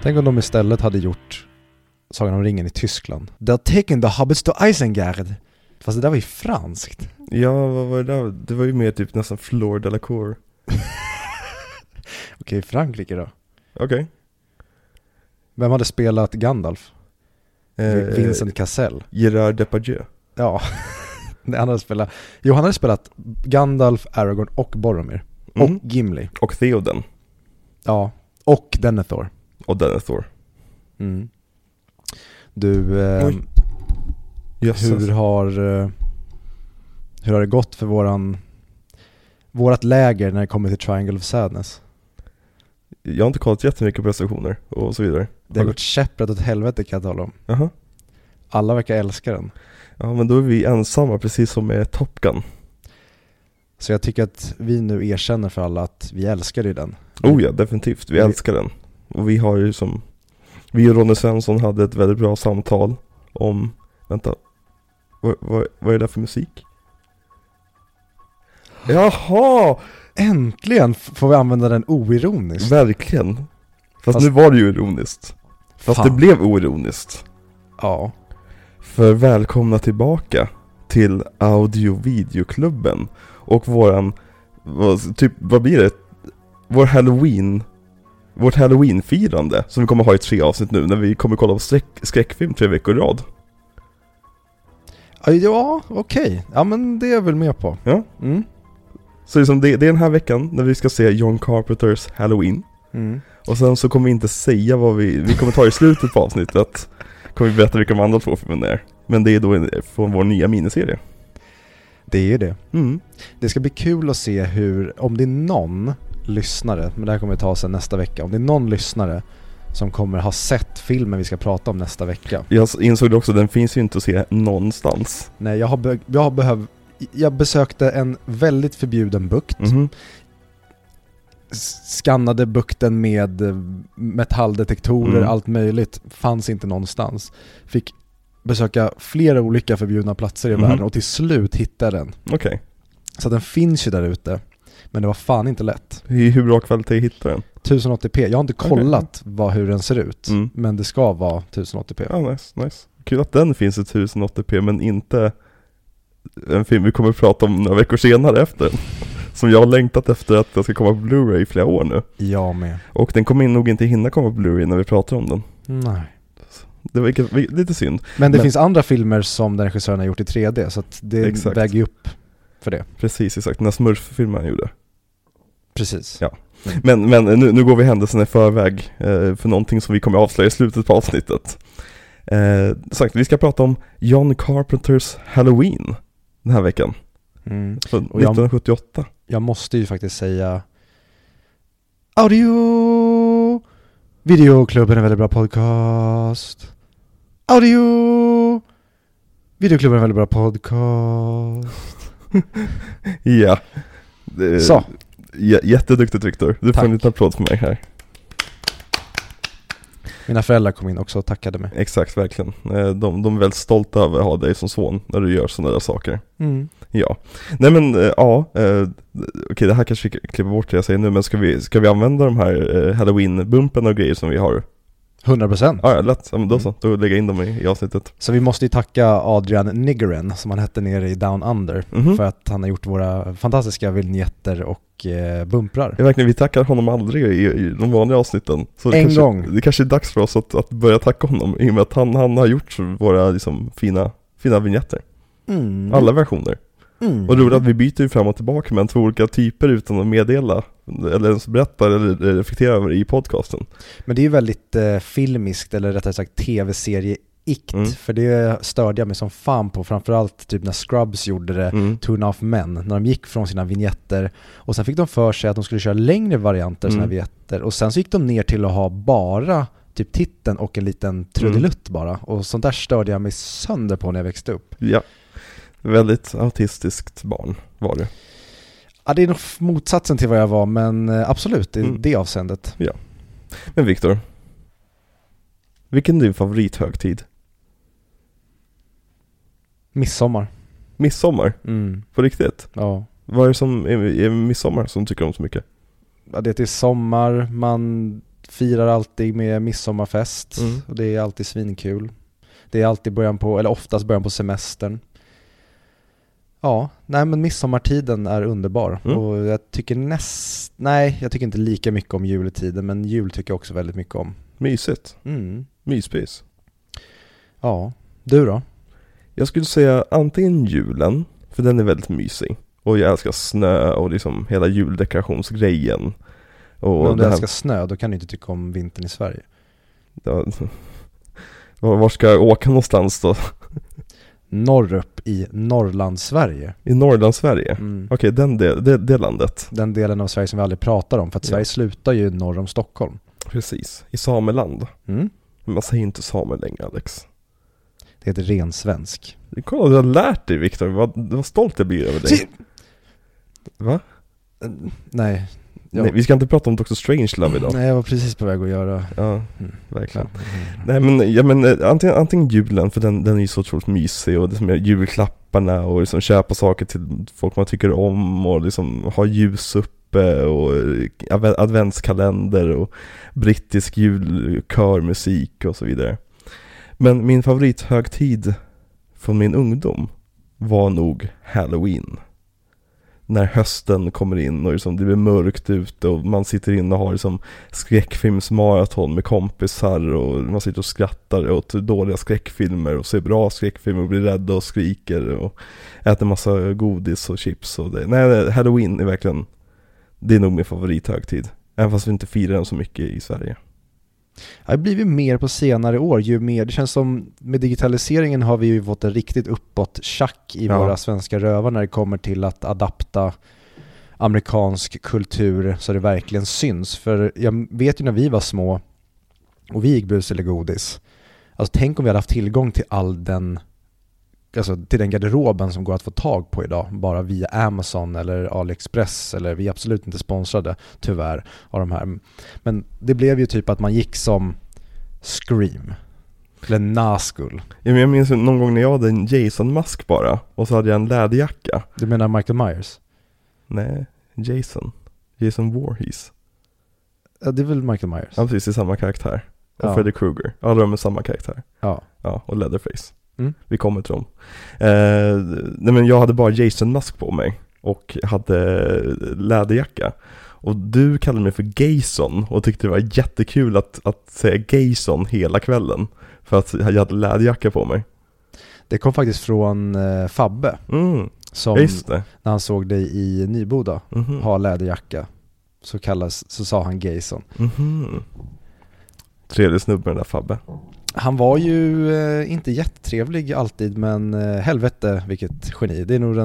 Tänk om de istället hade gjort Sagan om ringen i Tyskland. They're taking the hobbits to Isengard. Fast det där var ju franskt. Ja, vad var det där? Det var ju mer typ nästan Fleur de la Cour. Okej, Frankrike då. Okej. Vem hade spelat Gandalf? Vincent Cassel. Gerard Depardieu. Ja, han hade spelat Gandalf, Aragorn och Boromir. Och Gimli. Och Theoden. Ja, och Denethor. Och Denethor. Mm. Du, Jösses. hur har det gått för vårat läger när det kommer till Triangle of Sadness? Jag har inte kollat jättemycket på recensioner och så vidare. Det har gått käpprätt åt helvete, kan jag tala om. Jaha. Alla verkar älska den. Ja, men då är vi ensamma, precis som med Top Gun. Så jag tycker att vi nu erkänner för alla att vi älskar ju den. Oh ja, definitivt. Vi älskar den. Och vi har ju vi och Ronny Svensson hade ett väldigt bra samtal om... Vänta. Vad är det där för musik? Jaha! Äntligen får vi använda den oironiskt. Verkligen. Fast nu var det ju ironiskt. Fast fan. det blev oironiskt. Ja. För välkomna tillbaka till Audio-videoklubben. Och vad blir det? Vårt Halloween-firande som vi kommer ha i 3 avsnitt nu, när vi kommer kolla på skräckfilm 3 veckor i rad. Ja, okej. Ja, men det är jag väl med på. Ja. Mm. Så liksom det är den här veckan när vi ska se John Carpenters Halloween. Mm. Och sen så kommer vi inte säga vad vi kommer ta i slutet på avsnittet. Kommer vi berätta vilka de andra 2 filmerna är. Men det är då från vår nya miniserie. Det är ju det. Mm. Det ska bli kul att se om det är någon lyssnare, men det här kommer vi ta sen nästa vecka. Om det är någon lyssnare som kommer ha sett filmen vi ska prata om nästa vecka. Jag insåg det också, den finns ju inte att se någonstans. Nej, jag besökte en väldigt förbjuden bukt. Mm-hmm. Skannade bukten med metalldetektorer, allt möjligt. Fanns inte någonstans. Fick besöka flera olika förbjudna platser i världen och till slut hittade den. Okej. Så den finns ju där ute. Men det var fan inte lätt. Hur bra kvalitet hittar den? 1080p. Jag har inte kollat hur den ser ut. Men det ska vara 1080p. Ja, nice. Kul att den finns i 1080p, men inte en film vi kommer att prata om några veckor senare efter. Som jag har längtat efter att den ska komma på Blu-ray i flera år nu. Jag med. Och den kommer nog inte hinna komma på Blu-ray när vi pratar om den. Nej. Det var lite synd. Men det finns andra filmer som den regissören har gjort i 3D, så att det väger upp för det. Precis, exakt. Den här Smurf-filmen han gjorde. Precis. Ja. Men nu går vi händelsen i förväg för någonting som vi kommer avslöja i slutet på avsnittet. Sagt, vi ska prata om John Carpenters Halloween den här veckan. Så 1978. Jag måste ju faktiskt säga Videoklubben är en väldigt bra podcast. Videoklubben är en väldigt bra podcast. Ja. Så. Jätteduktigt, Viktor. Du får en liten applåd för mig här. Mina föräldrar kom in också och tackade mig. Exakt, verkligen. De är väldigt stolta över att ha dig som son när du gör sådana där saker. Ja. Nej men, okej, det här kanske vi klipper bort det jag säger nu, men ska vi använda de här Halloween-bumpen och grejer som vi har? 100%. Ja, lätt. Ja, men då så. Då lägger jag in dem i avsnittet. Så vi måste ju tacka Adrian Nigeren, som han hette nere i Down Under, för att han har gjort våra fantastiska vignetter och bumprar. Ja, verkligen. Vi tackar honom aldrig i de vanliga avsnitten. Så det kanske är dags för oss att börja tacka honom, i och med att han har gjort våra liksom, fina vignetter. Alla versioner. Och roligt att vi byter ju fram och tillbaka med 2 olika typer utan att meddela eller ens berätta eller reflektera över i podcasten. Men det är ju väldigt filmiskt, eller rättare sagt tv-serie-ikt, för det störde jag mig som fan på, framförallt typ när Scrubs gjorde det, 2.5 Men, när de gick från sina vignetter och sen fick de för sig att de skulle köra längre varianter sina vignetter, och sen så gick de ner till att ha bara typ titeln och en liten trudelutt bara, och sånt där störde jag mig sönder på när jag växte upp. Ja. Väldigt autistiskt barn var det. Ja, det är nog motsatsen till vad jag var, men absolut, i det avseendet. Ja. Men Viktor, vilken är din favorithögtid? Midsommar. Midsommar? På riktigt? Ja. Vad är det som är midsommar som tycker om så mycket? Ja, det är sommar, man firar alltid med midsommarfest och det är alltid svinkul. Det är alltid oftast början på semestern. Ja, nej men midsommartiden är underbar. Och jag tycker jag tycker inte lika mycket om juletiden, men jul tycker jag också väldigt mycket om. Mysigt. Myspis. Ja, du då? Jag skulle säga antingen julen, för den är väldigt mysig. Och jag älskar snö och liksom hela juldekorationsgrejen. Och men om du älskar snö, då kan du inte tycka om vintern i Sverige. Ja, var ska jag åka någonstans då? Norrup i Norrlandssverige. I Norrlandssverige? Okej, det landet. Den delen av Sverige som vi aldrig pratar om, för att Sverige slutar ju norr om Stockholm. Precis, i Sameland. Men man säger inte samer längre, Alex. Det heter rensvensk. Kolla, du har lärt dig, Viktor. Vad stolt jag blir över dig. Va? Nej. Nej, vi ska inte prata om Dr. Strangelove idag. Nej, jag var precis på väg att göra. Ja, verkligen. Nej, men antingen julen, för den är ju så otroligt mysig, och det som är julklapparna och liksom köpa saker till folk man tycker om, och liksom ha ljus uppe och adventskalender och brittisk julkörmusik och så vidare. Men min favorithögtid från min ungdom var nog Halloween. När hösten kommer in och liksom det blir mörkt ute och man sitter in och har liksom skräckfilmsmaraton med kompisar, och man sitter och skrattar åt dåliga skräckfilmer och ser bra skräckfilmer och blir rädda och skriker och äter massa godis och chips och det. Nej, Halloween är verkligen, det är nog min favorithögtid. Även fast vi inte firar den så mycket i Sverige. Det har blivit mer på senare år. Ju mer, det känns som med digitaliseringen har vi ju fått en riktigt uppåt tjack i våra svenska rövar när det kommer till att adapta amerikansk kultur så det verkligen syns. För jag vet ju när vi var små och vi gick bus eller godis. Alltså tänk om vi hade haft tillgång till all den, alltså till den garderoben som går att få tag på idag bara via Amazon eller AliExpress, eller vi är absolut inte sponsrade tyvärr av de här. Men det blev ju typ att man gick som Scream eller Nazgul. Jag minns någon gång när jag hade en Jason-mask bara, och så hade jag en läderjacka. Du menar Michael Myers? Nej, Jason Voorhees. Ja, det är väl Michael Myers. Ja, precis, det är samma karaktär. Och Freddy Krueger. Alla de är samma karaktär. Ja, och Leatherface. Vi kommer till dem. Nej, men jag hade bara Jason-mask på mig och hade läderjacka. Och du kallade mig för Gayson och tyckte det var jättekul att säga Gayson hela kvällen för att jag hade läderjacka på mig. Det kom faktiskt från Fabbe. Som när han såg dig i Nyboda ha läderjacka så sa han Gayson. Trevlig snubbe den där Fabbe. Han var ju inte jättetrevlig alltid, men helvete vilket geni. Det är nog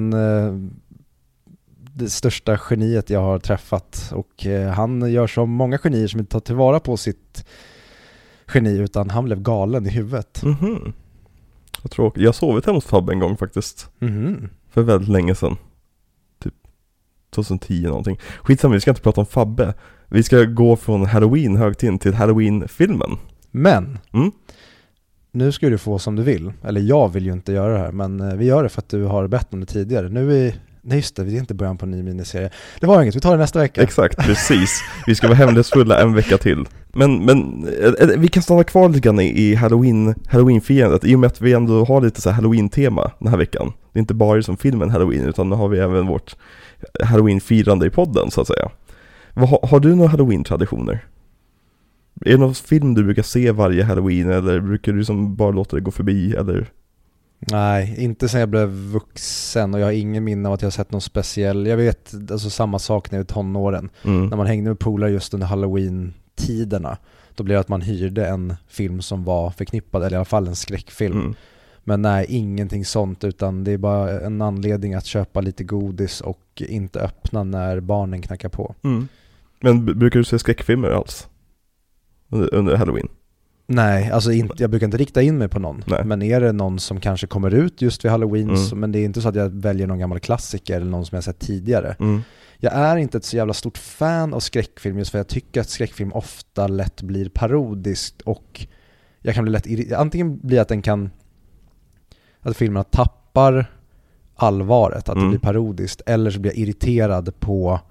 det största geniet jag har träffat, och han gör som många genier som inte tar tillvara på sitt geni, utan han blev galen i huvudet. Jag tror jag sovit hemma hos Fabbe en gång faktiskt. För väldigt länge sedan. Typ 2010 någonting. Skitsamma, vi ska inte prata om Fabbe. Vi ska gå från Halloween-högtiden till Halloween-filmen. Men nu ska du få som du vill. Eller jag vill ju inte göra det här, men vi gör det för att du har bett om det tidigare. Nej just det, vi är inte början på en ny miniserie. Det var inget, vi tar det nästa vecka. Exakt, precis. Vi ska vara hemlighetsfulla en vecka till. Men vi kan stanna kvar lite grann i Halloween-firandet, i och med att vi ändå har lite så här Halloween-tema den här veckan. Det är inte bara som filmen Halloween, utan nu har vi även vårt Halloween-firande i podden så att säga. Har du några Halloween-traditioner? Är det någon film du brukar se varje Halloween, eller brukar du som bara låta det gå förbi, eller? Nej, inte sen jag blev vuxen, och jag har ingen minne av att jag har sett någon speciell. Jag vet, alltså samma sak när jag var tonåren. När man hängde med polare just under Halloween-tiderna, då blev det att man hyrde en film som var förknippad, eller i alla fall en skräckfilm. Men nej, ingenting sånt, utan det är bara en anledning att köpa lite godis och inte öppna när barnen knackar på. Men brukar du se skräckfilmer alls under Halloween? Nej, alltså jag brukar inte rikta in mig på någon. Nej. Men är det någon som kanske kommer ut just vid Halloween, men det är inte så att jag väljer någon gammal klassiker eller någon som jag sett tidigare. Jag är inte ett så jävla stort fan av skräckfilm, just för jag tycker att skräckfilm ofta lätt blir parodiskt, och jag kan bli lätt antingen blir att filmerna tappar allvaret, att det blir parodiskt, eller så blir jag irriterad på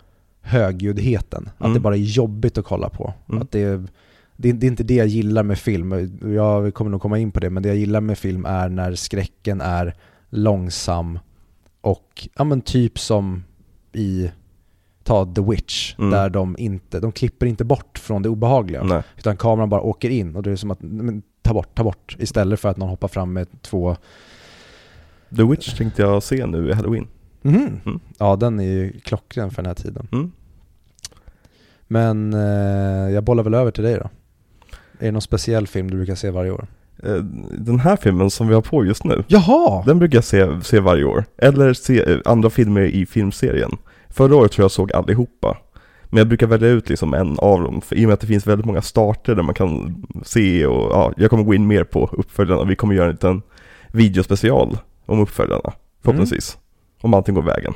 högljuddheten. Att det bara är jobbigt att kolla på. Att det är inte det jag gillar med film. Jag kommer nog komma in på det, men det jag gillar med film är när skräcken är långsam och typ som i The Witch, där de klipper inte bort från det obehagliga. Nej. Utan kameran bara åker in och det är som att ta bort istället för att någon hoppar fram med 2. The Witch tänkte jag se nu i Halloween. Ja, den är ju klockren för den här tiden. Men jag bollar väl över till dig då. Är det någon speciell film du brukar se varje år? Den här filmen som vi har på just nu. Jaha! Den brukar jag se varje år. Eller se andra filmer i filmserien. Förra året tror jag såg allihopa. Men jag brukar välja ut liksom en av dem. För i och med att det finns väldigt många starter där man kan se. Och jag kommer gå in mer på uppföljarna. Vi kommer göra en liten videospecial om uppföljarna. Förhoppningsvis. Om allting går vägen.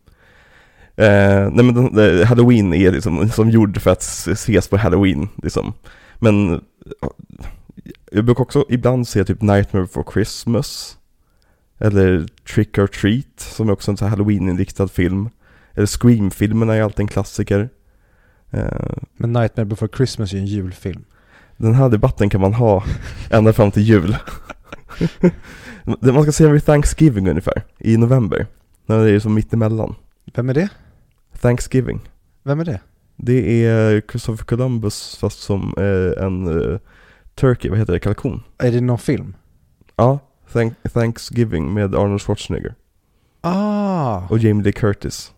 Nej men Halloween är liksom som gjord för att ses på Halloween liksom. Men jag brukar också ibland se typ Nightmare Before Christmas eller Trick or Treat som är också en sån här Halloween-inriktad film. Eller Scream-filmerna är alltid en klassiker. Men Nightmare Before Christmas är ju en julfilm. Den här debatten kan man ha ända fram till jul. Man ska se vid Thanksgiving ungefär i november. När det är som mitt emellan. Vem är det? Thanksgiving. Vem är det? Det är Christopher Columbus fast som en turkey, vad heter det? Kalkon. Är det någon film? Ja, Thanksgiving med Arnold Schwarzenegger. Och Jamie Lee Curtis.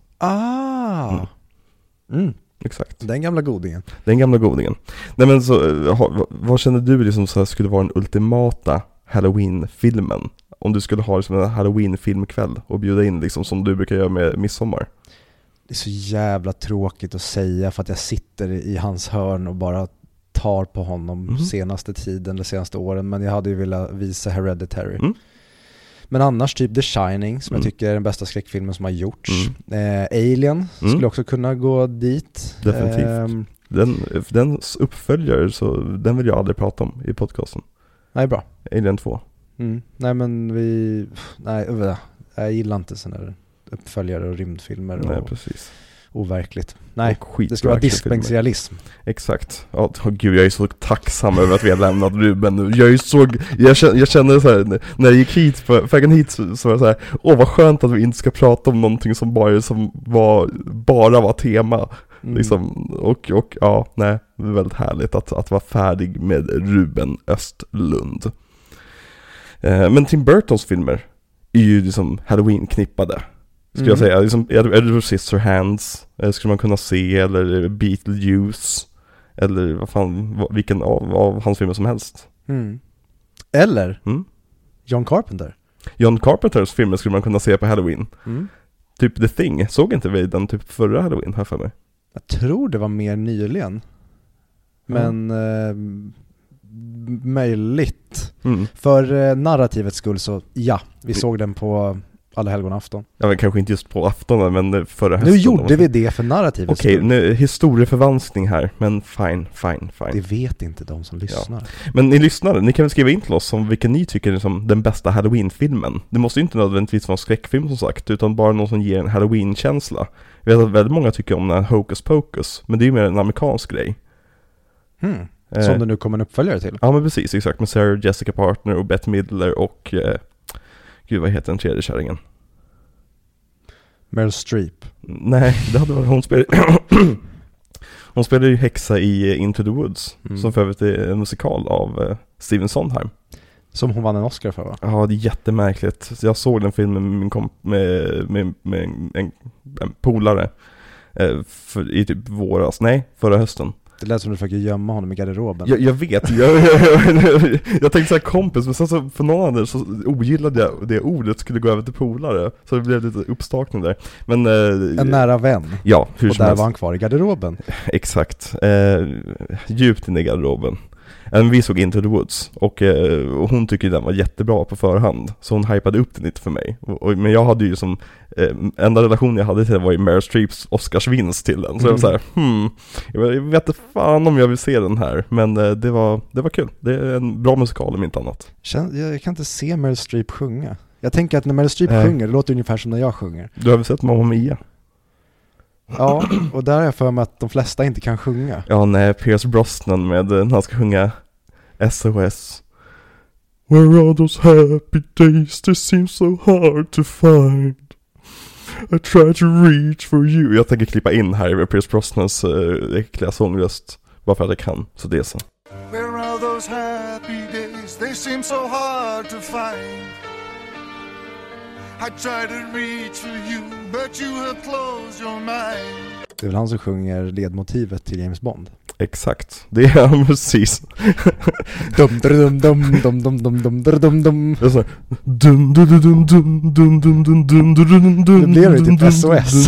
Exakt. Den gamla godingen. Nej men så, vad känner du liksom så här skulle vara den ultimata Halloween-filmen? Om du skulle ha liksom en Halloween-filmkväll och bjuda in liksom som du brukar göra med midsommar. Det är så jävla tråkigt att säga för att jag sitter i hans hörn och bara tar på honom senaste tiden eller senaste åren. Men jag hade ju velat visa Hereditary. Men annars typ The Shining som jag tycker är den bästa skräckfilmen som har gjorts. Alien skulle också kunna gå dit. Definitivt. Den uppföljare så den vill jag aldrig prata om i podcasten. Nej, bra. Alien 2. Nej men jag gillar inte sådana där uppföljare och rymdfilmer. Nej, precis. Overkligt. Nej, det ska vara diskbänksrealism. Exakt. Gud, jag är så tacksam över att vi har lämnat Ruben nu. Jag känner så här, när jag gick hit på vägen hit så var jag så här, vad skönt att vi inte ska prata om någonting som bara var tema. Liksom, och ja, nej, det är väldigt härligt att vara färdig med Ruben Östlund. Men Tim Burtons filmer är ju liksom Halloween-knippade. Skulle jag säga, liksom, Edward Scissorhands skulle man kunna se, eller Beetlejuice, eller vad fan, vilken av hans filmer som helst. Eller John Carpenters filmer skulle man kunna se på Halloween. Typ The Thing, såg inte vi den typ förra Halloween här för mig? Jag tror det var mer nyligen. Men möjligt. För narrativets skull så vi såg den på alla helgonafton. Ja, men kanske inte just på aftonen, men förra hösten. Nu gjorde vi det för narrativet. Okej, nu historieförvanskning här, men fine. Det vet inte de som lyssnar. Men ni lyssnare, ni kan väl skriva in till oss om vilken ni tycker är som den bästa Halloween-filmen. Det måste ju inte nödvändigtvis vara en skräckfilm som sagt, utan bara någon som ger en Halloween-känsla. Jag vet att väldigt många tycker om den här Hocus Pocus, men det är ju mer en amerikansk grej. Som det nu kommer en uppföljare till. Ja, men precis, exakt. Med Sarah Jessica Parker och Bette Midler och gud, vad heter den tredje kärringen? Meryl Streep. Nej, det hade varit hon spelade ju häxa i Into the Woods, som för övrigt är en musikal av Stephen Sondheim. Som hon vann en Oscar för, va? Ja, det är jättemärkligt. Jag såg den filmen med en polare i typ förra hösten. Det lät som du försöker gömma honom i garderoben. Jag vet. Jag tänkte så här kompis, men sen så för någon annan så ogillade jag det ordet skulle gå över till polare. Så det blev lite uppstakning där. Men, en nära vän. Ja, hur och som där helst. Var han kvar i garderoben. Exakt. Djupt in i garderoben. Vi såg Into the Woods och hon tycker den var jättebra på förhand, så hon hypade upp den lite för mig. Men jag hade ju som enda relation jag hade till det var ju Meryl Streeps Oscarsvinst till den. Så jag var så här, jag vet inte fan om jag vill se den här, men det var kul. Det är en bra musikal om inte annat. Jag kan inte se Meryl Streep sjunga. Jag tänker att när Meryl Streep sjunger, det låter ungefär som när jag sjunger. Du har väl sett Mamma Mia? Ja, och där är jag för mig att de flesta inte kan sjunga. Ja, nej, Pierce Brosnan med när han ska sjunga SOS. Where are those happy days? They seem so hard to find. I try to reach for you. Jag tänker klippa in här med Pierce Brosnans äckliga sångröst. Bara för att jag kan, så det är så. Where are those happy days? They seem so hard to find. I try to reach for you, but you have closed your mind. Det är väl han som sjunger ledmotivet till James Bond. Exakt, det är han precis. Dum dum dum dum dum dum dum dum dum. Det är så dum dum dum dum dum dum dum dum dum dum. Det blev ju typ SOS.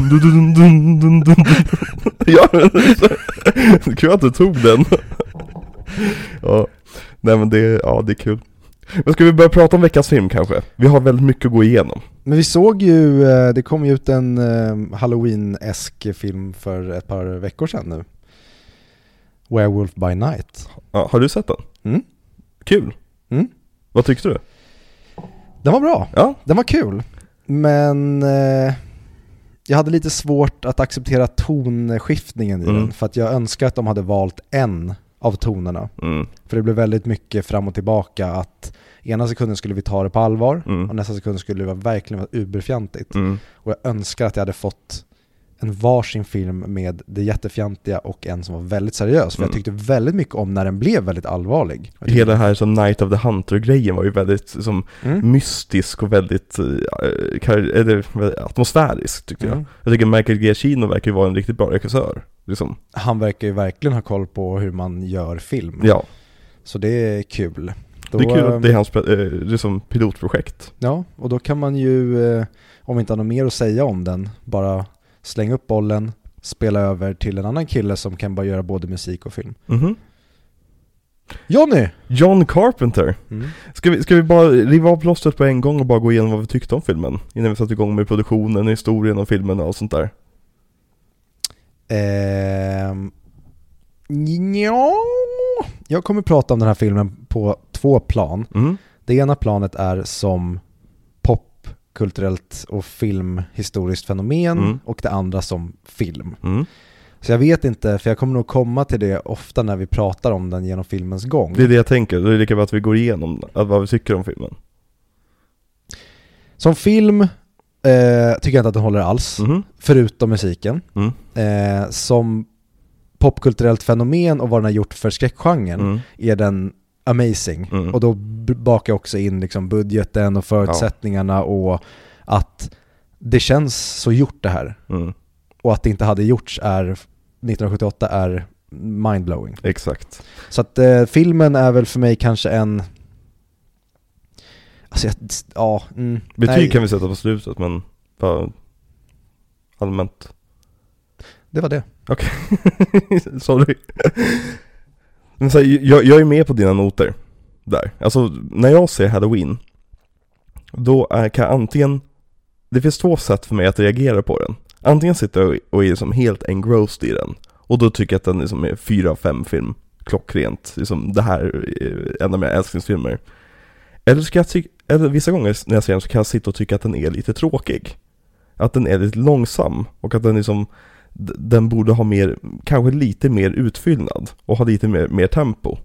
Ja, kul att du tog den. Ja, nej men det är kul. Men ska vi börja prata om veckans film kanske? Vi har väldigt mycket att gå igenom. Men vi såg ju, det kom ju ut en Halloween-esk film för ett par veckor sedan nu. Werewolf by Night. Ja, har du sett den? Mm. Kul. Mm. Vad tyckte du? Den var bra. Ja. Den var kul. Men jag hade lite svårt att acceptera tonskiftningen i den. För att jag önskar att de hade valt en av tonerna. För det blev väldigt mycket fram och tillbaka att ena sekunden skulle vi ta det på allvar och nästa sekund skulle det verkligen vara uberfjantigt. Och jag önskar att jag hade fått en varsin film med det jättefjantiga och en som var väldigt seriös. För jag tyckte väldigt mycket om när den blev väldigt allvarlig. Hela det här som Night of the Hunter-grejen var ju väldigt som mystisk och väldigt atmosfärisk tycker jag. Jag tycker Michael Giacchino verkar ju vara en riktigt bra regissör. Liksom. Han verkar ju verkligen ha koll på hur man gör film. Ja. Så det är kul. Det är kul att det är hans liksom pilotprojekt. Ja, och då kan man ju, om inte har något mer att säga om den, bara slänga upp bollen, spela över till en annan kille som kan bara göra både musik och film. John Carpenter. Ska vi bara riva av plåstret på en gång och bara gå igenom vad vi tyckte om filmen innan vi satte igång med produktionen, historien och filmen och allt sånt där? Ja. Jag kommer prata om den här filmen på 2 plan. Det ena planet är som popkulturellt och filmhistoriskt fenomen och det andra som film. Så jag vet inte, för jag kommer nog komma till det ofta när vi pratar om den genom filmens gång. Det är det jag tänker, då är det lika bra att vi går igenom vad vi tycker om filmen. Som film tycker jag inte att den håller alls, förutom musiken. Som popkulturellt fenomen och vad den har gjort för skräckgenren är den amazing. Och då bakar jag också in liksom budgeten och förutsättningarna och att det känns så gjort det här. Och att det inte hade gjorts 1978 är mindblowing. Exakt. Så att filmen är väl för mig kanske en... Alltså betyg kan vi sätta på slutet, men bara allmänt. Det var det. Okej. Sorry. Men så jag är med på dina noter där. Alltså när jag ser Halloween, då kan antingen, det finns 2 sätt för mig att reagera på den. Antingen sitter jag och är liksom helt engrossed i den, och då tycker jag att den liksom är 4 av 5 film klockrent. Liksom, det här är en av mina älsklingsfilmer. Eller vissa gånger när jag ser den så kan jag sitta och tycka att den är lite tråkig. Att den är lite långsam och att den liksom, den borde ha mer, kanske lite mer utfyllnad och ha lite mer tempo.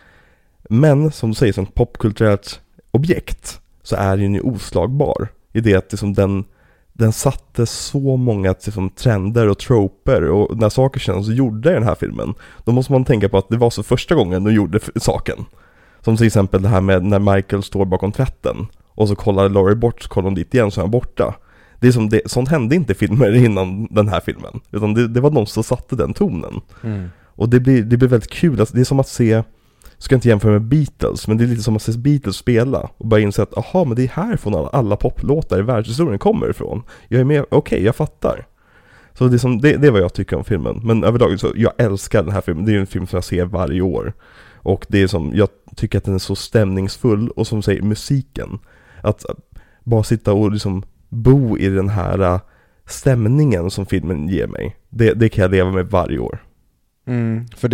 Men som du säger, som popkulturellt objekt så är den ju oslagbar i det att liksom den satte så många liksom trender och troper, och när saker känns gjorda i den här filmen, då måste man tänka på att det var så första gången de gjorde saken. Som till exempel det här med när Michael står bakom tvätten och så kollar Laurie bort, så kollar hon dit igen så är han borta. Det är som sånt hände inte i filmer innan den här filmen, utan det var någon som satte den tonen. Och det blir väldigt kul. Alltså, det är som att se, ska inte jämföra med Beatles, men det är lite som att se Beatles spela och bara inse att men det är härifrån alla poplåtar i världshistorien kommer ifrån. Jag är med, okej, jag fattar. Så det är vad jag tycker om filmen. Men överlag så jag älskar den här filmen. Det är ju en film som jag ser varje år. Och det är som, jag tycker att den är så stämningsfull, och som säger musiken, att bara sitta och liksom bo i den här stämningen som filmen ger mig, det kan jag leva med varje år. För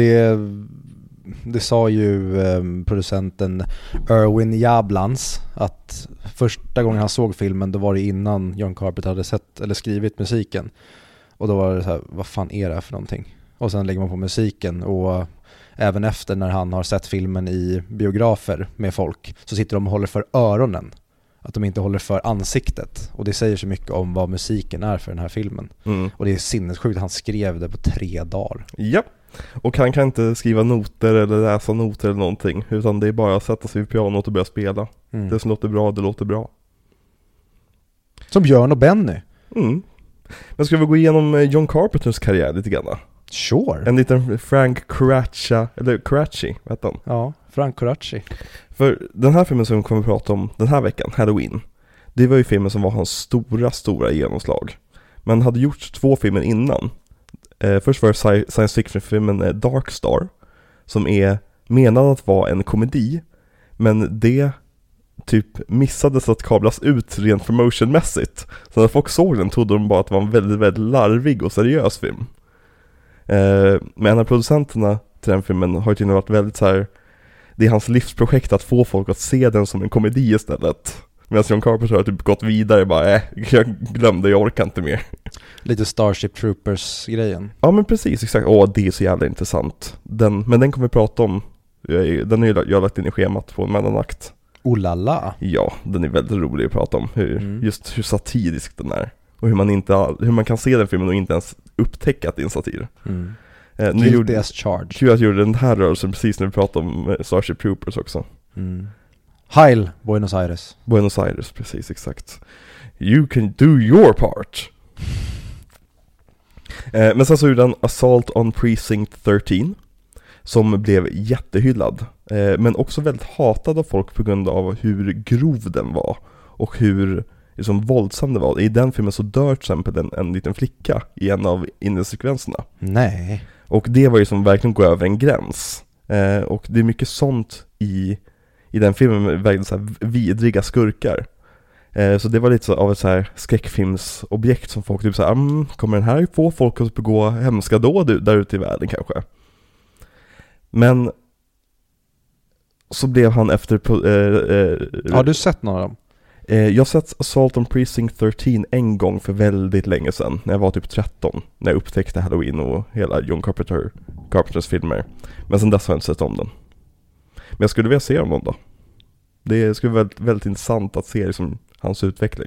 det sa ju producenten Irwin Jablans att första gången han såg filmen, då var det innan John Carpenter hade sett eller skrivit musiken. Och då var det så här, vad fan är det här för någonting? Och sen lägger man på musiken och även efter när han har sett filmen i biografer med folk så sitter de och håller för öronen. Att de inte håller för ansiktet. Och det säger så mycket om vad musiken är för den här filmen. Och det är sinnessjukt, han skrev det på 3 dagar. Ja, och han kan inte skriva noter eller läsa noter eller någonting. Utan det är bara att sätta sig vid pianot och börja spela. Det som låter bra, det låter bra. Som Björn och Benny. Men ska vi gå igenom John Carpenters karriär lite grann? Sure. En liten Frank Coraci, eller Coraci, vet han? Ja, Frank Coraci. För den här filmen som vi kommer att prata om den här veckan, Halloween, det var ju filmen som var hans stora genomslag. Men hade gjort 2 filmer innan. Först var det science fiction-filmen Dark Star, som är menad att vara en komedi, men det typ missades att kablas ut rent promotionmässigt. Så när folk såg den trodde de bara att det var en väldigt, väldigt larvig och seriös film. Men en av producenterna till den filmen har ju varit väldigt så här, det är hans livsprojekt att få folk att se den som en komedi istället. Medan John Carpenter har typ gått vidare bara, jag glömde, jag orkar inte mer. Lite Starship Troopers-grejen. Ja men precis, exakt. Det är så jävla intressant. Men den kommer vi prata om. Den har jag lagt in i schemat på en mellanakt. Oh la la. Ja, den är väldigt rolig att prata om. Just hur satirisk den är. Och hur man kan se den filmen och inte ens upptäcka att det är en satir. Guilty as charged. Kul att jag gjorde den här rörelsen precis när vi pratade om Starship Troopers också. Heil Buenos Aires. Buenos Aires, precis, exakt. You can do your part. Men sen så gjorde den Assault on Precinct 13, som blev jättehyllad. Men också väldigt hatad av folk på grund av hur grov den var. Och hur liksom våldsam det var. I den filmen så dör till exempel en liten flicka i en av inledningssekvenserna. Nej. Och det var ju som verkligen gå över en gräns. Och det är mycket sånt i den filmen med väldigt så här vidriga skurkar. Så det var lite så av ett så här skräckfilmsobjekt som folk typ så här, kommer den här få folk att begå hemska dåd där ute i världen kanske? Men så blev han efter... har du sett några av dem? Jag har sett Assault on Precinct 13 en gång för väldigt länge sedan. När jag var typ 13. När jag upptäckte Halloween och hela John Carpenters filmer. Men sen dess har jag inte sett om den. Men jag skulle vilja se om dem då. Det skulle vara väldigt, väldigt intressant att se liksom hans utveckling.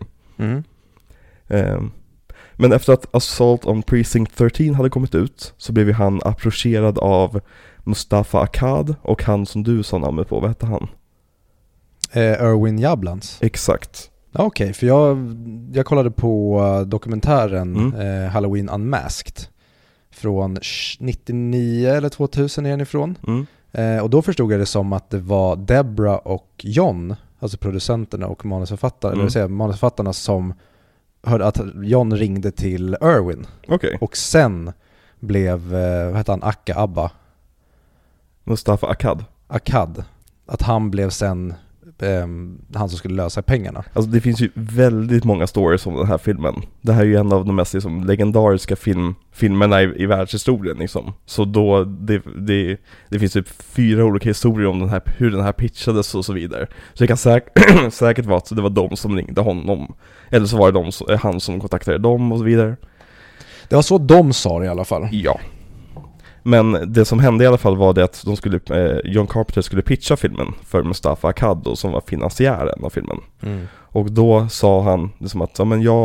Men efter att Assault on Precinct 13 hade kommit ut så blev han approcherad av Mustafa Akkad och han som du sa namnet på, vad hette han? Irwin Yablans. Exakt. Okej, för jag kollade på dokumentären Halloween Unmasked från 99 eller 2000 är den ifrån. Och då förstod jag det som att det var Debra och John, alltså producenterna och manusförfattarna, eller säga manusförfattarna, som hörde att John ringde till Irwin. Okay. Och sen blev, vad heter han, Abba? Mustafa Akkad. Att han blev sen han som skulle lösa pengarna. Alltså det finns ju väldigt många stories om den här filmen. Det här är ju en av de mest liksom legendariska filmerna i världshistorien liksom. Så då det finns typ 4 olika historier om hur den här pitchades och så vidare. Så det kan säkert vara att det var de som ringde honom, eller så var det han som kontaktade dem och så vidare. Det var så de sa det i alla fall. Ja. Men det som hände i alla fall var det att John Carpenter skulle pitcha filmen för Mustafa Akkad som var finansiären av filmen. Och då sa han liksom att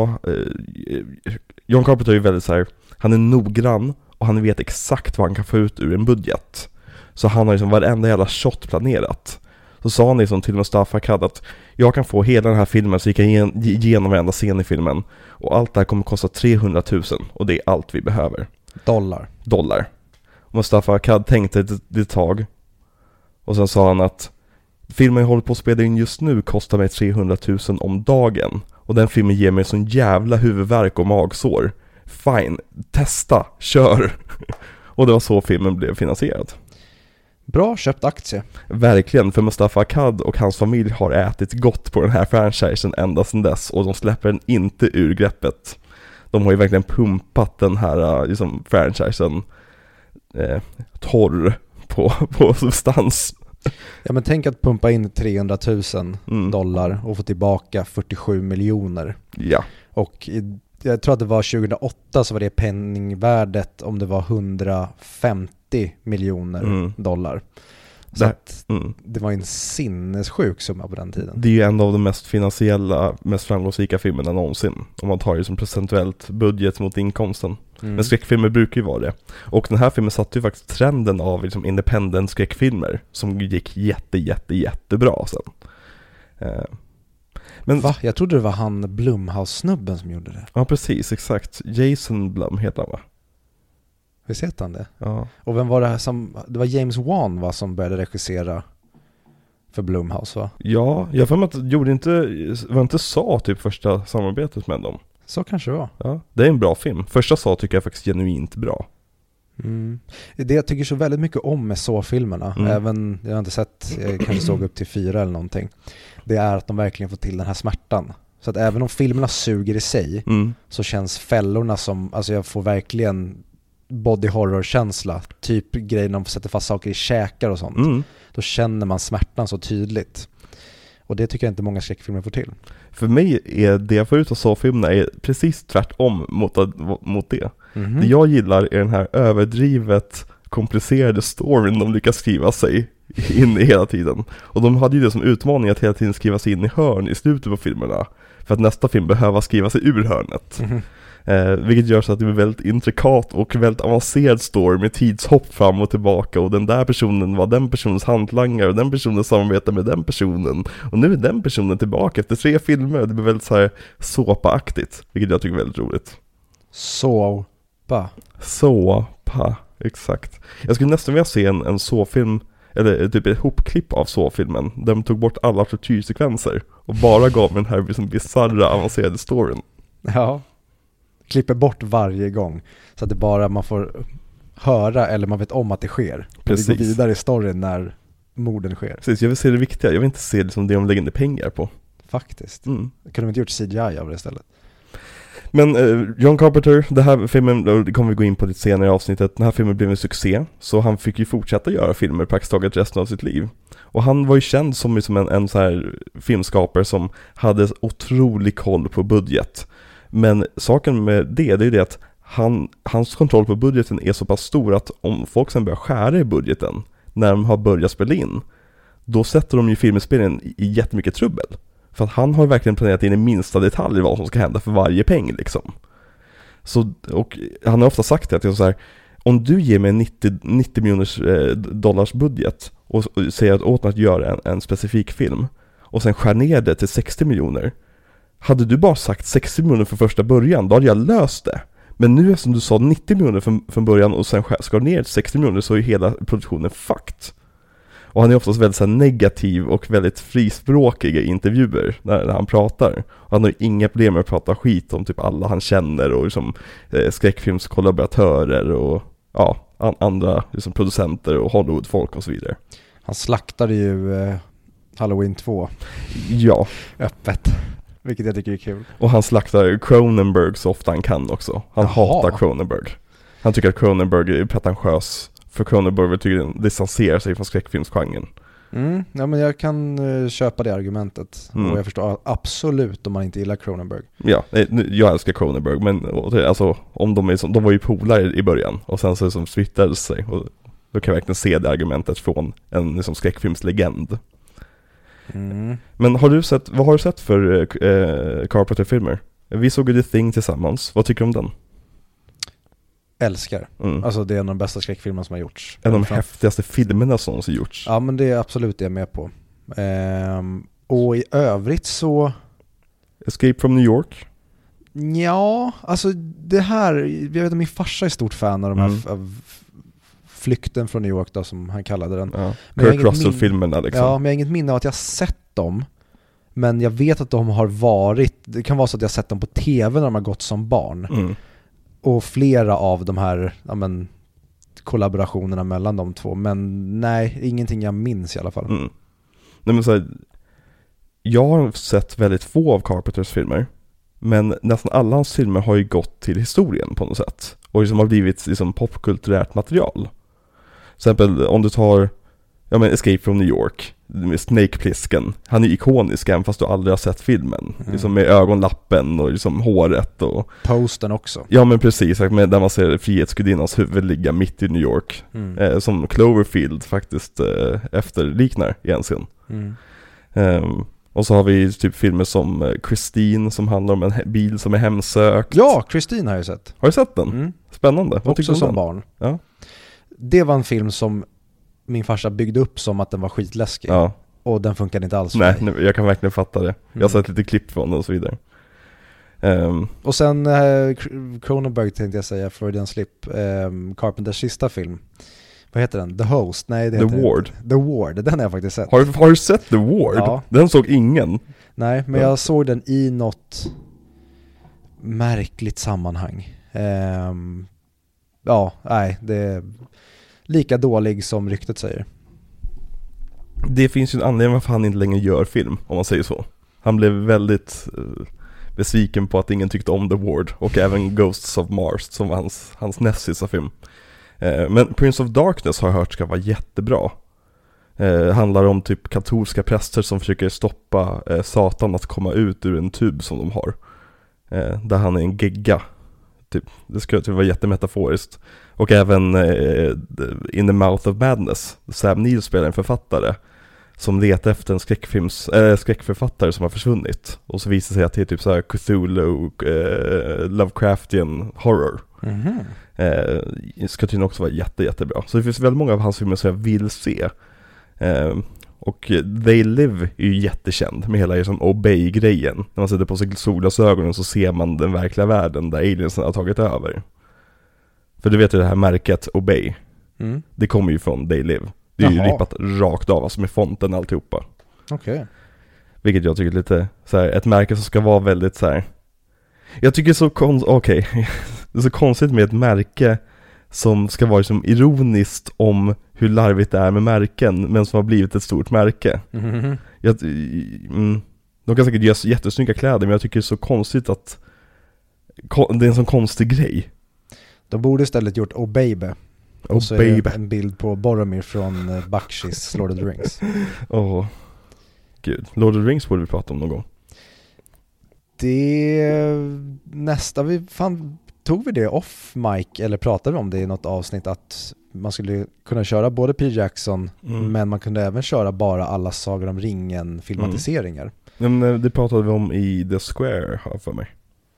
John Carpenter är ju väldigt så här, han är noggrann och han vet exakt vad han kan få ut ur en budget. Så han har liksom varenda jävla shot planerat. Så sa han liksom till Mustafa Akkad att jag kan få hela den här filmen så vi kan igenom varenda scen i filmen. Och allt det här kommer kosta 300 000 och det är allt vi behöver. Dollar. Mustafa Akkad tänkte ett tag och sen sa han att filmen jag håller på att spela in just nu kostar mig 300 000 om dagen och den filmen ger mig sån jävla huvudvärk och magsår. Fine, testa, kör. Och det var så filmen blev finansierad. Bra köpt aktie. Verkligen, för Mustafa Akkad och hans familj har ätit gott på den här franchisen ända sedan dess och de släpper den inte ur greppet. De har ju verkligen pumpat den här liksom, franchisen torr på substans. Ja, men tänk att pumpa in 300 000 dollar och få tillbaka 47 miljoner. Ja. Och jag tror att det var 2008 så var det penningvärdet om det var 150 miljoner dollar. Så det var en sinnessjuk summa på den tiden. Det är ju en av de mest finansiella, mest framgångsrika filmerna någonsin. Om man tar det som procentuellt budget mot inkomsten. Men skräckfilmer brukar ju vara det. Och den här filmen satte ju faktiskt trenden av liksom independent skräckfilmer som gick jättebra sen. Men va? Jag trodde det var han Blumhouse-snubben som gjorde det. Ja, precis, exakt. Jason Blum heter han, va? Visst heter han det? Ja. Och vem var det här som... Det var James Wan, va, som började regissera för Blumhouse, va? Ja, jag får mig att var inte Saw typ första samarbetet med dem. Så kanske det var. Ja, det är en bra film. Första Saw tycker jag faktiskt genuint bra. Det jag tycker så väldigt mycket om med Saw-filmerna, även, jag har inte sett, jag kanske såg upp till 4 eller någonting, det är att de verkligen får till den här smärtan. Så att även om filmerna suger i sig så känns fällorna som, alltså jag får verkligen body horror-känsla, typ grejer när de sätter fast saker i käkar och sånt. Då känner man smärtan så tydligt. Och det tycker jag inte många skräckfilmer får till. För mig är det jag får ut av Saw-filmerna är precis tvärtom mot det. Det jag gillar är den här överdrivet komplicerade storyn de lyckas skriva sig in i hela tiden. Och de hade ju det som utmaning att hela tiden skriva sig in i hörn i slutet på filmerna. För att nästa film behöver skriva sig ur hörnet. Vilket gör så att det blir väldigt intrikat och väldigt avancerad story med tidshopp fram och tillbaka. Och den där personen var den personens hantlangare och den personen samarbetar med den personen. Och nu är den personen tillbaka efter 3 filmer. Det blir väldigt så här såpa-aktigt, vilket jag tycker är väldigt roligt. Såpa, exakt. Jag skulle nästan vilja se en Saw-film, eller typ ett hopklipp av Saw-filmen. De tog bort alla tortyrsekvenser och bara gav den här liksom bizarra avancerade storyn. Ja, klipper bort varje gång så att det bara man får höra eller man vet om att det sker. Precis. Det går vidare i storyn när morden sker. Precis, jag vill se det viktiga. Jag vill inte se liksom det de lägger ner pengar på. Faktiskt. Kunde de inte gjort CGI av det istället? Men John Carpenter, det här filmen, det kommer vi gå in på lite senare i avsnittet, den här filmen blev en succé, så han fick ju fortsätta göra filmer praktiskt taget resten av sitt liv. Och han var ju känd som liksom en så här filmskapare som hade otrolig koll på budget. Men saken med det är ju det att hans kontroll på budgeten är så pass stor att om folk sen börjar skära i budgeten när de har börjat spela in, då sätter de ju filminspelningen i jättemycket trubbel. För att han har verkligen planerat in i minsta detalj vad som ska hända för varje peng liksom. Så, och han har ofta sagt det att så här, om du ger mig 90 miljoners dollars budget och säger åt mig att göra en specifik film och sen skär ner det till 60 miljoner. Hade du bara sagt 60 miljoner från första början, då hade jag löst det. Men nu som du sa 90 miljoner från början och sen skar ner till 60 miljoner så är hela produktionen fucked. Och han är oftast väldigt så här negativ och väldigt frispråkig i intervjuer när han pratar. Och han har inga problem med att prata skit om typ alla han känner och liksom, skräckfilmskollaboratörer och andra liksom, producenter och Hollywoodfolk och så vidare. Han slaktade ju Halloween 2. Ja. Öppet. Vilket jag tycker är kul. Och han slaktar Cronenberg så ofta han kan också. Han hatar Cronenberg. Han tycker att Cronenberg är pretentiös. För Cronenberg tycker distanserar sig från skräckfilmsgenren. Ja, men jag kan köpa det argumentet. Och jag förstår absolut om man inte gillar Cronenberg. Ja, jag älskar Cronenberg. Men alltså, om de var ju polare i början. Och sen så liksom splittrade sig. Och då kan jag verkligen se det argumentet från en liksom, skräckfilmslegend. Men vad har du sett för Carpenter-filmer? Vi såg ju The Thing tillsammans. Vad tycker du om den? Älskar. Alltså det är en av de bästa skräckfilmerna som har gjorts. En av de häftigaste filmerna som har gjorts. Ja, men det är absolut det jag är med på. Och i övrigt så... Escape from New York? Ja, alltså det här... Jag vet att min farsa är stort fan av de här... Av Flykten från New York då, som han kallade den. Ja. Kurt Russell-filmerna liksom. Ja, men jag har inget minne av att jag har sett dem. Men jag vet att de har varit... Det kan vara så att jag har sett dem på tv när de har gått som barn. Och flera av de här kollaborationerna mellan de två. Men nej, ingenting jag minns i alla fall. Nej, men så här, jag har sett väldigt få av Carpenters filmer. Men nästan alla hans filmer har ju gått till historien på något sätt. Och liksom har blivit liksom popkulturärt material. Till exempel om du tar Ja, men Escape from New York med Snake Plissken. Han är ikonisk även fast du aldrig har sett filmen. Liksom med ögonlappen och liksom håret och... Posten också. Ja, men precis. Där man ser Frihetsgudinnans huvud ligga mitt i New York. Som Cloverfield faktiskt efterliknar i en scen. Och så har vi typ filmer som Christine som handlar om en bil som är hemsökt. Ja, Christine har jag sett. Har du sett den? Spännande. Vad också som barn. Ja. Det var en film som min farsa byggde upp som att den var skitläskig. Ja. Och den funkade inte alls för mig. Jag kan verkligen fatta det. Jag har sett lite klipp från den och så vidare. Och sen Cronenberg tänkte jag säga, Freudian Slip, Carpenters sista film. Vad heter den? The Host? Nej, det heter The Ward. The Ward, den har jag faktiskt sett. Har du sett The Ward? Ja. Den såg ingen. Nej, men jag såg den i något märkligt sammanhang. Det är lika dålig som ryktet säger. Det finns ju en anledning varför han inte längre gör film, om man säger så. Han blev väldigt besviken på att ingen tyckte om The Ward och även Ghosts of Mars som var hans näst sista film. Men Prince of Darkness har jag hört ska vara jättebra. Handlar om typ katolska präster som försöker stoppa Satan att komma ut ur en tub som de har. Där han är en gegga. Typ. Det ska typ vara jättemetaforiskt. Och även In the Mouth of Madness. Sam Neill spelar en författare som letar efter en skräckförfattare som har försvunnit. Och så visar det sig att det är typ så här Cthulhu, Lovecraftian horror. Ska tydligen också vara jättebra. Så det finns väldigt många av hans filmer som jag vill se. Och They Live är ju jättekänd med hela liksom Obey-grejen. När man sätter på sig solglasögonen så ser man den verkliga världen där aliensen har tagit över. För du vet ju det här märket Obey. Det kommer ju från They Live. Det är ju rippat rakt av, alltså med fonten och alltihopa. Okej. Vilket jag tycker är lite så här, ett märke som ska vara väldigt så här. Jag tycker det är så konstigt med ett märke som ska vara liksom ironiskt om hur larvigt det är med märken, men som har blivit ett stort märke. De kan säkert göra jättesnygga kläder, men jag tycker det är så konstigt att det är en sån konstig grej. De borde istället gjort Oh Baby. Och så är det en bild på Boromir från Bakshi's Lord of the Rings. Gud. Lord of the Rings borde vi prata om någon gång. Tog vi det off mic eller pratade vi om det i något avsnitt att man skulle kunna köra både Peter Jackson men man kunde även köra bara alla Sagan om ringen filmatiseringar. Men det pratade vi om i The Square här för mig.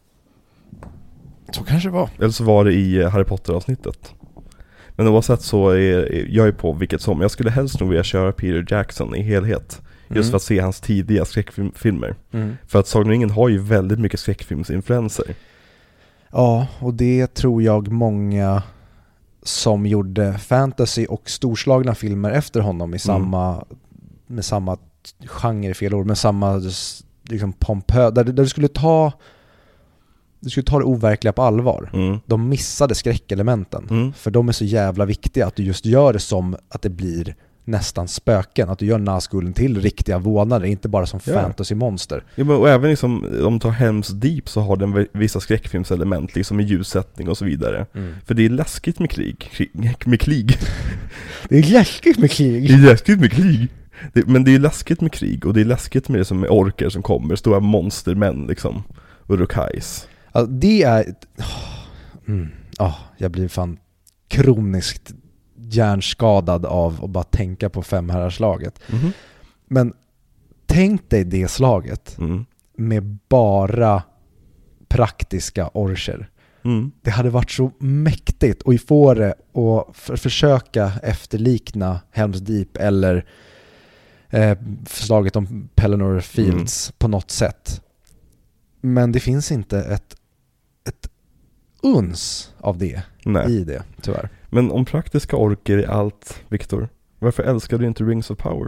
Så kanske det var. Eller så var det i Harry Potter-avsnittet. Men oavsett så är jag på vilket som. Jag skulle helst nog vilja köra Peter Jackson i helhet. Just för att se hans tidiga skräckfilmer. För att Sagan om ringen har ju väldigt mycket skräckfilmsinfluenser. Ja, och det tror jag många som gjorde fantasy och storslagna filmer efter honom med samma genre, fel ord, med samma liksom där du skulle ta det overkliga på allvar. De missade skräckelementen. För de är så jävla viktiga att du just gör det som att det blir nästan spöken. Att du gör Nazgullen till riktiga vånader, inte bara som fantasy-monster. Ja, men och även liksom, om du tar Helm's Deep så har den vissa skräckfilmselement liksom med ljussättning och så vidare. För det är läskigt med krig. Det är läskigt med krig. Men det är läskigt med krig och det är läskigt med det som är orker som kommer, stora monstermän liksom. Urukais. Alltså, det är... jag blir fan kroniskt hjärnskadad av att bara tänka på femherrarslaget. Men tänk dig det slaget med bara praktiska orcher. Det hade varit så mäktigt och få det och försöka efterlikna Helm's Deep eller förslaget om Pelennor Fields på något sätt. Men det finns inte ett uns av det i det, tyvärr. Men om praktiska orker är allt, Victor, varför älskar du inte Rings of Power?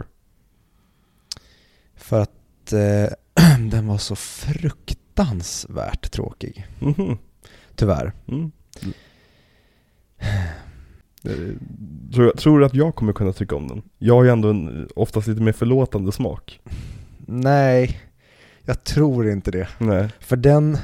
För att den var så fruktansvärt tråkig. Tyvärr. Tror du att jag kommer kunna tycka om den? Jag har ju ändå oftast lite mer förlåtande smak. Nej, jag tror inte det. Nej. För den...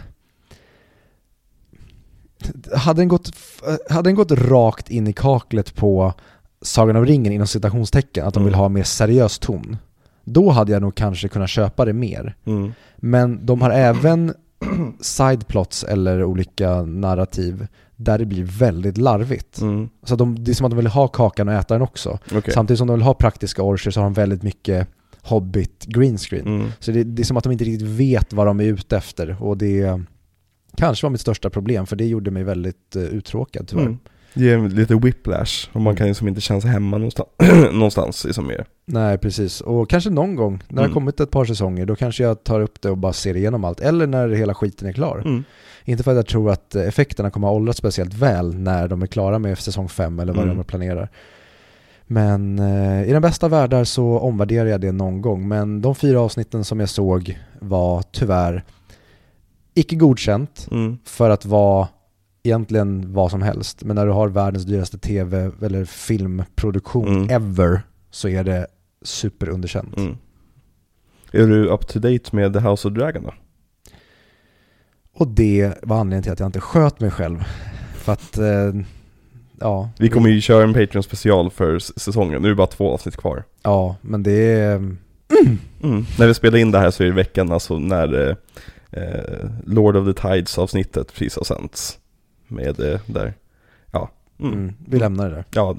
Hade den gått rakt in i kaklet på Sagan om ringen inom citationstecken, att de vill ha mer seriös ton. Då hade jag nog kanske kunnat köpa det mer. Men de har även sideplots eller olika narrativ där det blir väldigt larvigt. Så det är som att de vill ha kakan och äta den också. Samtidigt som de vill ha praktiska orcher så har de väldigt mycket Hobbit green screen. Så det är som att de inte riktigt vet vad de är ute efter, och det kanske var mitt största problem, för det gjorde mig väldigt uttråkad tyvärr. Det är lite whiplash och man kan liksom inte känna sig hemma någonstans liksom mer. Nej, precis. Och kanske någon gång när det har kommit ett par säsonger, då kanske jag tar upp det och bara ser igenom allt. Eller när hela skiten är klar. Inte för att jag tror att effekterna kommer att åldras speciellt väl när de är klara med säsong 5 eller vad de planerar. Men i den bästa världar så omvärderar jag det någon gång. Men de 4 avsnitten som jag såg var tyvärr icke godkänt för att vara egentligen vad som helst. Men när du har världens dyraste tv- eller filmproduktion ever, så är det superunderkänt. Är du up to date med The House of Dragon då? Och det var anledningen till att jag inte sköt mig själv. För att, ja. Vi kommer ju köra en Patreon special för säsongen. Nu är det bara 2 avsnitt kvar. Ja, men det är... När vi spelar in det här så är det veckan, alltså när Lord of the Tides avsnittet precis har sänts. Med det där. Ja. Vi lämnar det där. Ja,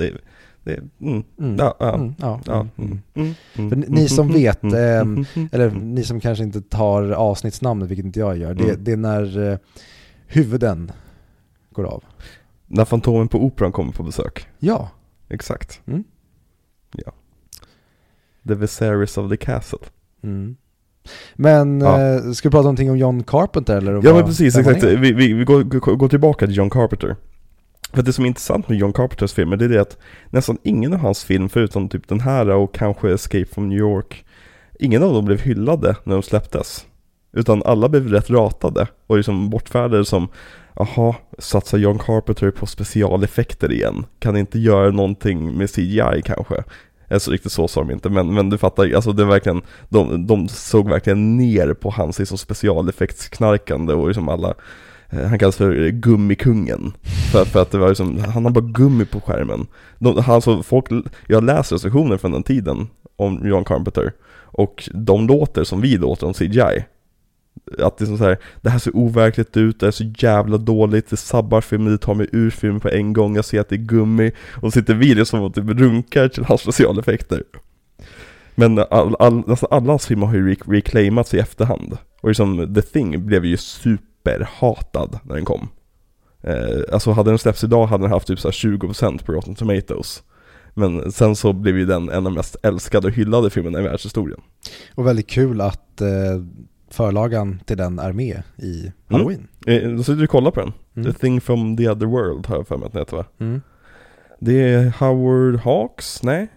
För ni som vet, eller ni som kanske inte tar avsnittsnamnet, vilket inte jag gör, det är när huvuden går av. När Fantomen på Operan kommer på besök. Ja. Exakt. Ja. The Viserys of the Castle. Men ska vi prata någonting om John Carpenter eller? Ja, men precis, exakt. Vi går tillbaka till John Carpenter. För det som är intressant med John Carpenters filmer, det är det att nästan ingen av hans film, förutom typ den här och kanske Escape from New York, ingen av dem blev hyllade när de släpptes. Utan alla blev rätt ratade och liksom bortfärdade som, satsar John Carpenter på specialeffekter igen? Kan inte göra någonting med CGI kanske? Så riktigt så sa de inte, men du fattar, alltså det är verkligen, de såg verkligen ner på hans liksom specialeffektsknarkande och liksom alla, han kallas för gummikungen för att det var liksom, han har bara gummi på skärmen. Jag läser recensioner från den tiden om John Carpenter och de låter som vi låter om CGI. Att det är så här, det här ser overkligt ut, det är så jävla dåligt, det sabbar filmen, det tar mig ur filmen på en gång, jag ser att det är gummi och sitter vi som typ runkar till hans specialeffekter. Men nästan alla hans filmer har ju reclaimats i efterhand. Och liksom The Thing blev ju superhatad när den kom. Alltså hade den släppts idag hade den haft typ så här 20% på Rotten Tomatoes. Men sen så blev ju den en av de mest älskade och hyllade filmerna i världshistorien. Och väldigt kul att förlagan till den är med i Halloween. Då sitter du och kollar på den. The Thing from the Other World har jag för mig att det heter, va? Det är Howard Hawks? Nej.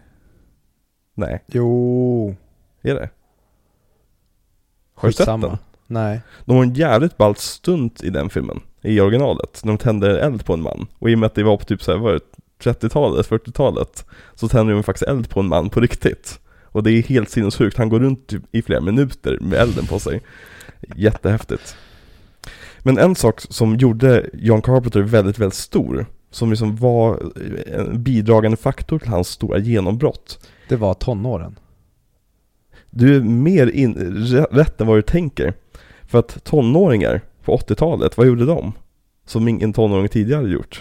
Jo. Är det? Har du sett den? Nej. De har en jävligt ballt stunt i den filmen, i originalet. De tände eld på en man. Och i och med att det var på typ så här, 30-talet, 40-talet, så tände de faktiskt eld på en man på riktigt. Och det är helt sinnessjukt. Han går runt typ i flera minuter med elden på sig. Jättehäftigt. Men en sak som gjorde John Carpenter väldigt, väldigt stor, som liksom var en bidragande faktor till hans stora genombrott, det var tonåren. Du är mer rätt än vad du tänker. För att tonåringar på 80-talet, vad gjorde de? Som ingen tonåring tidigare gjort.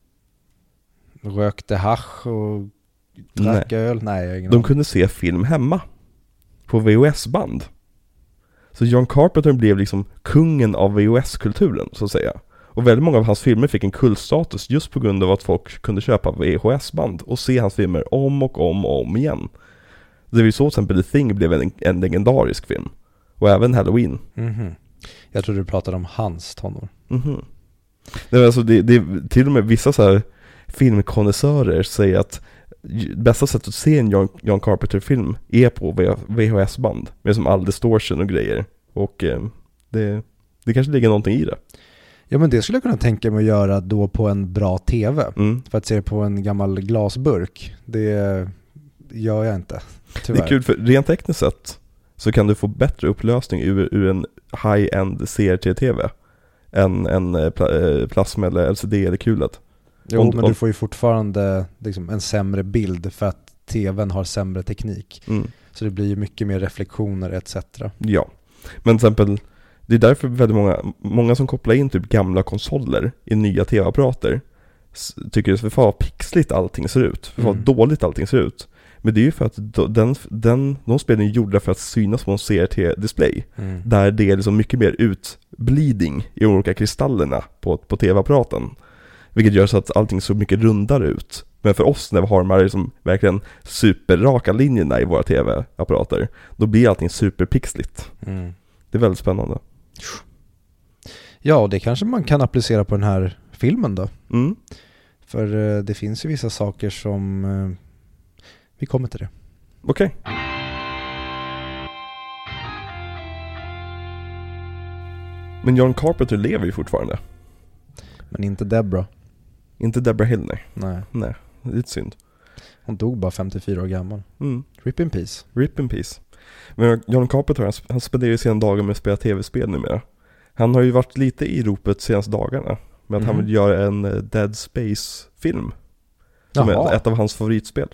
Rökte hasch och drack öl. Nej, de kunde se film hemma på VHS-band. Så John Carpenter blev liksom kungen av VHS-kulturen, så att säga. Och väldigt många av hans filmer fick en kultstatus just på grund av att folk kunde köpa VHS-band och se hans filmer om och om igen. Det var ju så till exempel The Thing blev en legendarisk film. Och även Halloween. Jag tror du pratade om hans tonår. Nej, alltså det till och med vissa så här filmkonnässörer säger att bästa sättet att se en John Carpenter-film är på VHS-band. Med som all distortion och grejer. Och det kanske ligger någonting i det. Ja, men det skulle jag kunna tänka mig att göra då på en bra tv. För att se på en gammal glasburk, det gör jag inte, tyvärr. Det är kul, för rent tekniskt sett så kan du få bättre upplösning ur en high-end CRT-tv än en plasma eller LCD eller kulet. Jo, men du får ju fortfarande liksom en sämre bild för att tvn har sämre teknik. Så det blir ju mycket mer reflektioner etc. Ja, men till exempel det är därför väldigt många som kopplar in typ gamla konsoler i nya tv-apparater tycker det är för pixligt allting ser ut, för dåligt allting ser ut. Men det är ju för att de spelen är gjorda för att synas på en CRT-display. Där det är liksom mycket mer utbliding i olika kristallerna på tv-apparaten. Vilket gör så att allting så mycket rundare ut. Men för oss när vi har de här liksom verkligen superraka linjerna i våra tv-apparater, då blir allting superpixligt. Det är väldigt spännande. Ja, och det kanske man kan applicera på den här filmen då. För det finns ju vissa saker som... vi kommer till det. Okej. Men John Carpenter lever ju fortfarande. Men inte Deborah. Inte Deborah Hill, nej. Nej, det är lite synd. Hon dog bara 54 år gammal. Rip in peace. Rip in peace. Men John Carpenter, han spenderar ju sina dagar med att spela tv-spel numera. Han har ju varit lite i ropet senaste dagarna med att han vill göra en Dead Space-film. Som är ett av hans favoritspel.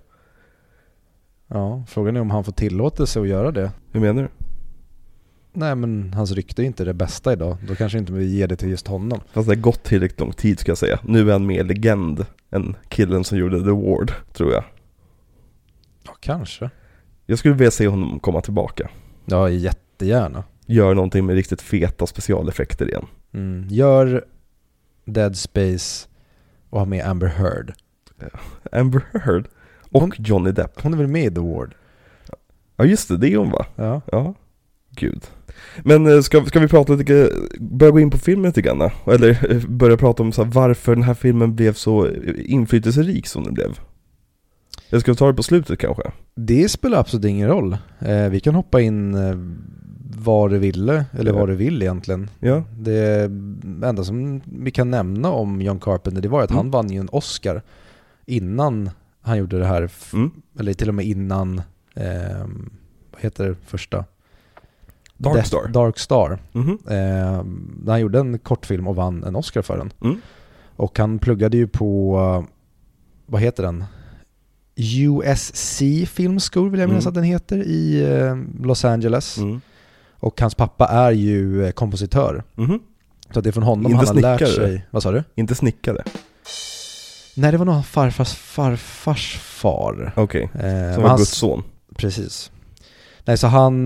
Ja, frågan är om han får tillåtelse att göra det. Hur menar du? Nej, men hans rykte är inte det bästa idag. Då kanske inte vi ger det till just honom. Fast det har gått tillräckligt lång tid ska jag säga. Nu är han mer legend än killen som gjorde The Ward, tror jag. Ja, kanske. Jag skulle vilja se honom komma tillbaka. Ja, jättegärna. Gör någonting med riktigt feta specialeffekter igen. Gör Dead Space och ha med Amber Heard. Ja. Amber Heard och Johnny Depp. Hon är väl med i The Ward? Ja, just det. Det är hon, va? Ja. Gud. Men ska vi prata lite, börja gå in på filmen lite grann? Eller börja prata om så här, varför den här filmen blev så inflytelserik som den blev? Jag ska ta det på slutet kanske. Det spelar absolut ingen roll. Vi kan hoppa in vad du ville, eller vad du vill egentligen. Ja. Det enda som vi kan nämna om John Carpenter, det var att han vann ju en Oscar innan han gjorde det här. Eller till och med innan, vad heter det första? Dark Star. Där han gjorde en kortfilm och vann en Oscar för den. Och han pluggade ju på, vad heter den? USC Film School vill jag minnas att den heter, i Los Angeles. Och hans pappa är ju kompositör. Så det är från honom inte han har lärt sig. Vad sa du? Inte snickare. Nej, det var nog farfars far. Okej, som var Guds son. Precis. Nej, så han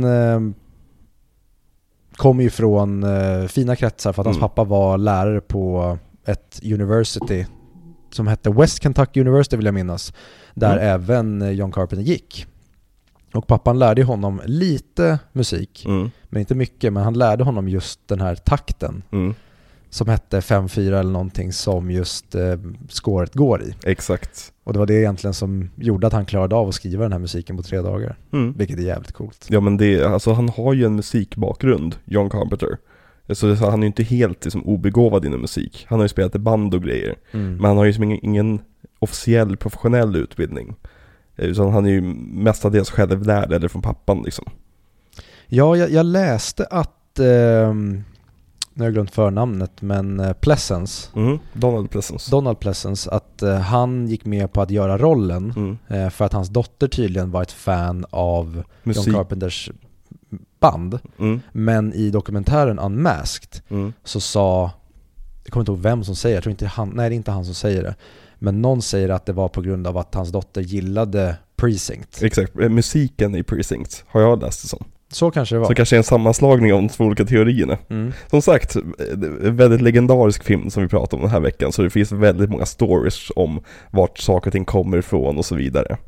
kom ju från fina kretsar för att hans pappa var lärare på ett university som hette West Kentucky University vill jag minnas. Där även John Carpenter gick. Och pappan lärde honom lite musik, men inte mycket, men han lärde honom just den här takten som hette 5-4 eller någonting som just scoret går i. Exakt. Och det var det egentligen som gjorde att han klarade av att skriva den här musiken på 3 dagar. Vilket är jävligt coolt. Ja, men alltså, han har ju en musikbakgrund, John Carpenter. Så han är ju inte helt liksom, obegåvad inom musik. Han har ju spelat i band och grejer. Men han har ju liksom ingen officiell professionell utbildning. Utan han är ju mestadels självlärd eller från pappan liksom. Ja, jag läste att nu har jag glömt förnamnet, men Pleasence. Donald Pleasence, att han gick med på att göra rollen för att hans dotter tydligen var ett fan av John Carpenters band. Men i dokumentären Unmasked så sa, jag kommer inte ihåg vem som säger, jag tror inte han, nej det är inte han som säger det, men någon säger att det var på grund av att hans dotter gillade Precinct. Exakt, musiken i Precinct har jag läst det som. Så kanske det var. Så kanske en sammanslagning av de två olika teorierna. Som sagt, en väldigt legendarisk film som vi pratar om den här veckan. Så det finns väldigt många stories om vart saker och ting kommer ifrån och så vidare.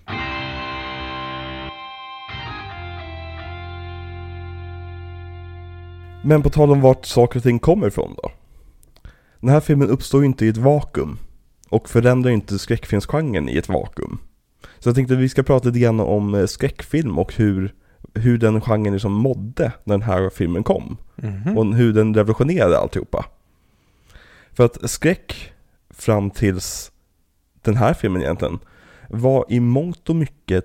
Men på tal om vart saker och ting kommer ifrån då. Den här filmen uppstår ju inte i ett vakuum. Och förändrar inte skräckfilmsgenren i ett vakuum. Så jag tänkte att vi ska prata lite grann om skräckfilm och hur den genren liksom mådde när den här filmen kom. Och hur den revolutionerade alltihopa. För att skräck fram tills den här filmen egentligen var i mångt och mycket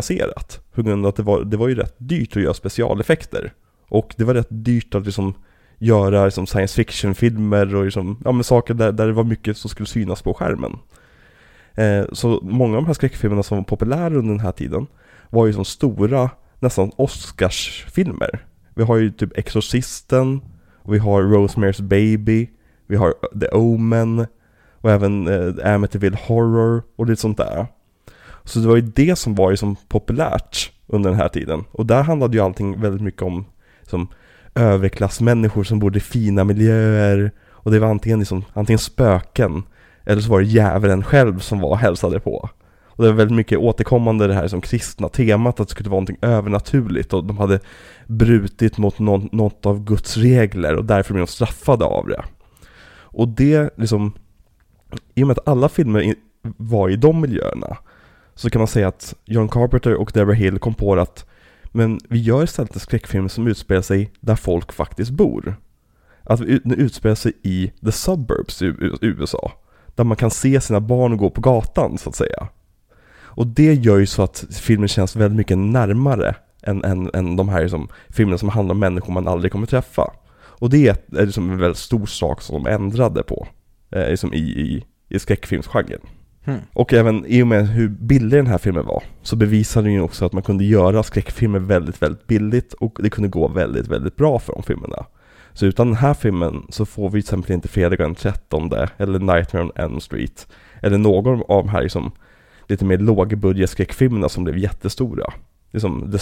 studiofinansierat. På grund av att det var ju rätt dyrt att göra specialeffekter. Och det var rätt dyrt att liksom göra liksom science fiction-filmer och liksom, ja, men saker där det var mycket som skulle synas på skärmen. Så många av de här skräckfilmerna som var populära under den här tiden var ju som stora, nästan Oscarsfilmer. Vi har ju typ Exorcisten, och vi har Rosemary's Baby, vi har The Omen och även Amityville Horror och lite sånt där. Så det var ju det som var ju som populärt under den här tiden. Och där handlade ju allting väldigt mycket om som överklassmänniskor som bodde i fina miljöer, och det var antingen spöken eller så var det djävulen själv som var hälsade på. Och det var väldigt mycket återkommande det här som kristna temat, att det skulle vara någonting övernaturligt och de hade brutit mot något av Guds regler och därför blev de straffade av det. Och det liksom, i och med att alla filmer var i de miljöerna, så kan man säga att John Carpenter och Deborah Hill kom på att men vi gör istället en skräckfilm som utspelar sig där folk faktiskt bor. Att den utspelar sig i the suburbs i USA, där man kan se sina barn gå på gatan så att säga. Och det gör ju så att filmen känns väldigt mycket närmare än de här liksom, filmerna som handlar om människor man aldrig kommer träffa. Och det är liksom en väldigt stor sak som de ändrade på liksom i skräckfilmsgenren. Och även i och med hur billig den här filmen var, så bevisade den ju också att man kunde göra skräckfilmer väldigt, väldigt billigt, och det kunde gå väldigt, väldigt bra för de filmerna. Så utan den här filmen så får vi till exempel inte Fredag den 13 eller Nightmare on Elm Street eller någon av de här liksom, lite mer lågbudget skräckfilmerna som blev jättestora. Liksom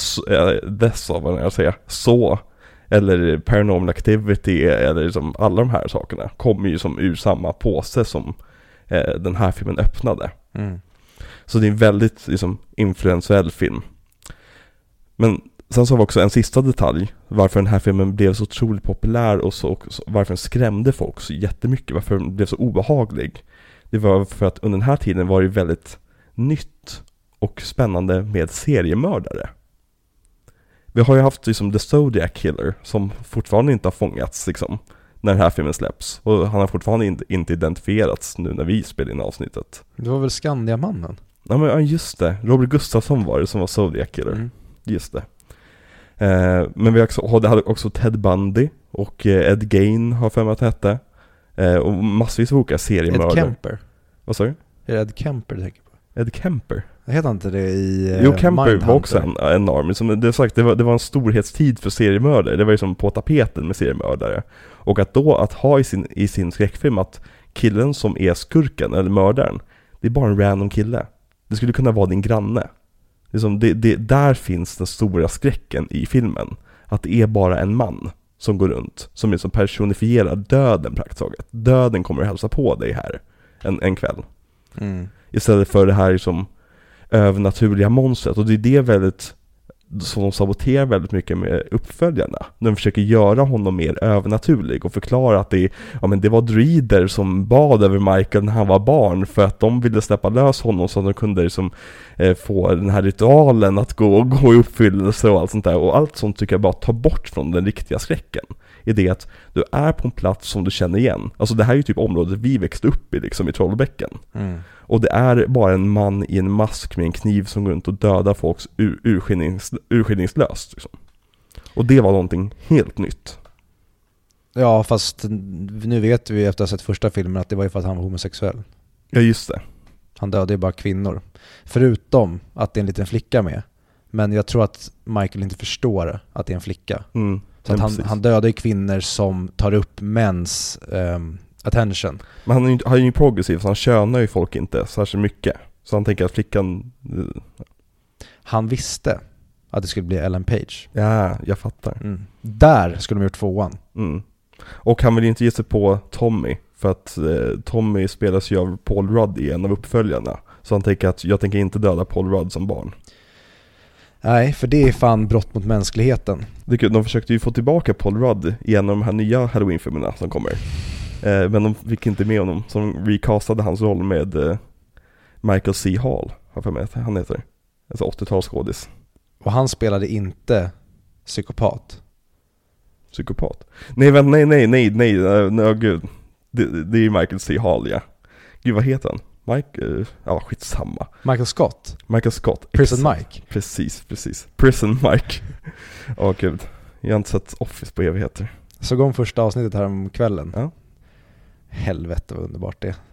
Så eller Paranormal Activity eller liksom alla de här sakerna kommer ju som ur samma påse som den här filmen öppnade. Så det är en väldigt liksom, influentiell film. Men sen så var också en sista detalj varför den här filmen blev så otroligt populär och varför den skrämde folk så jättemycket, varför den blev så obehaglig. Det var för att under den här tiden var det väldigt nytt och spännande med seriemördare. Vi har ju haft liksom The Zodiac Killer som fortfarande inte har fångats liksom, när den här filmen släpps. Och han har fortfarande inte identifierats nu när vi spelar in avsnittet. Det var väl Skandiamannen? Ja, men just det. Robert Gustafsson var det som var Zodiac Killer. Just det. Men vi hade också Ted Bundy och Ed Gein har för mig att det hette. Och massvis av olika seriemördare. Ed Kemper. Vad sa du? Är det Ed Kemper du tänker på? Ed Kemper? Jag heter inte det i Jo, Kemper var också en enorm. Som det sagt, det var en storhetstid för seriemördare. Det var ju som på tapeten med seriemördare. Och att ha i sin skräckfilm att killen som är skurken eller mördaren, det är bara en random kille. Det skulle kunna vara din granne. Där finns den stora skräcken i filmen. Att det är bara en man som går runt, som personifierar döden praktiskt taget. Döden kommer att hälsa på dig här en kväll. Istället för det här som övernaturliga monstret. Och det är det väldigt som de saboterar väldigt mycket med uppföljarna. De försöker göra honom mer övernaturlig och förklara att det var druider som bad över Michael när han var barn för att de ville släppa lös honom så att de kunde liksom, få den här ritualen att gå i uppfyllelse och allt sånt där. Och allt sånt tycker jag bara tar bort från den riktiga skräcken. I det att du är på en plats som du känner igen. Alltså det här är ju typ området vi växte upp i liksom i Trollbäcken. Och det är bara en man i en mask med en kniv som går runt och dödar folks urskillningslöst liksom. Och det var någonting helt nytt. Ja, fast nu vet vi efter att ha sett första filmen att det var ju för att han var homosexuell. Ja, just det. Han dödade bara kvinnor. Förutom att det är en liten flicka med. Men jag tror att Michael inte förstår att det är en flicka. Så att han dödar ju kvinnor som tar upp mäns attention. Men han är ju progressiv, så han könar ju folk inte särskilt mycket. Så han tänker att flickan... Han visste att det skulle bli Ellen Page. Ja, jag fattar. Där skulle de gjort 2:an. Och han vill inte ge sig på Tommy. För att Tommy spelas ju av Paul Rudd i en av uppföljarna. Så han tänker att jag tänker inte döda Paul Rudd som barn. Nej, för det är fan brott mot mänskligheten. De försökte ju få tillbaka Paul Rudd i en av de här nya Halloween-filmerna som kommer. Men de fick inte med honom. Så de recastade hans roll med Michael C. Hall, har för mig att han heter. Alltså 80-talsskådis. Och han spelade inte psykopat. Psykopat? Nej, gud. Det är Michael C. Hall, ja. Gud, vad heter han? Skitsamma. Michael Scott. Prison Mike. Precis. Prison Mike. Gud. Jag har inte sett Office på evigheter. Såg om första avsnittet här om kvällen. Ja. Helvete vad underbart det.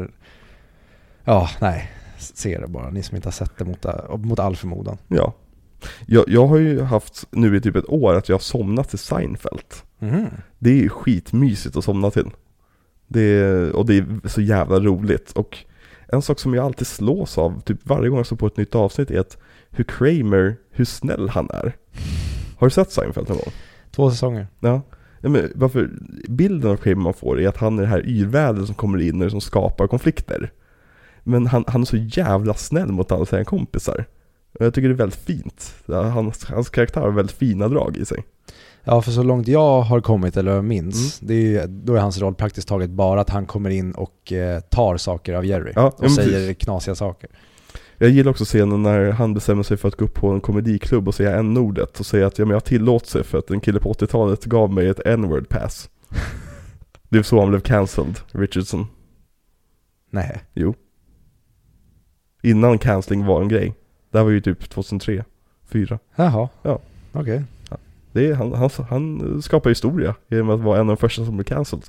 Se det bara. Ni som inte har sett det mot all förmodan. Ja. Jag har ju haft nu i typ ett år att jag har somnat till Seinfeld. Det är ju skitmysigt att somna till. Och det är så jävla roligt. Och en sak som jag alltid slås av typ varje gång jag står på ett nytt avsnitt är att hur snäll han är. Har du sett Seinfeld någon gång? 2 säsonger. Ja. Men varför bilden av Kramer man får är att han är det här yrväder som kommer in och som skapar konflikter. Men han är så jävla snäll mot alla sina kompisar. Och jag tycker det är väldigt fint. Hans karaktär har väldigt fina drag i sig. Ja, för så långt jag har kommit eller minns, då är hans roll praktiskt taget bara att han kommer in och tar saker av Jerry och säger knasiga saker. Jag gillar också scenen när han bestämmer sig för att gå upp på en komediklubb och säga n-ordet och säga att jag tillåter sig för att en kille på 80-talet gav mig ett n-word pass. Det är så han blev cancelled, Richardson. Nej. Jo. Innan cancelling var en grej. Det här var ju typ 2003, 2004. Jaha. Ja. Okej. Okay. Han skapar historia genom att vara en av de första som blev cancelled.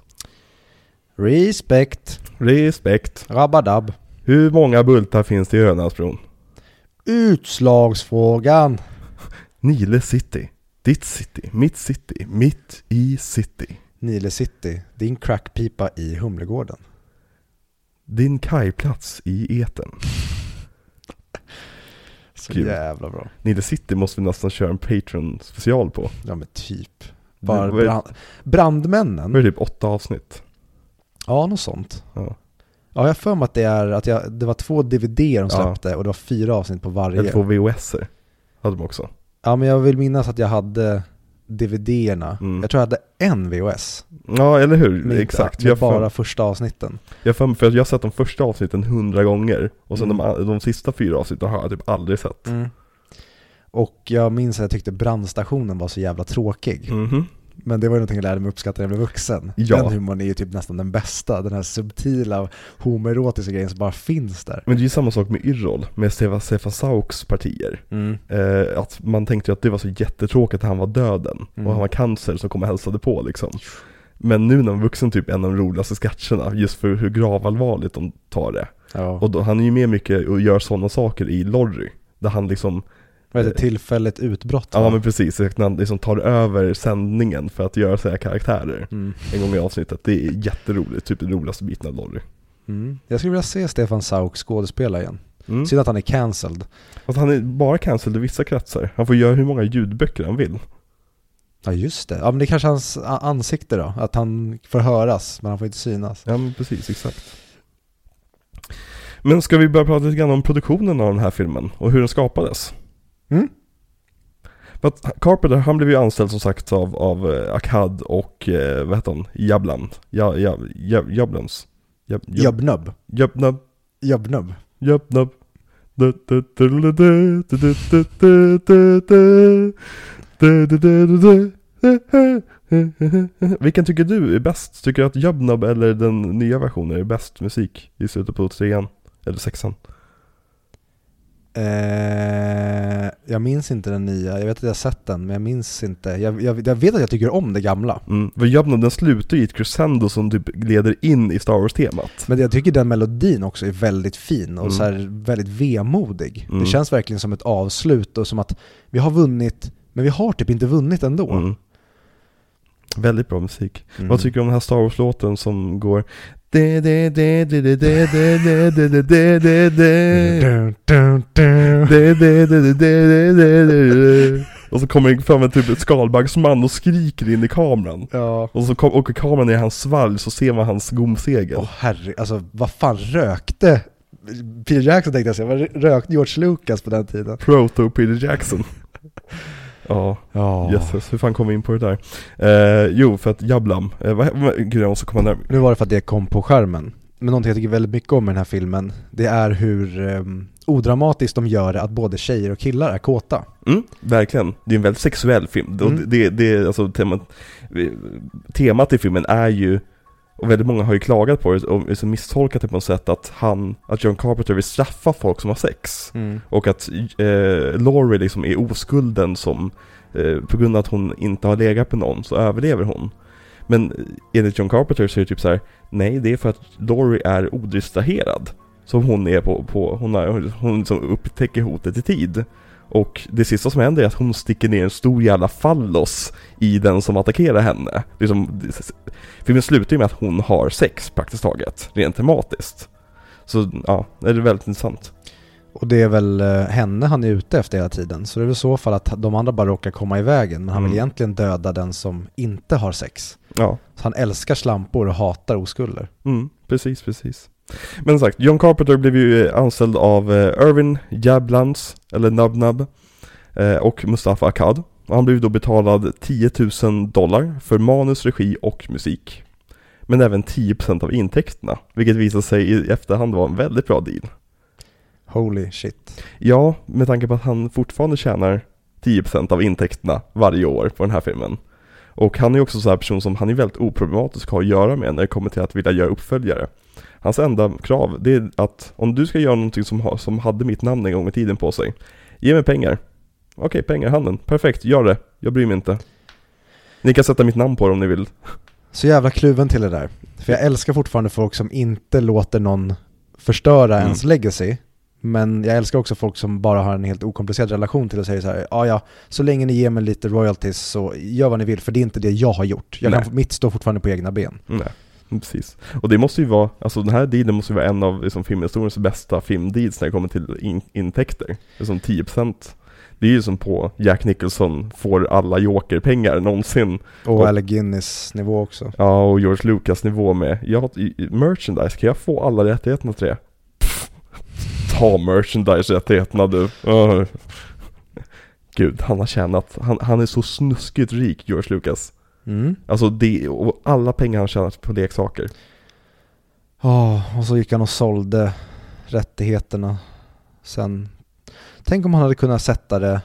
Respekt. Rabadab. Hur många bultar finns det i Örnäsbron? Utslagsfrågan. Nile City. Ditt city. Mitt city. Mitt i city. Nile City. Din crackpipa i Humlegården. Din kajplats i eten. Så kul. Jävla bra. Nile City måste vi nästan köra en Patreon-special på. Ja, men typ. Bara brandmännen. Det är typ 8 avsnitt. Ja, något sånt. Ja, jag för mig att det var 2 DVD de släppte och det var 4 avsnitt på varje. Eller 2 VHS-er hade de också. Ja, men jag vill minnas att jag hade DVD-erna. Jag tror jag hade en VHS. Ja, eller hur? Men exakt. Med bara första avsnitten. För jag har sett de första avsnitten 100 gånger. Och sen de sista 4 avsnitten har jag typ aldrig sett. Och jag minns att jag tyckte brandstationen var så jävla tråkig. Men det var ju någonting jag lärde mig uppskatta när jag blev vuxen. Ja. Den humorn är ju typ nästan den bästa. Den här subtila homoerotiska grejen som bara finns där. Men det är ju samma sak med Yrrol, med Stefan Sauks partier. Att man tänkte att det var så jättetråkigt att han var döden. Och han var cancer som kom och hälsade på liksom. Men nu när man är vuxen typ en av de roligaste sketcherna. Just för hur gravallvarligt de tar det. Ja. Och då, han är ju med mycket och gör sådana saker i Lorry. Där han liksom... Vad är det, tillfälligt utbrott? Ja, men precis. Han liksom tar över sändningen för att göra sina karaktärer en gång i avsnittet. Det är jätteroligt, typ den roligaste biten av Lorry. Jag skulle vilja se Stefan Sauk skådespela igen. Synd att han är cancelled. Att han är bara cancelled i vissa kretsar. Han får göra hur många ljudböcker han vill. Ja, just det. Ja, men det är kanske hans ansikte då. Att han får höras, men han får inte synas. Ja, men precis, exakt. Men ska vi börja prata lite grann om produktionen av den här filmen och hur den skapades? För att Carpenter, han blev ju anställd som sagt av Akkad och vad heter han? Jabland. Jablans. Jabnub. Vilken tycker du är bäst? Tycker du att Jabnub eller den nya versionen är bäst musik i slutet på 3an? Eller 6an? Jag minns inte den nya. Jag vet att jag har sett den, men jag minns inte. Jag vet att jag tycker om det gamla. För Jabnub, den slutar i ett crescendo som typ leder in i Star Wars-temat. Men jag tycker den melodin också är väldigt fin och så här väldigt vemodig. Det känns verkligen som ett avslut och som att vi har vunnit, men vi har typ inte vunnit ändå. Väldigt bra musik. Vad tycker du om den här Star Wars-låten som går... Och så kommer det fram en typ ett skalbaggsman och skriker in i kameran. Ja. Och så åker kameran i hans svalg, så ser man hans gomsegel. Herre, alltså vad fan rökte Peter Jackson, tänkte jag säga. Vad rökte George Lucas på den tiden? Proto Peter Jackson. Ja, Jesus, hur fan kom vi in på det där? Jo, för att Jablam, gud, jag måste komma där. Nu var det för att det kom på skärmen. Men någonting jag tycker väldigt mycket om i den här filmen, det är hur odramatiskt de gör det att både tjejer och killar är kåta. Verkligen, det är en väldigt sexuell film. Det alltså, temat i filmen är ju, och väldigt många har ju klagat på det och så misstolkat det på något sätt att John Carpenter vill straffa folk som har sex. Och att Laurie liksom är oskulden som på grund av att hon inte har legat på någon så överlever hon. Men enligt John Carpenter så är det typ så här: nej, det är för att Laurie är odistraherad som hon är hon som upptäcker hotet i tid. Och det sista som händer är att hon sticker ner en stor jävla fallos i den som attackerar henne. Filmen slutar ju med att hon har sex praktiskt taget, rent tematiskt. Så ja, det är väldigt intressant. Och det är väl henne han är ute efter hela tiden. Så det är väl så fall att de andra bara råkar komma i vägen. Men han vill egentligen döda den som inte har sex. Ja. Så han älskar slampor och hatar oskulder. Precis. Men sagt, John Carpenter blev ju anställd av Irvin Jablans, eller Nub, och Mustafa Akkad. Och han blev då betalad $10,000 för manus, regi och musik. Men även 10% av intäkterna, vilket visade sig i efterhand var en väldigt bra deal. Holy shit. Ja, med tanke på att han fortfarande tjänar 10% av intäkterna varje år på den här filmen. Och han är också så här person som han är väldigt oproblematisk att ha att göra med när det kommer till att vilja göra uppföljare. Hans enda krav, det är att om du ska göra någonting som hade mitt namn en gång i tiden på sig, ge mig pengar. Okej, pengar i handen. Perfekt, gör det. Jag bryr mig inte. Ni kan sätta mitt namn på det om ni vill. Så jävla kluven till det där. För jag älskar fortfarande folk som inte låter någon förstöra ens legacy. Men jag älskar också folk som bara har en helt okomplicerad relation till och säger så här: ja, så länge ni ger mig lite royalties så gör vad ni vill, för det är inte det jag har gjort. Mitt står fortfarande på egna ben. Nej, precis. Och det måste ju vara, alltså den här dealen måste ju vara en av liksom, filmhistoriens bästa filmdeals när det kommer till intäkter. Det är som 10%. Det är ju som på Jack Nicholson får alla Joker-pengar någonsin. Och Alec Guinness nivå också. Ja, och George Lucas nivå med. Merchandise, kan jag få alla rättigheterna till det? Ta merchandise-rättigheterna du. Gud, han har tjänat. Han är så snuskigt rik, George Lucas. Alltså det, och alla pengar han tjänat på leksaker. Och så gick han och sålde rättigheterna. Sen, tänk om han hade kunnat sätta det.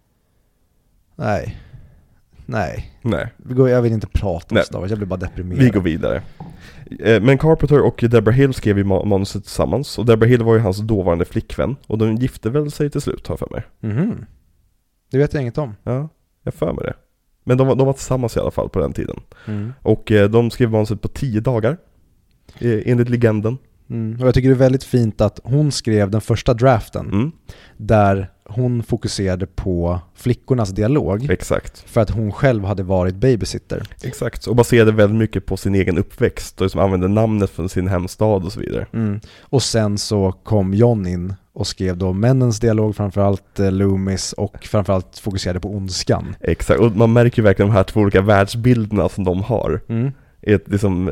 Nej. Jag vill inte prata om Star Wars, jag blir bara deprimerad. Vi går vidare. Men Carpenter och Deborah Hill skrev ju manuset tillsammans. Och Deborah Hill var ju hans dåvarande flickvän. Och de gifte väl sig till slut, har jag för mig. Det vet jag inget om. Ja, jag för mig det. Men de var tillsammans i alla fall på den tiden. Och de skrev manuset på 10 dagar. Enligt legenden. Och jag tycker det är väldigt fint att hon skrev den första draften. Där hon fokuserade på flickornas dialog. Exakt. För att hon själv hade varit babysitter. Exakt, och baserade väldigt mycket på sin egen uppväxt. Och liksom använde namnet från sin hemstad och så vidare. Och sen så kom John in och skrev då männens dialog, framförallt Loomis, och framförallt fokuserade på ondskan. Exakt, och man märker ju verkligen de här 2 olika världsbilderna som de har. Liksom,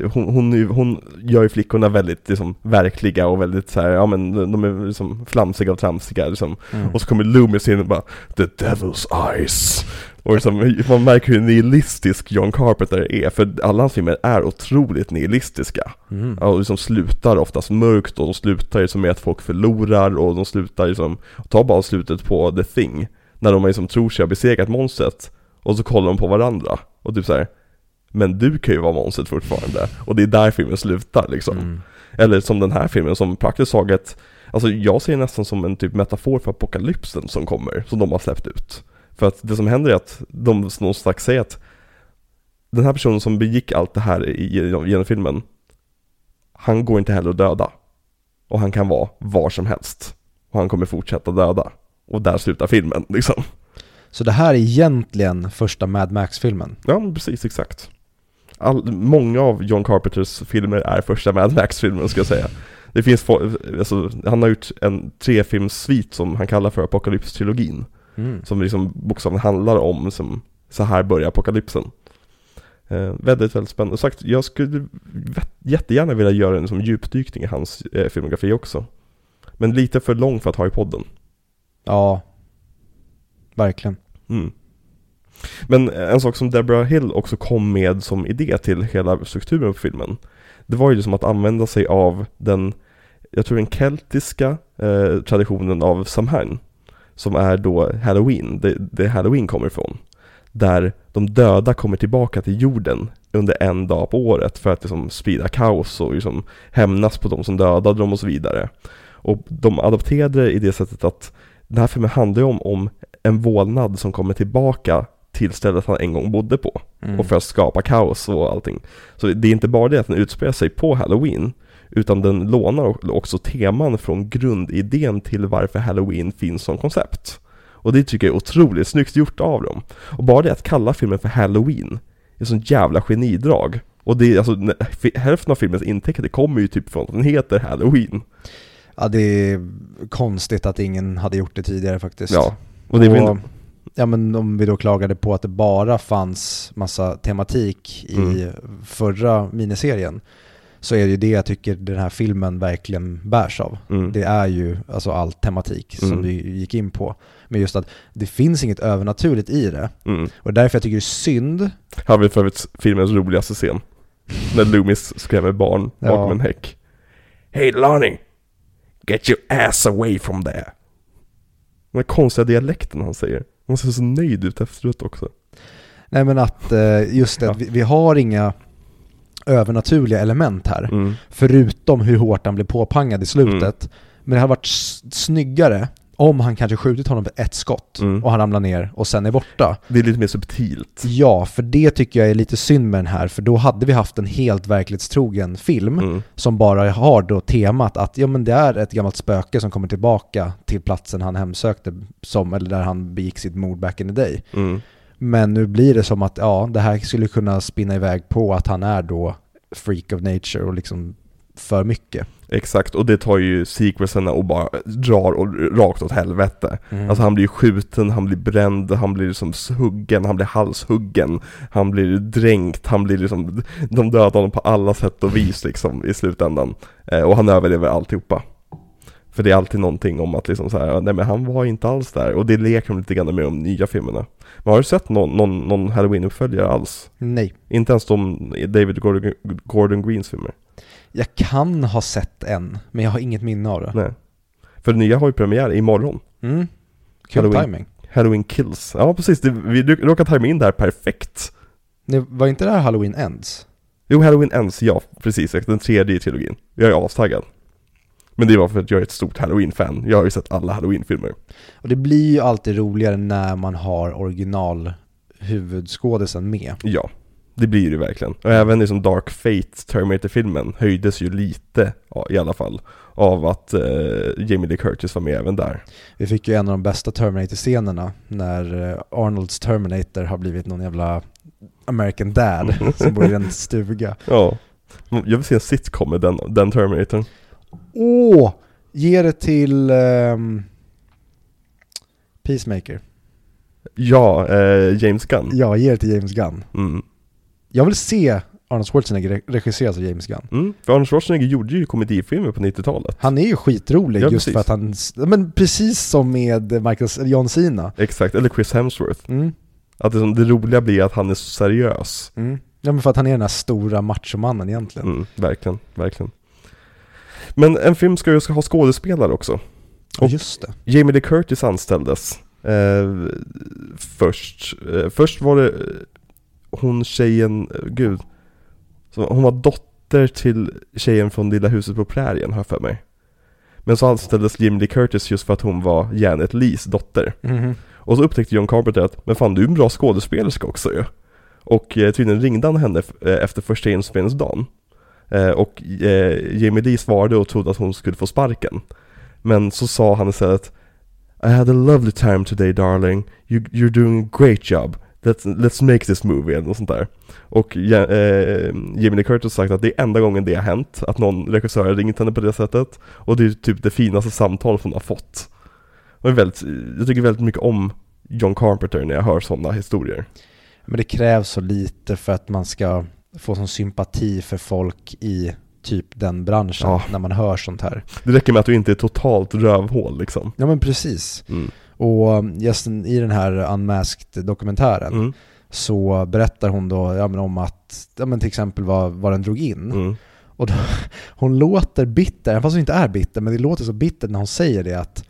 hon gör ju flickorna väldigt liksom, verkliga och väldigt så här, ja men de är liksom flamsiga och tramsiga liksom. Och så kommer Loomis in och bara the devil's eyes. Och liksom, man märker hur nihilistisk John Carpenter är, för alla hans filmer är otroligt nihilistiska. Och liksom slutar oftast mörkt, och de slutar liksom med att folk förlorar, och de slutar liksom, ta bara slutet på The Thing när de liksom tror sig ha besegrat monstret, och så kollar de på varandra och typ så här: men du kan ju vara monstret fortfarande. Och det är där filmen slutar liksom. Eller som den här filmen som praktiskt taget, alltså jag ser nästan som en typ metafor för apokalypsen som kommer, som de har släppt ut. För att det som händer är att de någonstans säger att den här personen som begick allt det här genom filmen, han går inte heller att döda. Och han kan vara var som helst. Och han kommer fortsätta döda. Och där slutar filmen liksom. Så det här är egentligen första Mad Max-filmen? Ja, precis, exakt. Många av John Carpenters filmer är första Mad Max-filmen, ska jag säga. Det finns alltså, han har gjort en 3-filmssvit som han kallar för Apocalypse-trilogin. Som liksom bokstavligen handlar om som, så här börjar apokalypsen. Väldigt, väldigt spännande. Och sagt, jag skulle jättegärna vilja göra en som djupdykning i hans filmografi också. Men lite för lång för att ha i podden. Ja, verkligen. Men en sak som Deborah Hill också kom med som idé till hela strukturen på filmen, det var ju liksom att använda sig av den keltiska traditionen av Samhain, som är då Halloween, det Halloween kommer ifrån, där de döda kommer tillbaka till jorden under en dag på året för att liksom sprida kaos och liksom hämnas på de som dödade dem och så vidare. Och de adopterade i det sättet att den här filmen handlar ju om en vålnad som kommer tillbaka till stället han en gång bodde på. Och för att skapa kaos och allting. Så det är inte bara det att den utspelar sig på Halloween, utan den lånar också teman från grundidén till varför Halloween finns som koncept. Och det tycker jag är otroligt snyggt gjort av dem. Och bara det att kalla filmen för Halloween är sån jävla genidrag. Och det är alltså, hälften av filmens intäkter kommer ju typ från att den heter Halloween. Ja, det är konstigt att ingen hade gjort det tidigare faktiskt. Ja, och det är ja, men om vi då klagade på att det bara fanns massa tematik i förra miniserien, så är det ju det jag tycker den här filmen verkligen bärs av. Det är ju alltså all tematik som du gick in på. Men just att det finns inget övernaturligt i det. Och därför jag tycker det är synd. Har vi för filmens roligaste scen. När Loomis skrämmer barn bakom en häck. Hey Lonnie, get your ass away from there. Den konstiga dialekten han säger. Han ser så nöjd ut efteråt också. Nej, men att just det, att vi har inga övernaturliga element här. Förutom hur hårt han blir påpangad i slutet. Men det hade varit snyggare om han kanske skjutit honom på ett skott och han ramlar ner och sen är borta. Det är lite mer subtilt. Ja, för det tycker jag är lite synd med den här. För då hade vi haft en helt verklighetstrogen film som bara har då temat att ja, men det är ett gammalt spöke som kommer tillbaka till platsen han hemsökte eller där han begick sitt mord back in the day. Men nu blir det som att det här skulle kunna spinna iväg på att han är då freak of nature och liksom för mycket. Exakt, och det tar ju sequencerna och bara drar rakt åt helvete. Alltså han blir skjuten, han blir bränd, han blir liksom huggen, han blir halshuggen, han blir dränkt, han blir liksom, de dödar honom på alla sätt och vis liksom i slutändan. Och han överlever alltihopa. För det är alltid någonting om att liksom så här, nej men han var inte alls där. Och det leker lite grann med de nya filmerna. Men har du sett någon Halloween-uppföljare alls? Nej. Inte ens de David Gordon Greens filmer? Jag kan ha sett en, men jag har inget minne av det. Nej. För det nya har ju premiär imorgon. Kul timing. Halloween Kills. Ja, precis. Vi råkar tajma in det här perfekt. Var inte det här Halloween Ends? Jo, Halloween Ends, ja. Precis. Den tredje i trilogin. Jag är avtaggad. Men det var för att jag är ett stort Halloween-fan. Jag har ju sett alla Halloween-filmer. Och det blir ju alltid roligare när man har original huvudskådisen med. Ja, det blir det verkligen. Och även liksom Dark Fate, Terminator-filmen, höjdes ju lite, i alla fall, av att Jamie Lee Curtis var med även där. Vi fick ju en av de bästa Terminator-scenerna när Arnolds Terminator har blivit någon jävla American Dad som bor i en stuga. Ja, jag vill se en sitcom med den Terminatorn. Ge det till Peacemaker. Ja, James Gunn. Ja, ge det till James Gunn. Jag vill se Arnold Schwarzenegger regisseras av James Gunn. För Arnold Schwarzenegger gjorde ju komedifilmer på 90-talet. Han är ju skitrolig just precis. För att han... Men precis som med John Cena. Exakt, eller Chris Hemsworth. Att det roliga blir att han är så seriös. Ja, men för att han är den här stora machomannen egentligen. Verkligen, verkligen. Men en film ska ju ha skådespelare också. Och just det. Jamie Lee Curtis anställdes först var det hon tjejen, så hon var dotter till tjejen från Lilla huset på prärien, har för mig. Men så anställdes Jamie Lee Curtis just för att hon var Janet Leighs dotter. Och så upptäckte John Carpenter att men fan, du är en bra skådespelerska också ju. Och tydligen ringde han henne efter första inspelningsdagen. Och Jamie Lee svarade och trodde att hon skulle få sparken. Men så sa han istället: I had a lovely time today, darling. You're doing a great job. Let's make this movie, eller något sånt där. Och Jamie Lee Curtis har sagt att det är enda gången det har hänt, att någon regissör har ringt henne på det sättet. Och det är typ det finaste samtal hon har fått. Och jag tycker väldigt mycket om John Carpenter när jag hör sådana historier. Men det krävs så lite för att man ska få sån sympati för folk i typ den branschen när man hör sånt här. Det räcker med att du inte är totalt rövhål liksom. Ja, men precis. Och just i den här Unmasked-dokumentären så berättar hon då om att till exempel vad den drog in. Och då, hon låter bitter, fast hon inte är bitter, men det låter så bitter när hon säger det att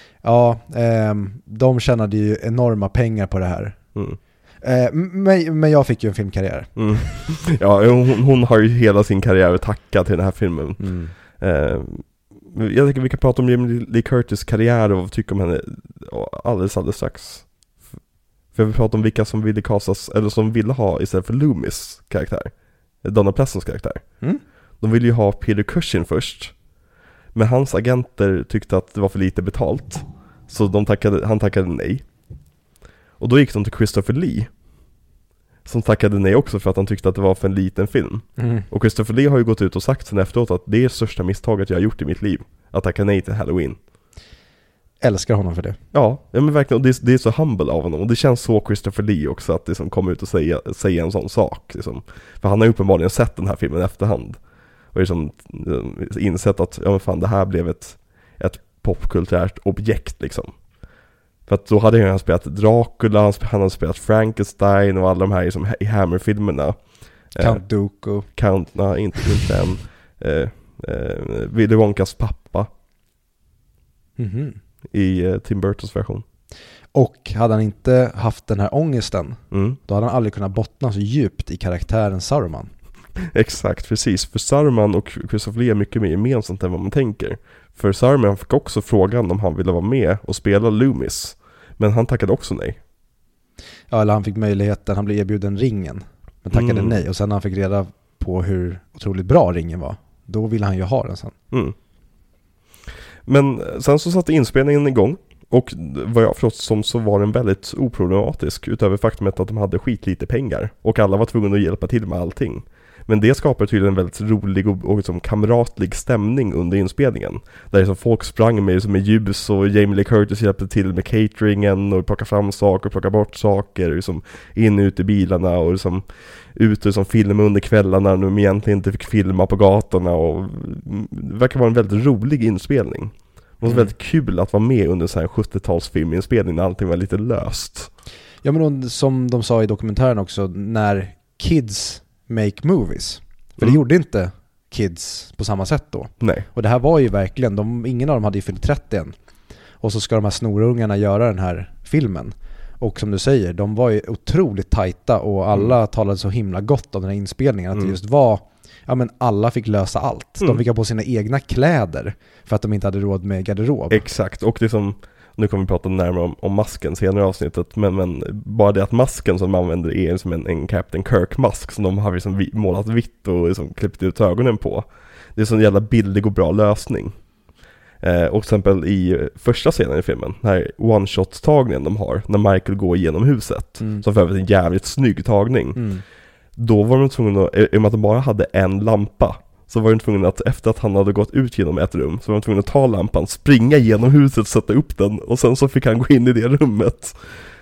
de tjänade ju enorma pengar på det här. Men jag fick ju en filmkarriär. Ja, hon har ju hela sin karriär att tacka till den här filmen. Jag tycker vi kan prata om Jamie Lee Curtis karriär och tycka om henne alldeles strax. För vi pratade om vilka som ville castas, eller som ville ha istället för Loomis karaktär, Donald Pleasence karaktär. De ville ju ha Peter Cushing först, men hans agenter tyckte att det var för lite betalt, så han tackade nej. Och då gick de till Christopher Lee, som tackade nej också för att han tyckte att det var för en liten film. Och Christopher Lee har ju gått ut och sagt sen efteråt att det är det största misstaget jag har gjort i mitt liv, att tacka nej till Halloween. Älskar honom för det. Ja, men verkligen, och det är så humble av honom. Och det känns så Christopher Lee också, att liksom komma ut och säga en sån sak liksom. För han har ju uppenbarligen sett den här filmen i efterhand och liksom insett att ja men fan, det här blev ett popkulturärt objekt liksom. För att då hade han spelat Dracula, han hade spelat Frankenstein och alla de här liksom, i Hammer-filmerna. Count Dooku. Inte än. Willy Wonkas pappa. I Tim Burtons version. Och hade han inte haft den här ångesten, då hade han aldrig kunnat bottna så djupt i karaktären Saruman. Exakt, precis. För Saruman och Christopher Lee är mycket mer gemensamt än vad man tänker. För Saruman fick också frågan om han ville vara med och spela Loomis, men han tackade också nej. Ja, eller han fick möjligheten, han blev erbjuden ringen, men tackade nej. Och sen när han fick reda på hur otroligt bra ringen var, då ville han ju ha den sen. Men sen så satte inspelningen igång, och vad jag förstått som så var den väldigt oproblematisk, utöver faktumet att de hade skitlite pengar och alla var tvungna att hjälpa till med allting. Men det skapar tydligen en väldigt rolig och liksom kamratlig stämning under inspelningen. Där liksom folk sprang med ljus och Jamie Lee Curtis hjälpte till med cateringen och plocka fram saker och plocka bort saker. Liksom in och ut i bilarna och liksom ut och liksom filma under kvällarna när de egentligen inte fick filma på gatorna. Och det verkar vara en väldigt rolig inspelning. Det var väldigt kul att vara med under en sån här 70-talsfilminspelning när allting var lite löst. Ja, men som de sa i dokumentären också, när kids make movies. För det gjorde inte kids på samma sätt då. Nej. Och det här var ju verkligen, ingen av dem hade ju fyllt 30 än. Och så ska de här snorungarna göra den här filmen. Och som du säger, de var ju otroligt tajta och alla talade så himla gott om den här inspelningen. Att det just var, ja men alla fick lösa allt. De fick ha på sina egna kläder för att de inte hade råd med garderob. Exakt, och det som, nu kommer vi prata närmare om masken senare i avsnittet, men bara det att masken som de använder är som en Captain Kirk-mask som de har liksom målat vitt och liksom klippt ut ögonen på. Det är sån jävla billig och bra lösning. Och till exempel i första scenen i filmen, den här one-shot-tagningen de har när Michael går igenom huset, som för övrigt en jävligt snygg tagning. Då var de tvungna, i och med att de bara hade en lampa, så var de tvungna att efter att han hade gått ut genom ett rum, så var de tvungna att ta lampan, springa genom huset, sätta upp den, och sen så fick han gå in i det rummet.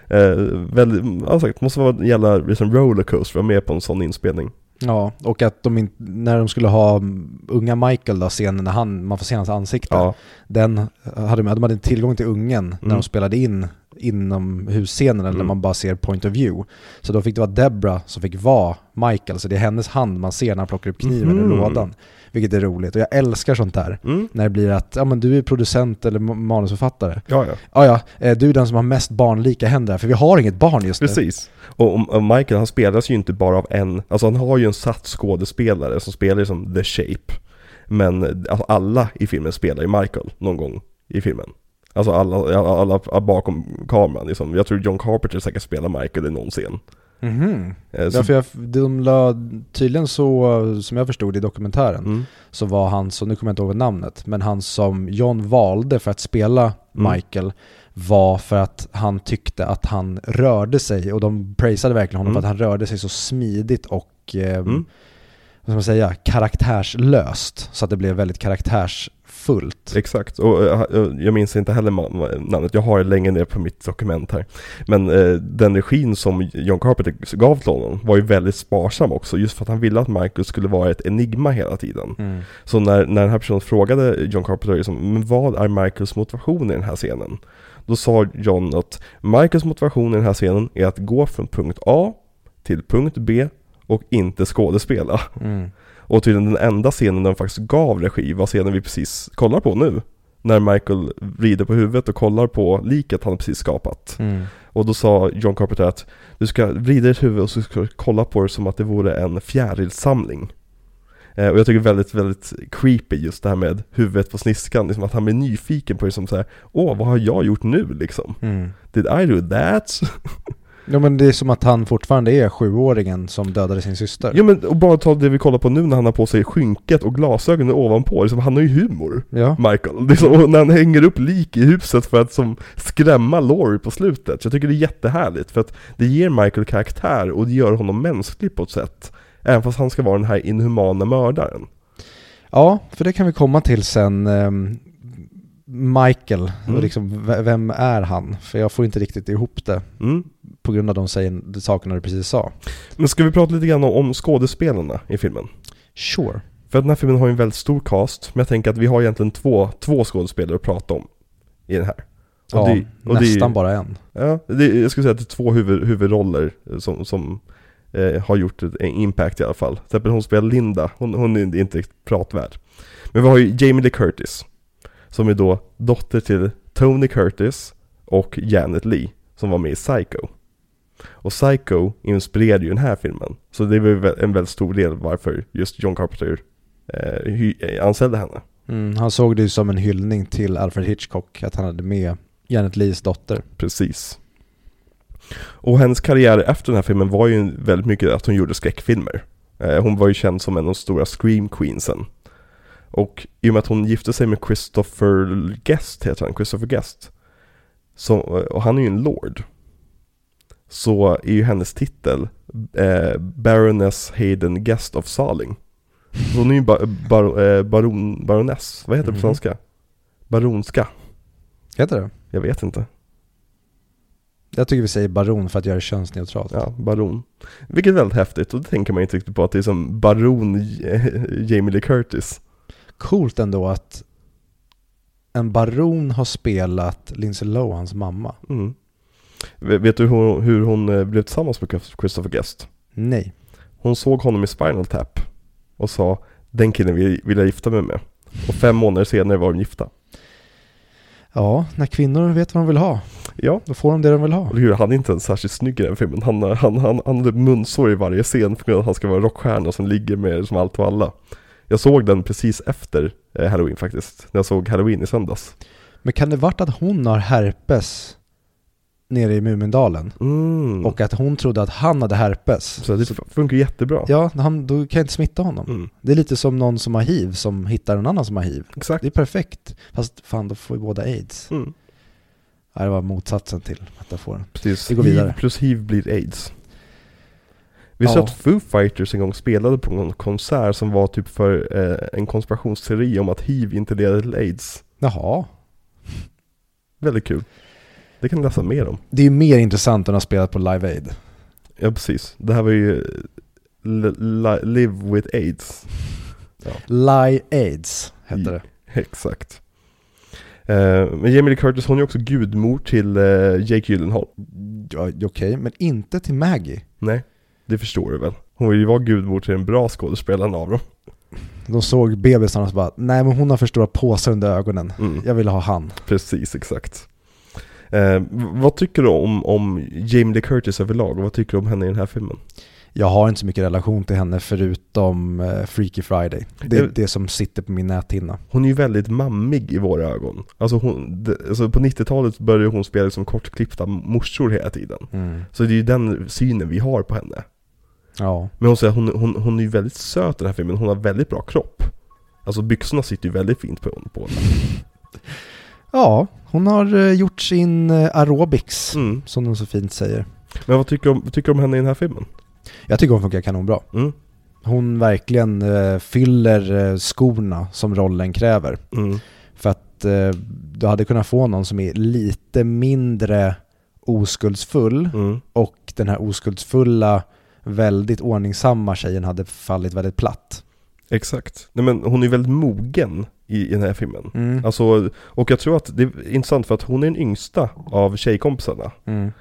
Väldigt, alltså, det måste vara en jävla liksom rollercoaster att vara med på en sån inspelning. Ja, och att när de skulle ha unga Michael då, scenen när man får se hans ansikte, de hade tillgång till ungen när de spelade in inom husscenen eller när man bara ser point of view. Så då fick det vara Deborah som fick vara Michael, så det är hennes hand man ser när han plockar upp kniven ur lådan. Vilket är roligt, och jag älskar sånt där. När det blir att men du är producent eller manusförfattare. Ja, du är den som har mest barnlika händer, för vi har inget barn just nu. Precis. Och Michael, han spelas ju inte bara av en, alltså han har ju en satt skådespelare som spelar som The Shape. Men alltså, alla i filmen spelar ju Michael någon gång i filmen. Alltså alla bakom kameran liksom. Jag tror John Carpenter säkert spelar Michael i någon scen. Därför de la tydligen så, som jag förstod i dokumentären, så var han, så nu kommer jag inte ihåg namnet, men han som John valde för att spela Michael var för att han tyckte att han rörde sig, och de prisade verkligen honom för att han rörde sig så smidigt och vad ska man säga, karaktärslöst, så att det blev väldigt karaktärsfullt. Exakt, och jag minns inte heller namnet, jag har det längre ner på mitt dokument här. Men den regin som John Carpenter gav till honom var ju väldigt sparsam också, just för att han ville att Michael skulle vara ett enigma hela tiden. Så när den här personen frågade John Carpenter liksom, men vad är Michaels motivation i den här scenen? Då sa John att Michaels motivation i den här scenen är att gå från punkt A till punkt B och inte skådespela. Och tydligen den enda scenen de faktiskt gav regi var scenen vi precis kollar på nu. När Michael vrider på huvudet och kollar på liket han precis skapat. Och då sa John Carpenter att du ska vrida ditt huvud och så ska du kolla på det som att det vore en fjärilsamling. Och jag tycker väldigt, väldigt creepy just det här med huvudet på sniskan. Liksom att han blir nyfiken på det som så här, vad har jag gjort nu liksom? Did I do that? Ja, men det är som att han fortfarande är 7-åringen som dödade sin syster. Ja, men och bara ta det vi kollar på nu när han har på sig skynket och glasögonen ovanpå. Liksom, han har ju humor, Michael. Det är så, och när han hänger upp lik i huset för att som skrämma Laurie på slutet. Så jag tycker det är jättehärligt för att det ger Michael karaktär och det gör honom mänsklig på ett sätt. Även fast han ska vara den här inhumana mördaren. Ja, för det kan vi komma till sen. Michael, och liksom, vem är han? För jag får inte riktigt ihop det på grund av de sakerna du precis sa. Men ska vi prata lite grann om skådespelarna i filmen? Sure. För att den här filmen har ju en väldigt stor cast, men jag tänker att vi har egentligen två skådespelare att prata om i den här. Och nästan bara en. Ja, jag skulle säga att det är 2 huvudroller som har gjort en impact i alla fall. Till exempel hon spelar Linda, hon är inte riktigt pratvärd. Men vi har ju Jamie Lee Curtis, som är då dotter till Tony Curtis och Janet Leigh, som var med i Psycho. Och Psycho inspirerade ju den här filmen. Så det var en väldigt stor del varför just John Carpenter anställde henne. Han såg det ju som en hyllning till Alfred Hitchcock, att han hade med Janet Leighs dotter. Precis. Och hennes karriär efter den här filmen var ju väldigt mycket att hon gjorde skräckfilmer. Hon var ju känd som en av de stora Scream Queensen. Och i och med att hon gifte sig med Christopher Guest. Och han är ju en lord. Så är ju hennes titel Baroness Hayden Guest of Saling. Så hon är ju baroness. Vad heter det på svenska? Baronska. Heter det? Jag vet inte. Jag tycker vi säger baron för att göra det könsneutralt. Ja, baron. Vilket är väldigt häftigt. Och det tänker man inte riktigt på att det är som baron Jamie Lee Curtis. Coolt ändå att en baron har spelat Lindsay Lohans mamma. Vet du hur hon blev tillsammans med Christopher Guest? Nej. Hon såg honom i Spinal Tap och sa, den killen vill jag gifta mig med. Och 5 månader senare var de gifta. Ja, när kvinnor vet vad de vill ha. Ja. Då får de det de vill ha. Och han är inte ens särskilt snygg i den filmen. Han hade munsår i varje scen för att han ska vara rockstjärna som ligger med som allt och alla. Jag såg den precis efter Halloween faktiskt. När jag såg Halloween i söndags. Men kan det varit att hon har herpes nere i Mumindalen? Och att hon trodde att han hade herpes. Så det funkar jättebra. Ja, då kan jag inte smitta honom. Det är lite som någon som har hiv som hittar en annan som har hiv. Exakt. Det är perfekt. Fast fan, då får vi båda AIDS. Ja, det var motsatsen till metaforen. Precis. Vi går vidare. HIV plus hiv blir AIDS. Vi sa att Foo Fighters en gång spelade på en konsert som var typ för en konspirationsteori om att hiv inte leder till AIDS. Jaha. Väldigt kul. Det kan du läsa mer om. Det är ju mer intressant än att ha spelat på Live Aid. Ja, precis. Det här var ju Live with AIDS. Ja. Lie AIDS heter det. Exakt. Men Jamie Lee Curtis, hon är också gudmor till Jake Gyllenhaal. Ja, okej, men inte till Maggie. Nej, det förstår du väl. Hon vill ju vara gudmor till en bra skådespelare av dem. De såg bebisarna och så bara, nej men hon har för stora påsar under ögonen. Jag vill ha han. Precis, exakt. Vad tycker du om Jamie Lee Curtis överlag och vad tycker du om henne i den här filmen? Jag har inte så mycket relation till henne förutom Freaky Friday. Det är det som sitter på min näthinna. Hon är ju väldigt mammig i våra ögon. Alltså på 90-talet började hon spela som kortklippta morsor hela tiden. Så det är ju den synen vi har på henne. Ja. Men hon säger hon är ju väldigt söt i den här filmen. Hon har väldigt bra kropp. Alltså byxorna sitter ju väldigt fint på henne. Ja, hon har gjort sin aerobics, som de så fint säger. Men vad tycker du om henne i den här filmen? Jag tycker hon funkar kanonbra. Hon verkligen fyller skorna som rollen kräver. För att du hade kunnat få någon som är lite mindre oskuldsfull och den här oskuldsfulla, väldigt ordningsamma tjejen hade fallit väldigt platt. Exakt. Nej, men hon är väldigt mogen i den här filmen. Alltså, och jag tror att det är intressant för att hon är den yngsta av tjejkompisarna.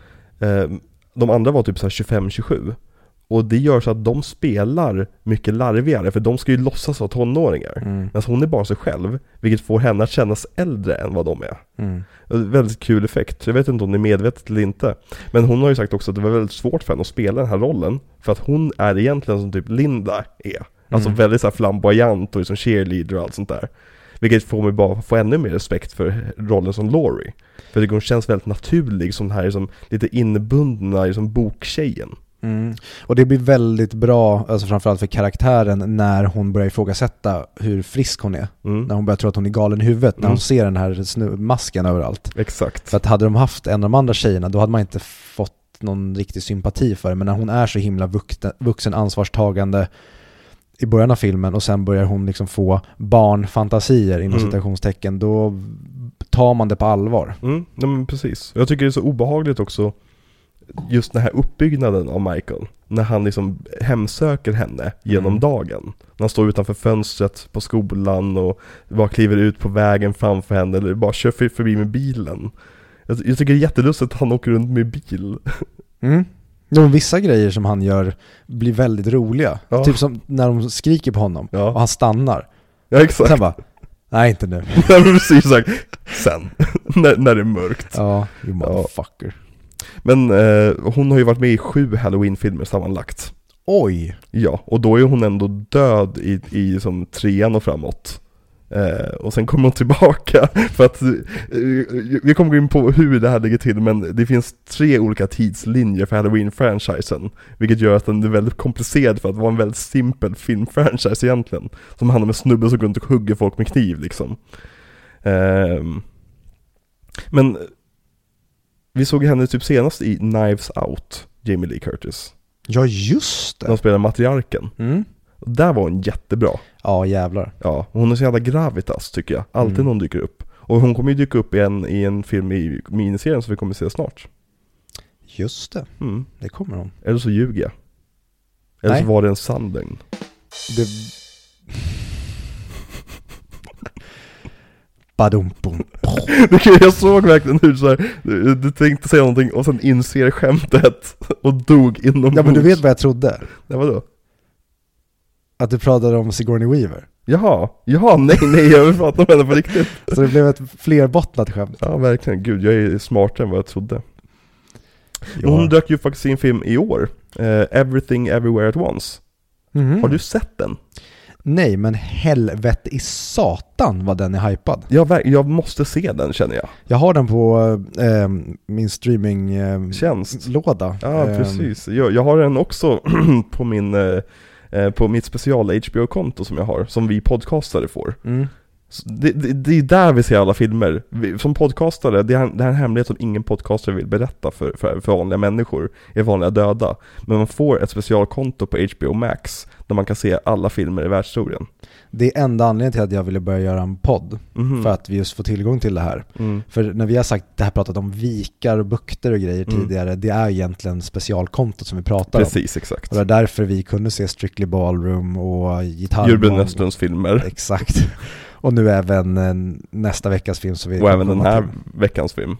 De andra var typ så här 25-27. Och det gör så att de spelar mycket larvigare, för de ska ju låtsas vara tonåringar. Men hon är bara sig själv, vilket får henne att kännas äldre än vad de är. Väldigt kul effekt. Jag vet inte om det är medvetet eller inte. Men hon har ju sagt också att det var väldigt svårt för henne att spela den här rollen. För att hon är egentligen som typ Linda är. Alltså väldigt så här flamboyant och liksom cheerleader och allt sånt där. Vilket får mig bara få ännu mer respekt för rollen som Laurie. För hon känns väldigt naturlig som här som lite innebundna som boktjejen. Och det blir väldigt bra, alltså framförallt för karaktären, när hon börjar ifrågasätta hur frisk hon är. När hon börjar tro att hon är galen i huvudet, när hon ser den här masken överallt. Exakt. För att hade de haft en av de andra tjejerna, då hade man inte fått någon riktig sympati för det. Men när hon är så himla vuxen ansvarstagande i början av filmen och sen börjar hon liksom få barnfantasier inom citationstecken, då tar man det på allvar. Ja, men precis. Jag tycker det är så obehagligt också just den här uppbyggnaden av Michael, när han liksom hemsöker henne genom dagen. När han står utanför fönstret på skolan och bara kliver ut på vägen framför henne eller bara kör förbi med bilen. Jag tycker det är jättelustigt att han åker runt med bil. Vissa grejer som han gör blir väldigt roliga. Ja. Typ som när de skriker på honom och han stannar. Ja, exakt. Sen bara, nej inte nu. Precis, sen, när det är mörkt. Ja, you motherfucker. Men hon har ju varit med i 7 Halloween-filmer sammanlagt. Oj! Ja, och då är hon ändå död i som 3:an och framåt. Och sen kommer hon tillbaka för att vi kommer gå in på hur det här ligger till, men det finns 3 olika tidslinjer för Halloween-franchisen, vilket gör att den är väldigt komplicerad för att vara en väldigt simpel filmfranchise egentligen, som handlar om en snubbe som går runt och hugger folk med kniv liksom. Men vi såg henne typ senast i Knives Out, Jamie Lee Curtis. Ja, just det. De spelar matriarken. Där var hon jättebra. Ja, jävlar. Ja, hon är så jävla gravitas tycker jag. Alltid någon dyker upp. Och hon kommer ju dyka upp i en film i miniserien som vi kommer se snart. Just det. Det kommer hon. Eller så ljuger jag. Eller så var det en sann lögn. Jag såg verkligen hur så här, du tänkte säga någonting och sen inser skämtet och dog inombords. Ja, men du vet vad jag trodde. Ja, vadå? Att du pratade om Sigourney Weaver. Jaha, nej, jag vill prata om henne på riktigt. Så det blev ett flerbottnat skämt. Ja, verkligen. Gud, jag är smartare än vad jag trodde. Ja. Hon dök ju faktiskt i en film i år. Everything Everywhere at Once. Har du sett den? Nej, men helvete i satan vad den är hypad. Jag måste se den, känner jag. Jag har den på min streaming-låda. Ja, precis. Jag har den också på mitt speciala HBO-konto som jag har, som vi podcastare får. Det är där vi ser alla filmer. Som podcastare, det är en hemlighet som ingen podcastare vill berätta för vanliga människor, är vanliga döda. Men man får ett specialkonto på HBO Max där man kan se alla filmer i världshistorien. Det är enda anledningen till att jag ville börja göra en podd, för att vi just får tillgång till det här. För när vi har sagt det här, pratat om vikar och bukter och grejer tidigare, det är egentligen specialkontot som vi pratar om. Precis, exakt. Och det är därför vi kunde se Strictly Ballroom och Gitarr. Jürgen Östlunds filmer. Exakt. Och nu även nästa veckas film. Så vi och även den här veckans film.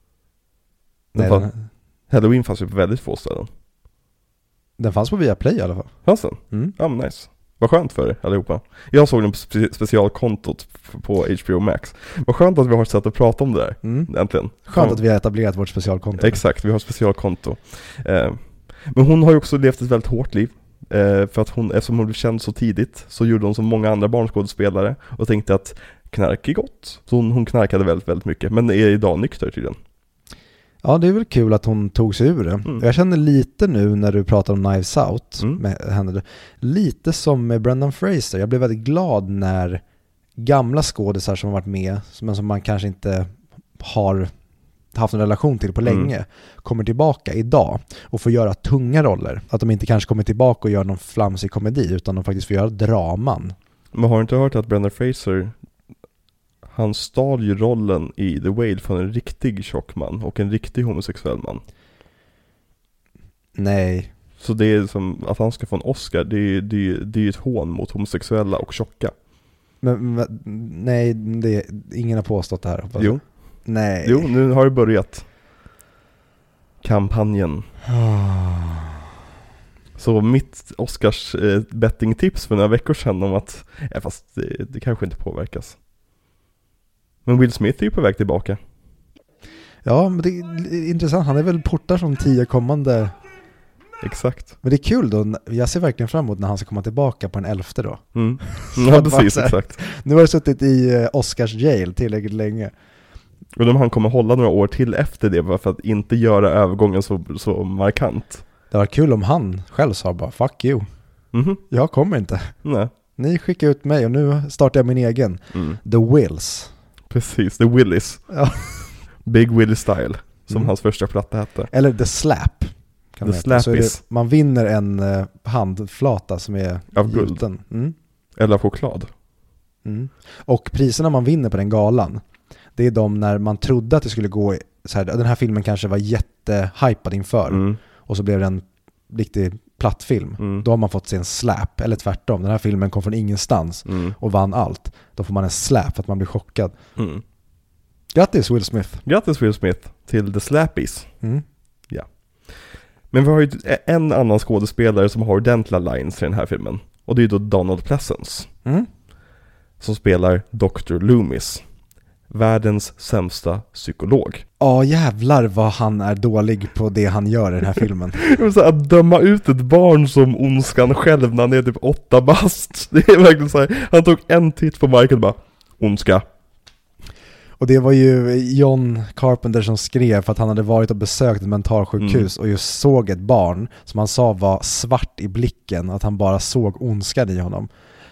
Halloween fanns ju på väldigt få ställen. Den fanns på Viaplay i alla fall. Fanns den? Ja, men nice. Vad skönt för er allihopa. Jag såg den på specialkontot på HBO Max. Vad skönt att vi har sätt att prata om det där. Äntligen. Skönt att vi har etablerat vårt specialkonto. Exakt, vi har specialkonto. Men hon har ju också levt ett väldigt hårt liv. För att eftersom hon blev känd så tidigt, så gjorde hon som många andra barnskådespelare och tänkte att knark är gott. Så hon knarkade väldigt, väldigt mycket. Men är idag nykter tydligen. Ja, det är väl kul att hon tog sig ur det. Jag känner lite nu när du pratar om Knives Out med henne, lite som med Brendan Fraser. Jag blev väldigt glad när gamla skådespelare som har varit med, men som man kanske inte har haft en relation till på länge, kommer tillbaka idag och får göra tunga roller. Att de inte kanske kommer tillbaka och gör någon flamsig komedi, utan de faktiskt får göra draman. Men har du inte hört att Brendan Fraser, han stal ju rollen i The Whale från en riktig tjock man och en riktig homosexuell man? Nej. Så det är som att han ska få en Oscar, det är ett hån mot homosexuella och tjocka. Men nej, ingen har påstått det här. Jo. Nej. Jo, nu har det börjat. Kampanjen. Så mitt Oscars bettingtips för några veckor sedan om att, fast det kanske inte påverkas. Men Will Smith är ju på väg tillbaka. Ja, men det är intressant. Han är väl portar som 10 kommande Exakt. Men det är kul då, jag ser verkligen fram emot när han ska komma tillbaka på den 11:e då. Ja, precis, exakt. Nu har du suttit i Oscars jail tillräckligt länge. Och om han kommer hålla några år till efter det, bara för att inte göra övergången så markant. Det var kul om han själv sa bara, fuck you. Jag kommer inte. Nej. Ni skickar ut mig och nu startar jag min egen. The Wills. Precis, The Willis. Ja. Big Willie Style, som hans första platta hette. Eller The Slap. The Slappies. Man vinner en handflata som är av guld. Eller av choklad. Och priserna man vinner på den galan, det är de när man trodde att det skulle gå så här, den här filmen kanske var jättehypad inför och så blev det en riktig plattfilm. Då har man fått se en slap, eller tvärtom. Den här filmen kom från ingenstans och vann allt. Då får man en slap för att man blir chockad. Grattis Will Smith. Grattis Will Smith till The Slappies. Ja. Men vi har ju en annan skådespelare som har ordentliga lines i den här filmen. Och det är ju då Donald Pleasence. Som spelar Dr. Loomis. Världens sämsta psykolog. Ja, jävlar vad han är dålig på det han gör i den här filmen. Att döma ut ett barn som ondskan själv när han är typ 8 bast. Det är verkligen så här. Han tog en titt på Michael och bara, ondska. Och det var ju John Carpenter som skrev för att han hade varit och besökt ett mentalsjukhus och just såg ett barn som han sa var svart i blicken, att han bara såg ondskan i honom.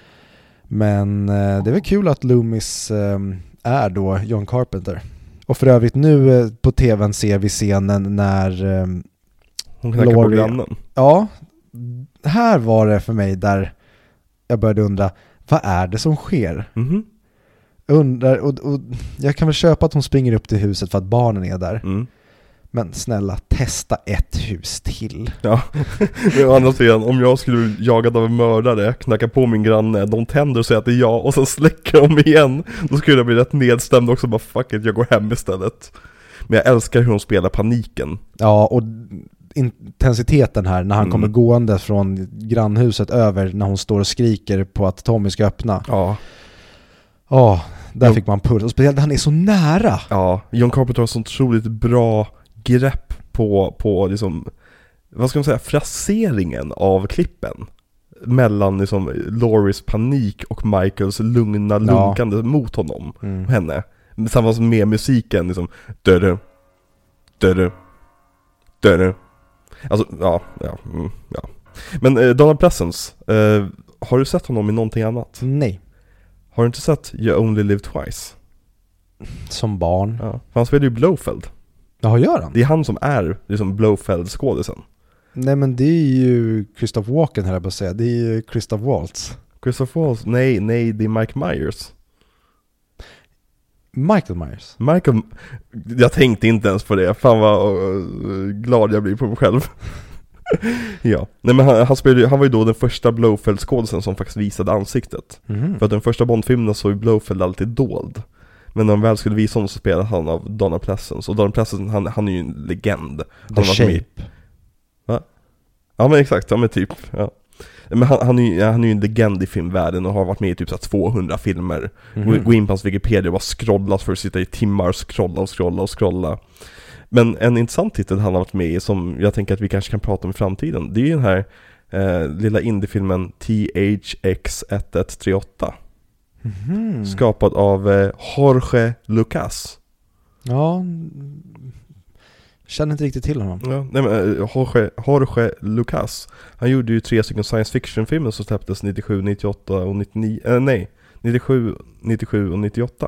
Men det är väl kul att Loomis är då John Carpenter. Och för övrigt nu på tvn ser vi scenen när hon knackar på grannen. Ja, här var det för mig där jag började undra, vad är det som sker? Undrar, och jag kan väl köpa att hon springer upp till huset för att barnen är där. Men snälla, testa ett hus till. Ja, men å andra sidan, om jag skulle bli jagad av en mördare, knacka på min granne, de tänder och säger att det är jag och sen släcker de igen, då skulle jag bli rätt nedstämd också, bara fuck it, jag går hem istället. Men jag älskar hur hon spelar paniken. Ja, och intensiteten här när han kommer gående från grannhuset över, när hon står och skriker på att Tommy ska öppna. Ja, där fick man puls. Och speciellt han är så nära. Ja, John Carpenter har sånt otroligt bra grepp på liksom, vad ska man säga, fraseringen av klippen mellan liksom Lauries panik och Michaels lugna lunkande mot honom och henne. Samma som med musiken liksom, dödu. Alltså, ja. Men Donald Pleasence, har du sett honom i någonting annat? Nej. Har du inte sett You Only Live Twice? Som barn. Ja, han spelar ju Blofeld. Ja, gör han? Det är han som är liksom Blofeld-skådisen. Nej, men det är ju Christoph Walken här på att säga. Det är ju Christoph Waltz. Christoph Waltz? Nej, det är Mike Myers. Michael Myers? Jag tänkte inte ens på det. Fan vad glad jag blir på mig själv. Ja, nej, men han var ju då den första Blofeld-skådisen som faktiskt visade ansiktet. För att den första Bond-filmen så är Blofeld alltid dold. Men när de väl skulle visa honom så spelade han av Donald Pleasence. Och Donald Pleasence, han är ju en legend. The Shape. Va? Ja, men exakt, ja men typ, ja. Men han är ju en legend i filmvärlden och har varit med i typ så 200 filmer. Gå in på hans Wikipedia och bara scrollas för att sitta i timmar och scrolla. Men en intressant titel han har varit med i, som jag tänker att vi kanske kan prata om i framtiden, det är ju den här lilla indiefilmen THX 1138. Skapad av Jorge Lucas. Ja, känner inte riktigt till honom. Ja, nej, men Jorge Lucas, han gjorde ju 3 stycken science fiction filmer som släpptes 97, 98 och 99, 97, 97 och 98.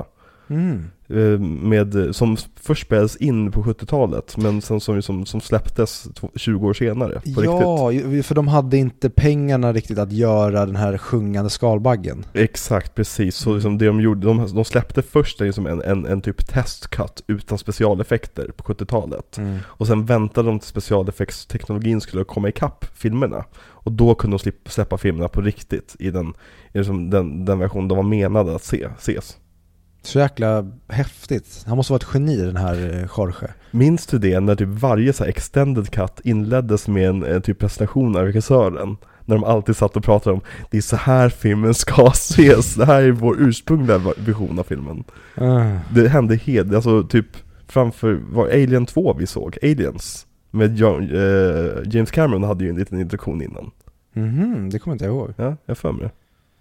Som först spelades in på 70-talet, men sen som släpptes 20 år senare på riktigt. Ja, för de hade inte pengarna riktigt att göra den här sjungande skalbaggen. Exakt, precis. Så liksom det de gjorde, de släppte först liksom en typ testcut utan specialeffekter på 70-talet. Och sen väntade de till specialeffektsteknologin skulle komma ikapp filmerna. Och då kunde de släppa filmerna på riktigt i den version de var menade att ses. Så jäkla häftigt. Han måste vara ett geni, den här Jorge. Minns du det när typ varje så här extended cut inleddes med en typ presentation av regissören? När de alltid satt och pratade om, det är så här filmen ska ses. Det här är vår ursprungliga vision av filmen. Det hände helt, alltså typ framför var Alien 2 vi såg, Aliens. med James Cameron hade ju en liten introduktion innan. Det kommer inte jag ihåg. Ja, jag för mig.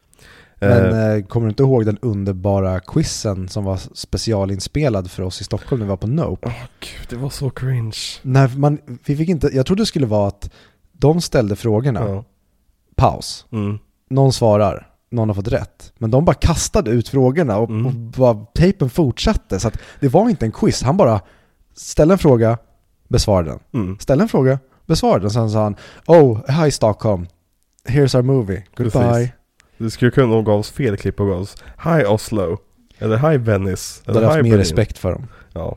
Men kommer du inte ihåg den underbara quizen som var specialinspelad för oss i Stockholm när vi var på Nope? Gud, det var så cringe. Nej, vi fick inte, jag trodde det skulle vara att de ställde frågorna. Paus. Någon svarar. Någon har fått rätt. Men de bara kastade ut frågorna och bara, tejpen fortsatte. Så att det var inte en quiz. Han bara ställde en fråga, besvarade den. Ställde en fråga, besvarade den. Sen sa han, hi Stockholm. Here's our movie. Goodbye. Precis. Det skulle kunna gå oss fel klipp och gå oss hi Oslo. Eller hi Venice. Eller hi haft mer respekt för dem. Ja.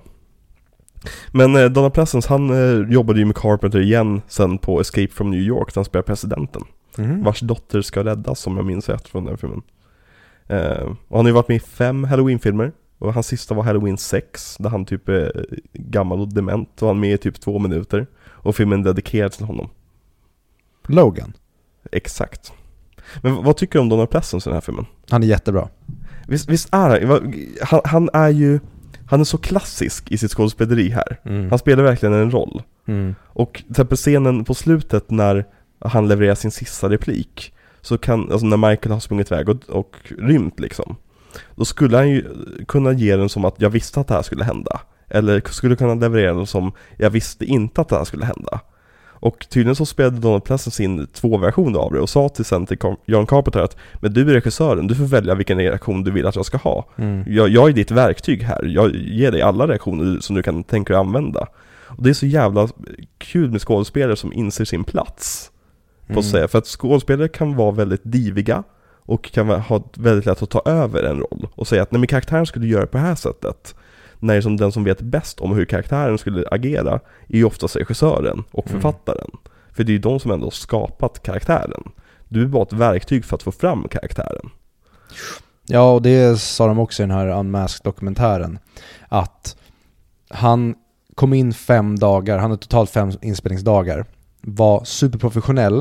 Men Donald Pleasence, han jobbade ju med Carpenter igen sen på Escape from New York. Han spelar presidenten. Vars dotter ska räddas, som jag minns rätt från den filmen. Och han har ju varit med i 5 Halloween-filmer. Och hans sista var Halloween 6, där han typ är gammal och dement. Och han är med i typ 2 minuter. Och filmen dedikerad till honom. Logan? Exakt. Men vad tycker du om Donald Pleasence i den här filmen? Han är jättebra. Visst är han är ju... Han är så klassisk i sitt skådespeleri här. Han spelar verkligen en roll. Och till exempel scenen på slutet när han levererar sin sista replik, så kan, alltså när Michael har sprungit iväg och rymt liksom, då skulle han ju kunna ge den som att jag visste att det här skulle hända. Eller skulle kunna leverera den som jag visste inte att det här skulle hända. Och tydligen så spelade Donald Pleasence in 2 versioner av det och sa till John Carpenter att men du är regissören, du får välja vilken reaktion du vill att jag ska ha. Jag är ditt verktyg här, jag ger dig alla reaktioner som du kan tänka dig använda. Och det är så jävla kul med skådespelare som inser sin plats på sig, för att skådespelare kan vara väldigt diviga och kan ha väldigt lätt att ta över en roll och säga att nej, men karaktären skulle göra på det här sättet. När som den som vet bäst om hur karaktären skulle agera är ju oftast regissören och författaren. För det är ju de som ändå har skapat karaktären. Du är bara ett verktyg för att få fram karaktären. Ja, och det sa de också i den här Unmasked-dokumentären. Att han kom in 5 dagar, han hade totalt 5 inspelningsdagar. Var superprofessionell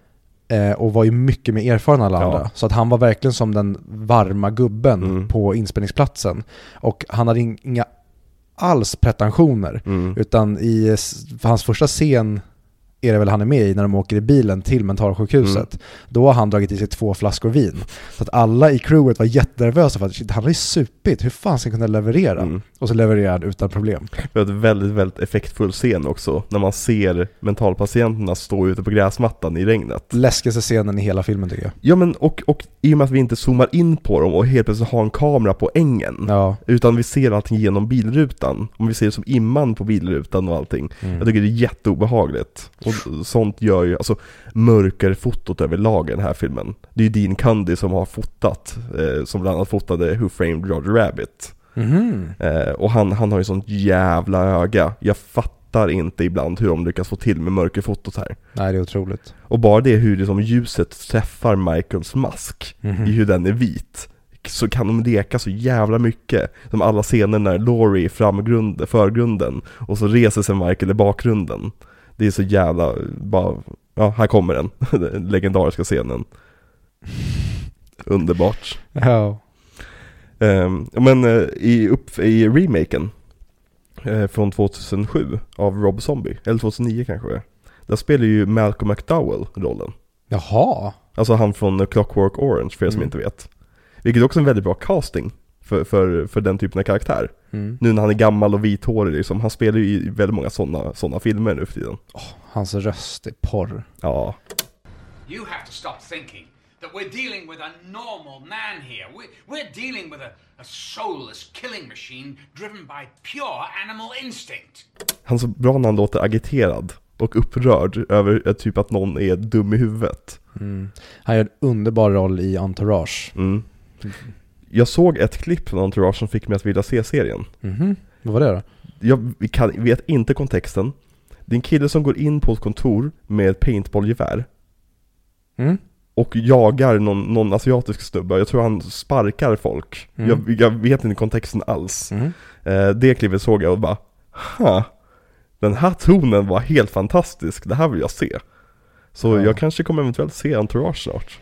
och var ju mycket mer erfaren än alla andra. Så att han var verkligen som den varma gubben på inspelningsplatsen. Och han hade inga alls pretensioner. Utan i hans första scen är det väl han är med i när de åker i bilen till mentalsjukhuset. Då har han dragit i sig 2 flaskor vin. Så att alla i crewet var jättenervösa för att han har ju supit. Hur fan ska han kunna leverera? Och så levererar han utan problem. Det är ett väldigt, väldigt effektfull scen också. När man ser mentalpatienterna stå ute på gräsmattan i regnet. Läskigaste scenen i hela filmen tycker jag. Ja, men och i och med att vi inte zoomar in på dem och helt plötsligt har en kamera på ängen. Utan vi ser allting genom bilrutan. Om vi ser det som imman på bilrutan och allting. Jag tycker det är jätteobehagligt. Och sånt gör ju, alltså mörker fotot över lagen den här filmen. Det är ju Dean Cundy som har fotat, som bland annat fotade Who Framed Roger Rabbit. Och han har ju sånt jävla öga. Jag fattar inte ibland hur de lyckas få till med mörkerfotot här. Nej, det är otroligt. Och bara det hur det som ljuset träffar Michaels mask i hur den är vit, så kan de leka så jävla mycket. Som alla scener när Laurie är förgrunden och så reser sig Michael i bakgrunden. Det är så jävla bara, ja, här kommer den. Den legendariska scenen. Underbart. Ja. Men i remaken från 2007 av Rob Zombie, eller 2009 kanske, där spelar ju Malcolm McDowell rollen. Jaha. Alltså han från Clockwork Orange, för er som inte vet. Vilket också är en väldigt bra casting för den typen av karaktär. Nu när han är gammal och vithårig liksom. Han spelar ju i väldigt många såna filmer nu för tiden. Hans röst är porr. Ja. You have to stop thinking that we're dealing with a normal man here. We're dealing with a soulless killing machine driven by pure animal instinct. Han är så bra när han låter agiterad och upprörd över typ att någon är dum i huvudet. Han gör en underbar roll i Entourage. Jag såg ett klipp från Entourage som fick mig att vilja se serien. Vad var det då? Jag vet inte kontexten. Det är en kille som går in på ett kontor med ett paintballgevär och jagar någon asiatisk snubbe. Jag tror han sparkar folk. Jag vet inte kontexten alls. Det klippet såg jag och bara, den här tonen var helt fantastisk. Det här vill jag se. Så jag kanske kommer eventuellt se Entourage snart.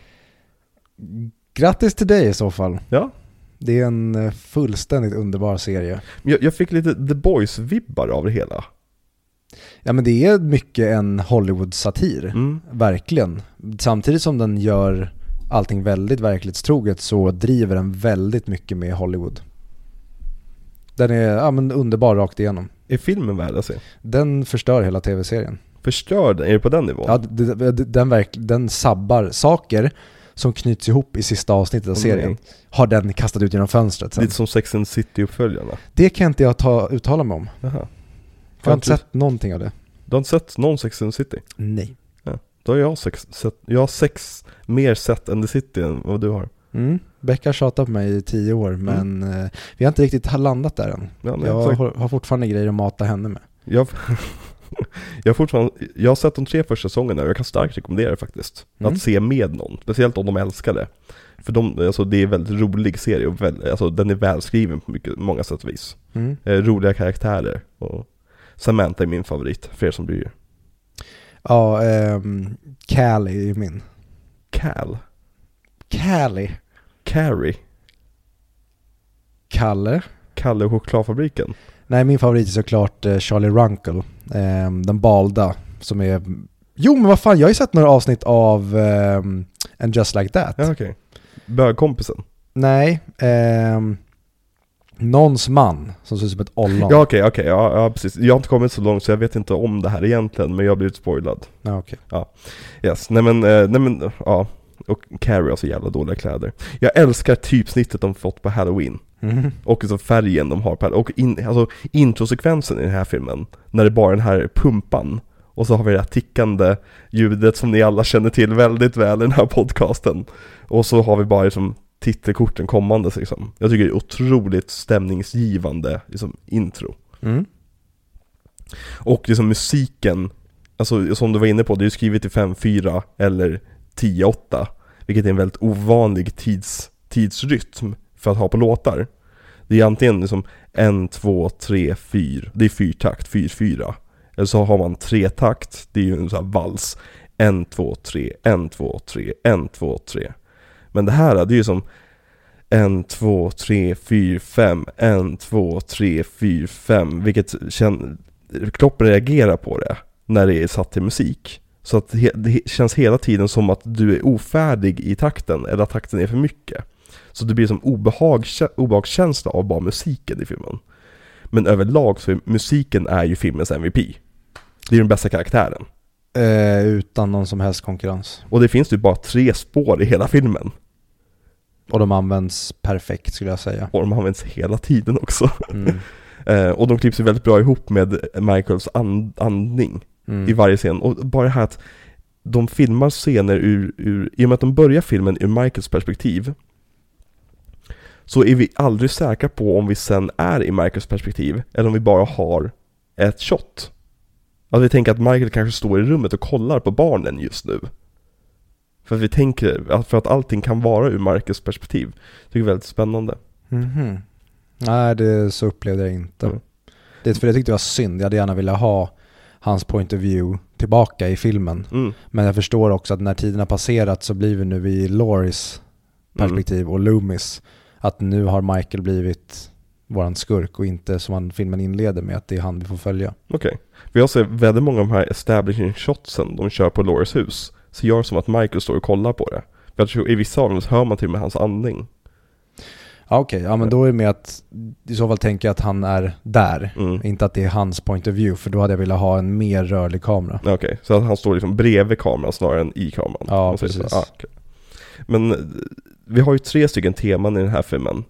Grattis till dig i så fall. Ja. Det är en fullständigt underbar serie. Jag fick lite The Boys-vibbar av det hela. Ja, men det är mycket en Hollywood-satir, verkligen. Samtidigt som den gör allting väldigt verklighetstroget så driver den väldigt mycket med Hollywood. Den är underbar rakt igenom. Är filmen värd att se? Den förstör hela tv-serien. Förstör den? Är det på den nivån? Ja, den sabbar saker som knyts ihop i sista avsnittet av serien. Har den kastat ut genom fönstret sen. Lite som Sex and the City-uppföljarna. Det kan inte jag uttala mig om. Jaha. Jag har inte sett någonting av det. Du har inte sett någon Sex and the City? Nej. Ja. Då har jag har sex mer sett än The City än vad du har. Becka har tjatat på mig i 10 år, men vi har inte riktigt landat där än. Ja, jag har fortfarande grejer att mata henne med. Jag har sett de 3 första säsongerna och jag kan starkt rekommendera det faktiskt. Att se med någon, speciellt om de älskar det. För det är en väldigt rolig serie och den är välskriven på många sätt och vis. Roliga karaktärer och Samantha är min favorit, för er som bryr er. Ja, Callie är ju min. Callie. Carrie. Kalle och chokladfabriken. Nej, min favorit är såklart Charlie Runkle. Den balda som är... Jo, men vad fan, jag har ju sett några avsnitt av And Just Like That. Ja, okej. Bögkompisen? Nej, någons man som ser ut som ett ollon. Ja, okej. Ja, precis. Jag har inte kommit så långt så jag vet inte om det här egentligen, men jag har blivit spoilad. Ja, okej. Ja. Yes. Nej men, ja. Och Carrie har så jävla dåliga kläder. Jag älskar typsnittet de fått på Halloween. Och så färgen de har på, och introsekvensen i den här filmen, när det bara är den här pumpan och så har vi det här tickande ljudet som ni alla känner till väldigt väl i den här podcasten, och så har vi bara liksom titelkorten kommandes liksom. Jag tycker det är otroligt stämningsgivande liksom, intro. Och liksom musiken, alltså som du var inne på, det är ju skrivet i 5/4 eller 10/8, vilket är en väldigt ovanlig tidsrytm för att ha på låtar. Det är antingen liksom 1, 2, 3, 4. Det är 4-takt, 4-4. Eller så har man 3-takt. Det är ju en sån här vals. 1, 2, 3, 1, 2, 3, 1, 2, 3. Men det här, det är ju som 1, 2, 3, 4, 5. 1, 2, 3, 4, 5. Vilket kroppen reagerar på det när det är satt till musik. Så att det känns hela tiden som att du är ofärdig i takten, eller att takten är för mycket. Så det blir som obehagskänsla av bara musiken i filmen. Men överlag så är musiken ju filmens MVP. Det är den bästa karaktären. Utan någon som helst konkurrens. Och det finns ju bara 3 spår i hela filmen. Och de används perfekt, skulle jag säga. Och de används hela tiden också. Och de klipps ju väldigt bra ihop med Michaels andning i varje scen. Och bara det här att de filmar scener i och med att de börjar filmen ur Michaels perspektiv, så är vi aldrig säkra på om vi sen är i Michaels perspektiv eller om vi bara har ett shot. Alltså vi tänker att Michael kanske står i rummet och kollar på barnen just nu. För att vi tänker för att allting kan vara ur Michaels perspektiv. Det är väldigt spännande. Nej, det så upplevde jag inte. Det för jag tyckte det var synd. Jag hade gärna velat ha hans point of view tillbaka i filmen. Men jag förstår också att när tiden har passerat så blir vi nu i Lauries perspektiv och Loomis. Att nu har Michael blivit våran skurk och inte som filmen inleder med att det är han vi får följa. Okej. Vi har sett väldigt många av de här establishing shotsen de kör på Lauries hus. Så gör som att Michael står och kollar på det. För jag tror i vissa av dem hör man till med hans andning. Okej. Ja, men då är det med att i så fall tänker jag att han är där. Inte att det är hans point of view, för då hade jag velat ha en mer rörlig kamera. Okej. Så att han står liksom bredvid kameran snarare än i kameran. Ja, precis. Okay. Men vi har ju 3 stycken teman i den här filmen.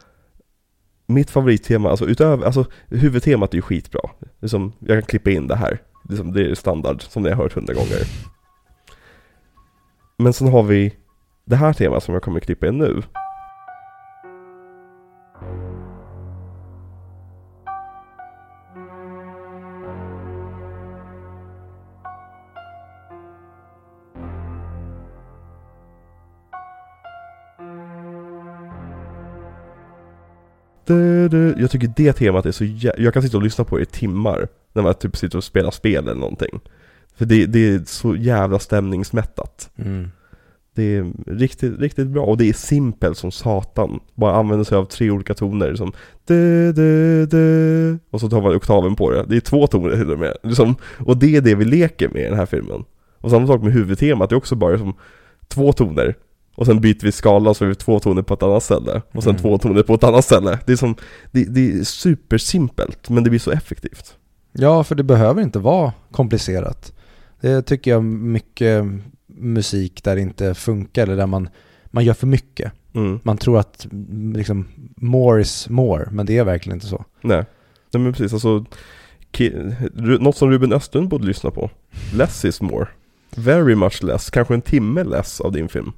Mitt favorittema, huvudtemat är ju skitbra. Jag kan klippa in det här. Det är standard som ni har hört 100 gånger. Men sen har vi det här temat som jag kommer klippa in nu. Jag tycker det temat är så jag kan sitta och lyssna på det i timmar när man typ sitter och spelar spel eller någonting. För det är så jävla stämningsmättat. Det är riktigt, riktigt bra. Och det är simpelt som satan. Bara använder sig av 3 olika toner. Som och så tar man oktaven på det. Det är 2 toner till och med. Och det är det vi leker med i den här filmen. Och samma sak med huvudtemat. Det är också bara som 2 toner. Och sen byter vi skala så är vi 2 toner på ett annat ställe. Och sen 2 toner på ett annat ställe. Det är, det är supersimpelt. Men det blir så effektivt. Ja, för det behöver inte vara komplicerat. Det tycker jag mycket musik där det inte funkar. Eller där man gör för mycket. Man tror att liksom, more is more. Men det är verkligen inte så. Nej men precis. Alltså, något som Ruben Östlund borde lyssna på. Less is more. Very much less. Kanske en timme less av din film.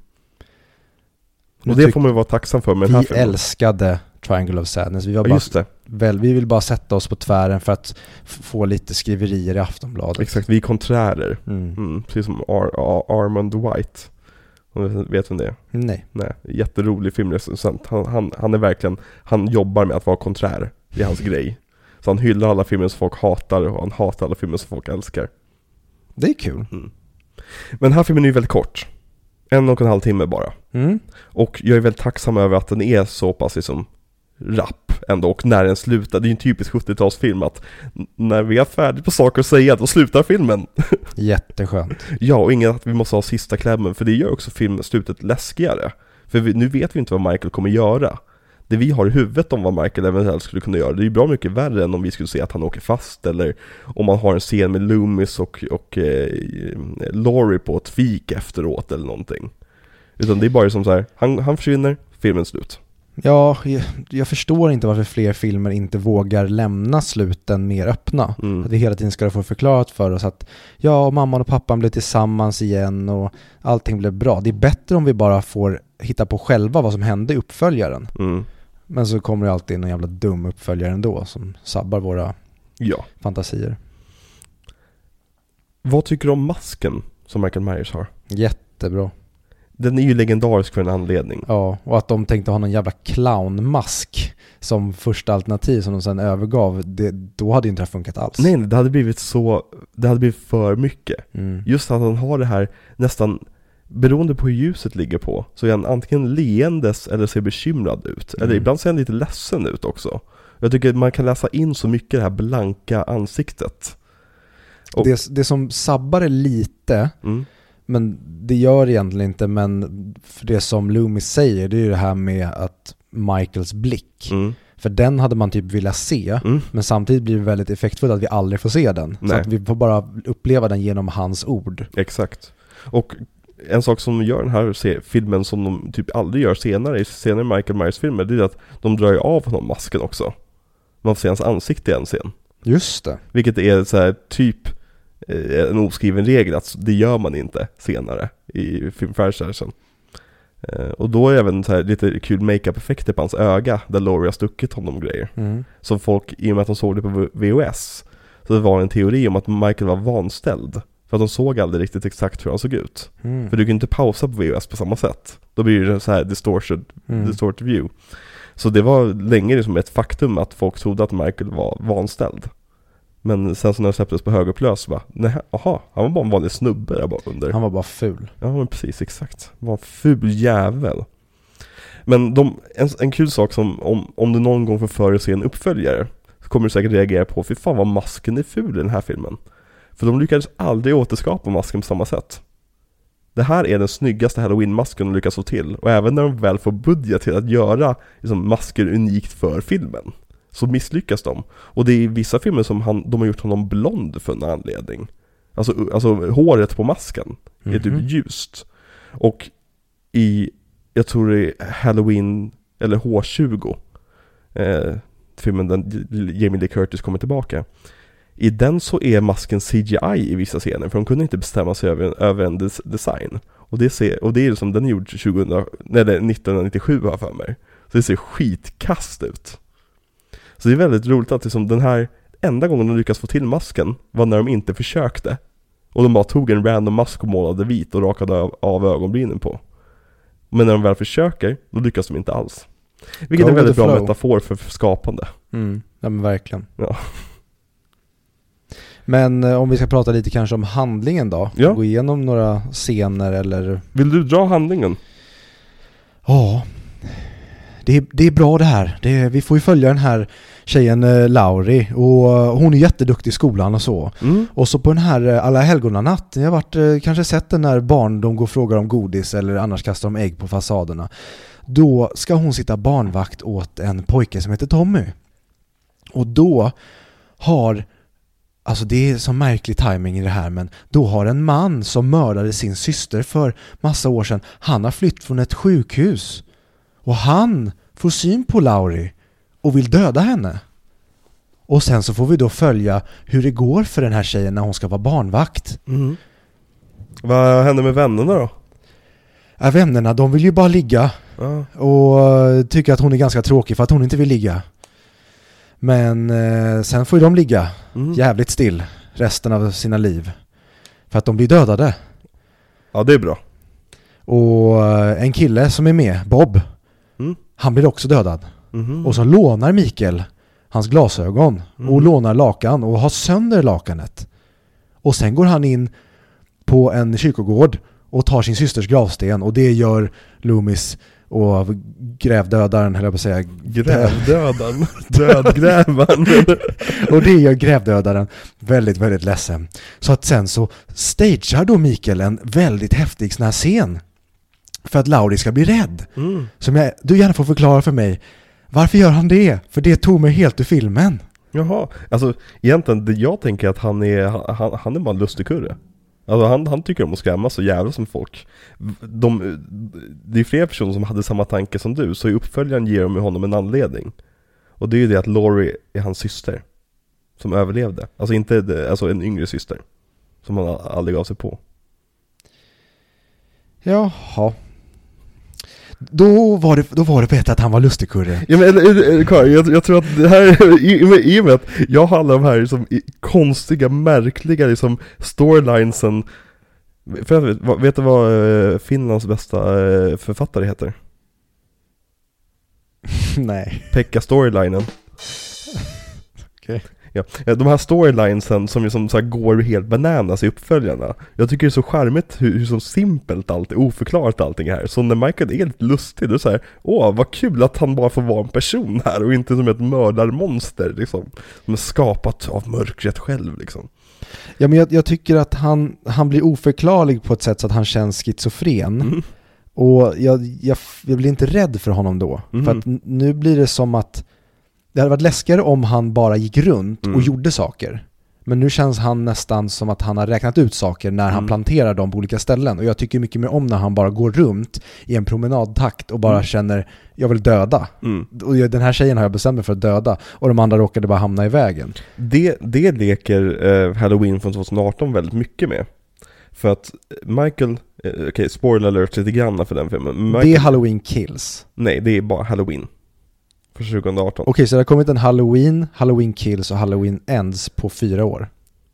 Och det får man ju vara tacksam för med den här filmen. Vi älskade Triangle of Sadness. Vi var vi vill bara sätta oss på tvären för att få lite skriverier i Aftonbladet. Exakt, vi är konträrer. Precis som Armand White. Vet vem det är? Nej. Jätterolig filmrecensent. Han är verkligen, han jobbar med att vara konträr. Det är hans grej. Så han hyllar alla filmer som folk hatar och han hatar alla filmer som folk älskar. Det är kul. Men den här filmen är ju väldigt kort. 1,5 timme bara. Och jag är väldigt tacksam över att den är så pass liksom rapp ändå. Och när den slutar, det är ju en typisk 70-talsfilm att när vi är färdiga på saker att säga, då slutar filmen. Jätteskönt. Ja, och inget att vi måste ha sista klämmen, för det gör också filmslutet läskigare. För nu vet vi inte vad Michael kommer göra. Det vi har i huvudet om vad Michael eventuellt skulle kunna göra, det är ju bra mycket värre än om vi skulle se att han åker fast, eller om man har en scen med Loomis och Laurie på ett fik efteråt eller någonting. Utan det är bara som så här, han försvinner, filmen slut. Ja, jag förstår inte varför fler filmer inte vågar lämna sluten mer öppna. Att vi hela tiden ska få förklarat för oss att ja, mamman och pappan blev tillsammans igen och allting blev bra. Det är bättre om vi bara får hitta på själva vad som hände i uppföljaren. Men så kommer det alltid en jävla dum uppföljare ändå som sabbar våra fantasier. Vad tycker du om masken som Michael Myers har? Jättebra. Den är ju legendarisk för en anledning. Ja, och att de tänkte ha någon jävla clownmask som första alternativ som de sen övergav, då hade inte det funkat alls. Nej, det hade blivit för mycket. Just att han har det här nästan, beroende på hur ljuset ligger på, så är han antingen leendes eller ser bekymrad ut. Eller ibland ser han lite ledsen ut också. Jag tycker att man kan läsa in så mycket det här blanka ansiktet. Och det som sabbar är lite... Men det gör egentligen inte, men för det som Loomis säger, det är ju det här med att Michaels blick. För den hade man typ vilja se, men samtidigt blir det väldigt effektfullt att vi aldrig får se den. Så att vi får bara uppleva den genom hans ord. Exakt. Och en sak som gör den här filmen som de typ aldrig gör senare Michael Myers-filmer, det är att de drar ju av honom masken också. Man får se hans ansikte i en scen. Just det. Vilket är så här typ en oskriven regel att det gör man inte senare i filmfranchisen. Och då är det även så här lite kul make-up-effekter på hans öga där Laurie har stuckit honom grejer. Som folk, i och med att de såg det på VHS, så det var en teori om att Michael var vanställd. För att de såg aldrig riktigt exakt hur han såg ut. För du kan inte pausa på VHS på samma sätt. Då blir det så här distorted view. Så det var länge liksom ett faktum att folk trodde att Michael var vanställd. Men sen så när det släpptes på högupplös bara, nej, aha, han var bara en vanlig snubbe där bara under. Han var bara ful. Ja, men precis, exakt. Han var en ful jävel. Men en kul sak som, om du någon gång får för att se en uppföljare, så kommer du säkert reagera på, fy fan vad masken är ful i den här filmen. För de lyckades aldrig återskapa masken på samma sätt. Det här är den snyggaste Halloween-masken de lyckas få till. Och även när de väl får budget till att göra liksom, masker unikt för filmen, så misslyckas de. Och det är vissa filmer som de har gjort honom blond för en anledning. Alltså håret på masken är typ ljust. Och jag tror det är Halloween eller H20, filmen där Jamie Lee Curtis kommer tillbaka. I den så är masken CGI i vissa scener, för de kunde inte bestämma sig över en design. Och det är som den är gjord 1997 har för mig. Så det ser skitkast ut. Så det är väldigt roligt att liksom den här enda gången de lyckas få till masken var när de inte försökte. Och de bara tog en random mask och målade vit och rakade av ögonbrynen på. Men när de väl försöker, då lyckas de inte alls. Vilket är en väldigt bra metafor för skapande. Ja, men verkligen. Ja. Men om vi ska prata lite kanske om handlingen då. Ja. Gå igenom några scener eller... Vill du dra handlingen? Ja, det är bra det här. Vi får ju följa den här tjejen Laurie, och hon är jätteduktig i skolan och så. Och så på den här alla helgonanatt, jag har varit kanske sett den när barn de går och frågar om godis eller annars kastar de ägg på fasaderna. Då ska hon sitta barnvakt åt en pojke som heter Tommy. Och då har, alltså det är så märklig timing i det här, men då har en man som mördade sin syster för massa år sedan, han har flytt från ett sjukhus. Och han får syn på Laurie och vill döda henne. Och sen så får vi då följa hur det går för den här tjejen när hon ska vara barnvakt. Vad händer med vännerna då? Ja, vännerna, de vill ju bara ligga. Och tycker att hon är ganska tråkig för att hon inte vill ligga. Men sen får ju de ligga jävligt still resten av sina liv. För att de blir dödade. Ja, det är bra. Och en kille som är med, Bob, han blir också dödad. Och så lånar Mikael hans glasögon och lånar lakan och har sönder lakanet. Och sen går han in på en kyrkogård och tar sin systers gravsten, och det gör Loomis och grävdödaren, höll jag på att säga. Grävdödaren? Dödgrävaren? Och det gör grävdödaren väldigt, väldigt ledsen. Så att sen så stagear då Mikael en väldigt häftig sån här scen för att Laurie ska bli rädd. Som du gärna får förklara för mig. Varför gör han det? För det tog mig helt ur filmen. Jaha, alltså egentligen jag tänker att han är bara en lustigkurre. Alltså han tycker om att skrämma så jävla som folk. Det är flera personer som hade samma tanke som du, så i uppföljaren ger de honom en anledning. Och det är ju det att Laurie är hans syster som överlevde. Alltså alltså en yngre syster som han aldrig gav sig på. Jaha. Då var det bättre att han var lustigkurre. Ja, men Karin, jag tror att det här i och med att jag har alla de här liksom, konstiga, märkliga liksom, storylinesen. Vet du vad Finlands bästa författare heter? Nej. Pekka storylinen. Okej. Ja, de här storylinesen som så här går helt bananas i uppföljarna. Jag tycker det är så charmigt hur så simpelt allt är, oförklarat allting här. Så när Michael är helt lustig, då är så här, vad kul att han bara får vara en person här och inte som ett mördarmonster liksom, som är skapat av mörkret själv liksom. Ja, men jag tycker att han blir oförklarlig på ett sätt så att han känns schizofren. Och jag blir inte rädd för honom då. För att nu blir det som att det hade varit läskigare om han bara gick runt och gjorde saker. Men nu känns han nästan som att han har räknat ut saker när han planterar dem på olika ställen. Och jag tycker mycket mer om när han bara går runt i en promenadtakt och bara känner, jag vill döda. Och den här tjejen har jag bestämt mig för att döda. Och de andra råkade bara hamna i vägen. Det leker Halloween från 2018 väldigt mycket med. För att Michael, okej, spoiler alert lite grann för den filmen. Det är Halloween Kills. Nej, det är bara Halloween. För 2018. Okej, så det har kommit en Halloween Kills och Halloween Ends på 4 år.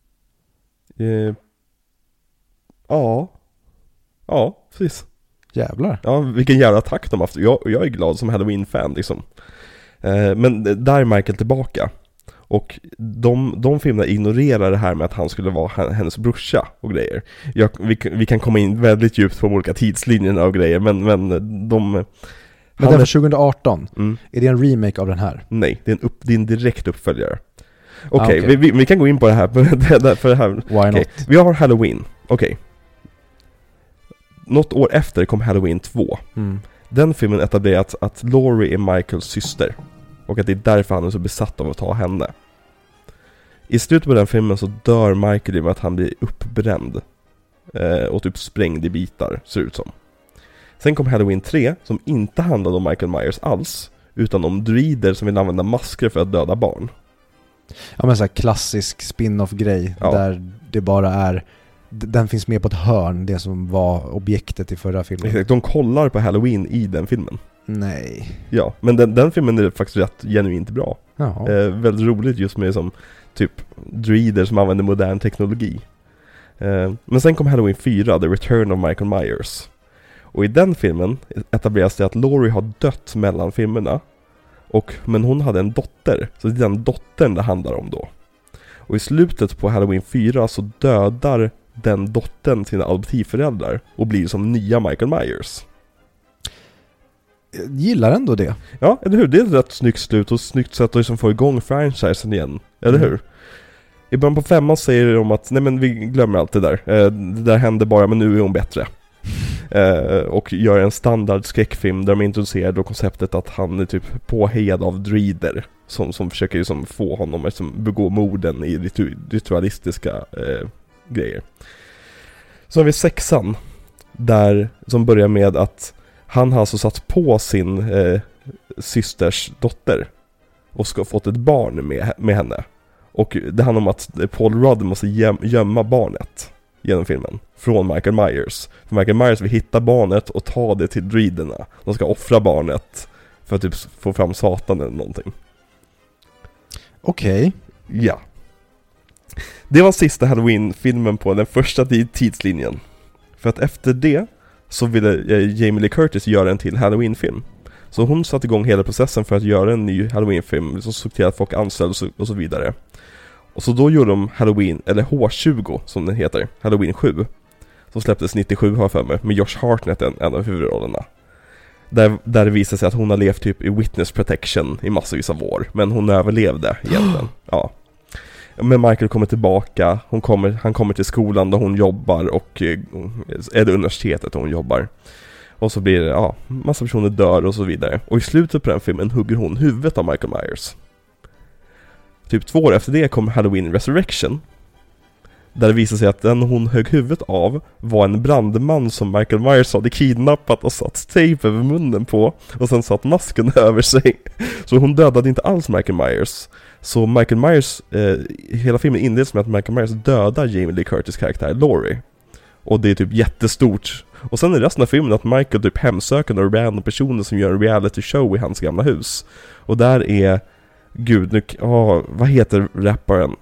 Ja, precis. Jävlar. Ja, vilken jävla attack de har haft. Jag är glad som Halloween-fan liksom. Men där är Michael tillbaka. Och de filmerna ignorerar det här med att han skulle vara hennes brorsa och grejer. Vi kan komma in väldigt djupt på de olika tidslinjerna och grejer, men de... Men den för 2018, är det en remake av den här? Nej, det är en direkt uppföljare. Okej. Vi kan gå in på det här. För det här. Why not? Vi har Halloween. Okej. Något år efter kom Halloween 2. Den filmen etablerar att Laurie är Michaels syster. Och att det är därför han är så besatt av att ta henne. I slutet på den filmen så dör Michael i och med att han blir uppbränd. Och typ sprängd i bitar, ser ut som. Sen kom Halloween 3 som inte handlade om Michael Myers alls, utan om druider som vill använda masker för att döda barn. Ja, men så här klassisk spin-off-grej där det bara är, den finns med på ett hörn, det som var objektet i förra filmen. Exakt, de kollar på Halloween i den filmen. Nej. Ja, men den filmen är faktiskt rätt genuint bra. Väldigt roligt just med som typ druider som använder modern teknologi. Men sen kom Halloween 4, The Return of Michael Myers. Och i den filmen etableras det att Laurie har dött mellan filmerna. Men hon hade en dotter. Så det är den dottern det handlar om då. Och i slutet på Halloween 4 så dödar den dottern sina adoptivföräldrar och blir som nya Michael Myers. Jag gillar ändå det. Ja, eller hur? Det är ett rätt snyggt slut och snyggt sätt att liksom få igång franchisen igen. Eller hur? I början på 5 säger de att nej men vi glömmer allt det där. Det där hände bara, men nu är hon bättre. Och gör en standard skräckfilm där de introducerar då konceptet att han är typ påhejad av druider som försöker liksom få honom att begå morden i ritualistiska grejer. Så har vi 6 där som börjar med att han har alltså satt på sin systers dotter och ska ha fått ett barn med henne. Och det handlar om att Paul Rudd måste gömma barnet genom filmen från Michael Myers. För Michael Myers vill hitta barnet och ta det till druiderna. De ska offra barnet för att typ få fram Satan eller någonting. Okej. Ja. Det var sista Halloween-filmen på den första tidslinjen. För att efter det så ville Jamie Lee Curtis göra en till Halloween-film. Så hon satte igång hela processen för att göra en ny Halloween-film som såg till att folk anställdes och så vidare. Och så då gjorde de Halloween, eller H20 som den heter, Halloween 7. Som släpptes 97 har jag för mig, med Josh Hartnett en av huvudrollerna. Där det visade sig att hon har levt typ i witness protection i massvis av år. Men hon överlevde egentligen. Ja. Men Michael kommer tillbaka, han kommer till skolan där hon jobbar och är det universitetet där hon jobbar. Och så blir det, massa personer dör och så vidare. Och i slutet på den filmen hugger hon huvudet av Michael Myers. Typ 2 år efter det kom Halloween Resurrection. Där det visade sig att den hon högg huvudet av var en brandman som Michael Myers hade kidnappat och satt tejp över munnen på. Och sen satt masken över sig. Så hon dödade inte alls Michael Myers. Så Michael Myers, hela filmen inleds med att Michael Myers dödar Jamie Lee Curtis karaktär Laurie. Och det är typ jättestort. Och sen är resten av filmen att Michael typ hemsöker några random personer som gör en reality show i hans gamla hus. Och där är, vad heter rapparen?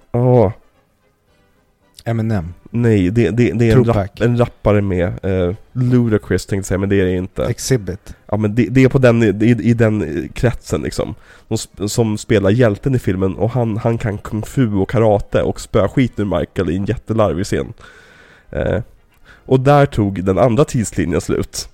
Eminem. Nej, det är en rappare med Ludacris tänkte jag säga, men det är det inte. Exhibit. Ja, men det är på den i den kretsen liksom. Som spelar hjälten i filmen och han kan kung fu och karate och spöa skit ur Michael i en jättelarvig scen. Och där tog den andra tidslinjen slut.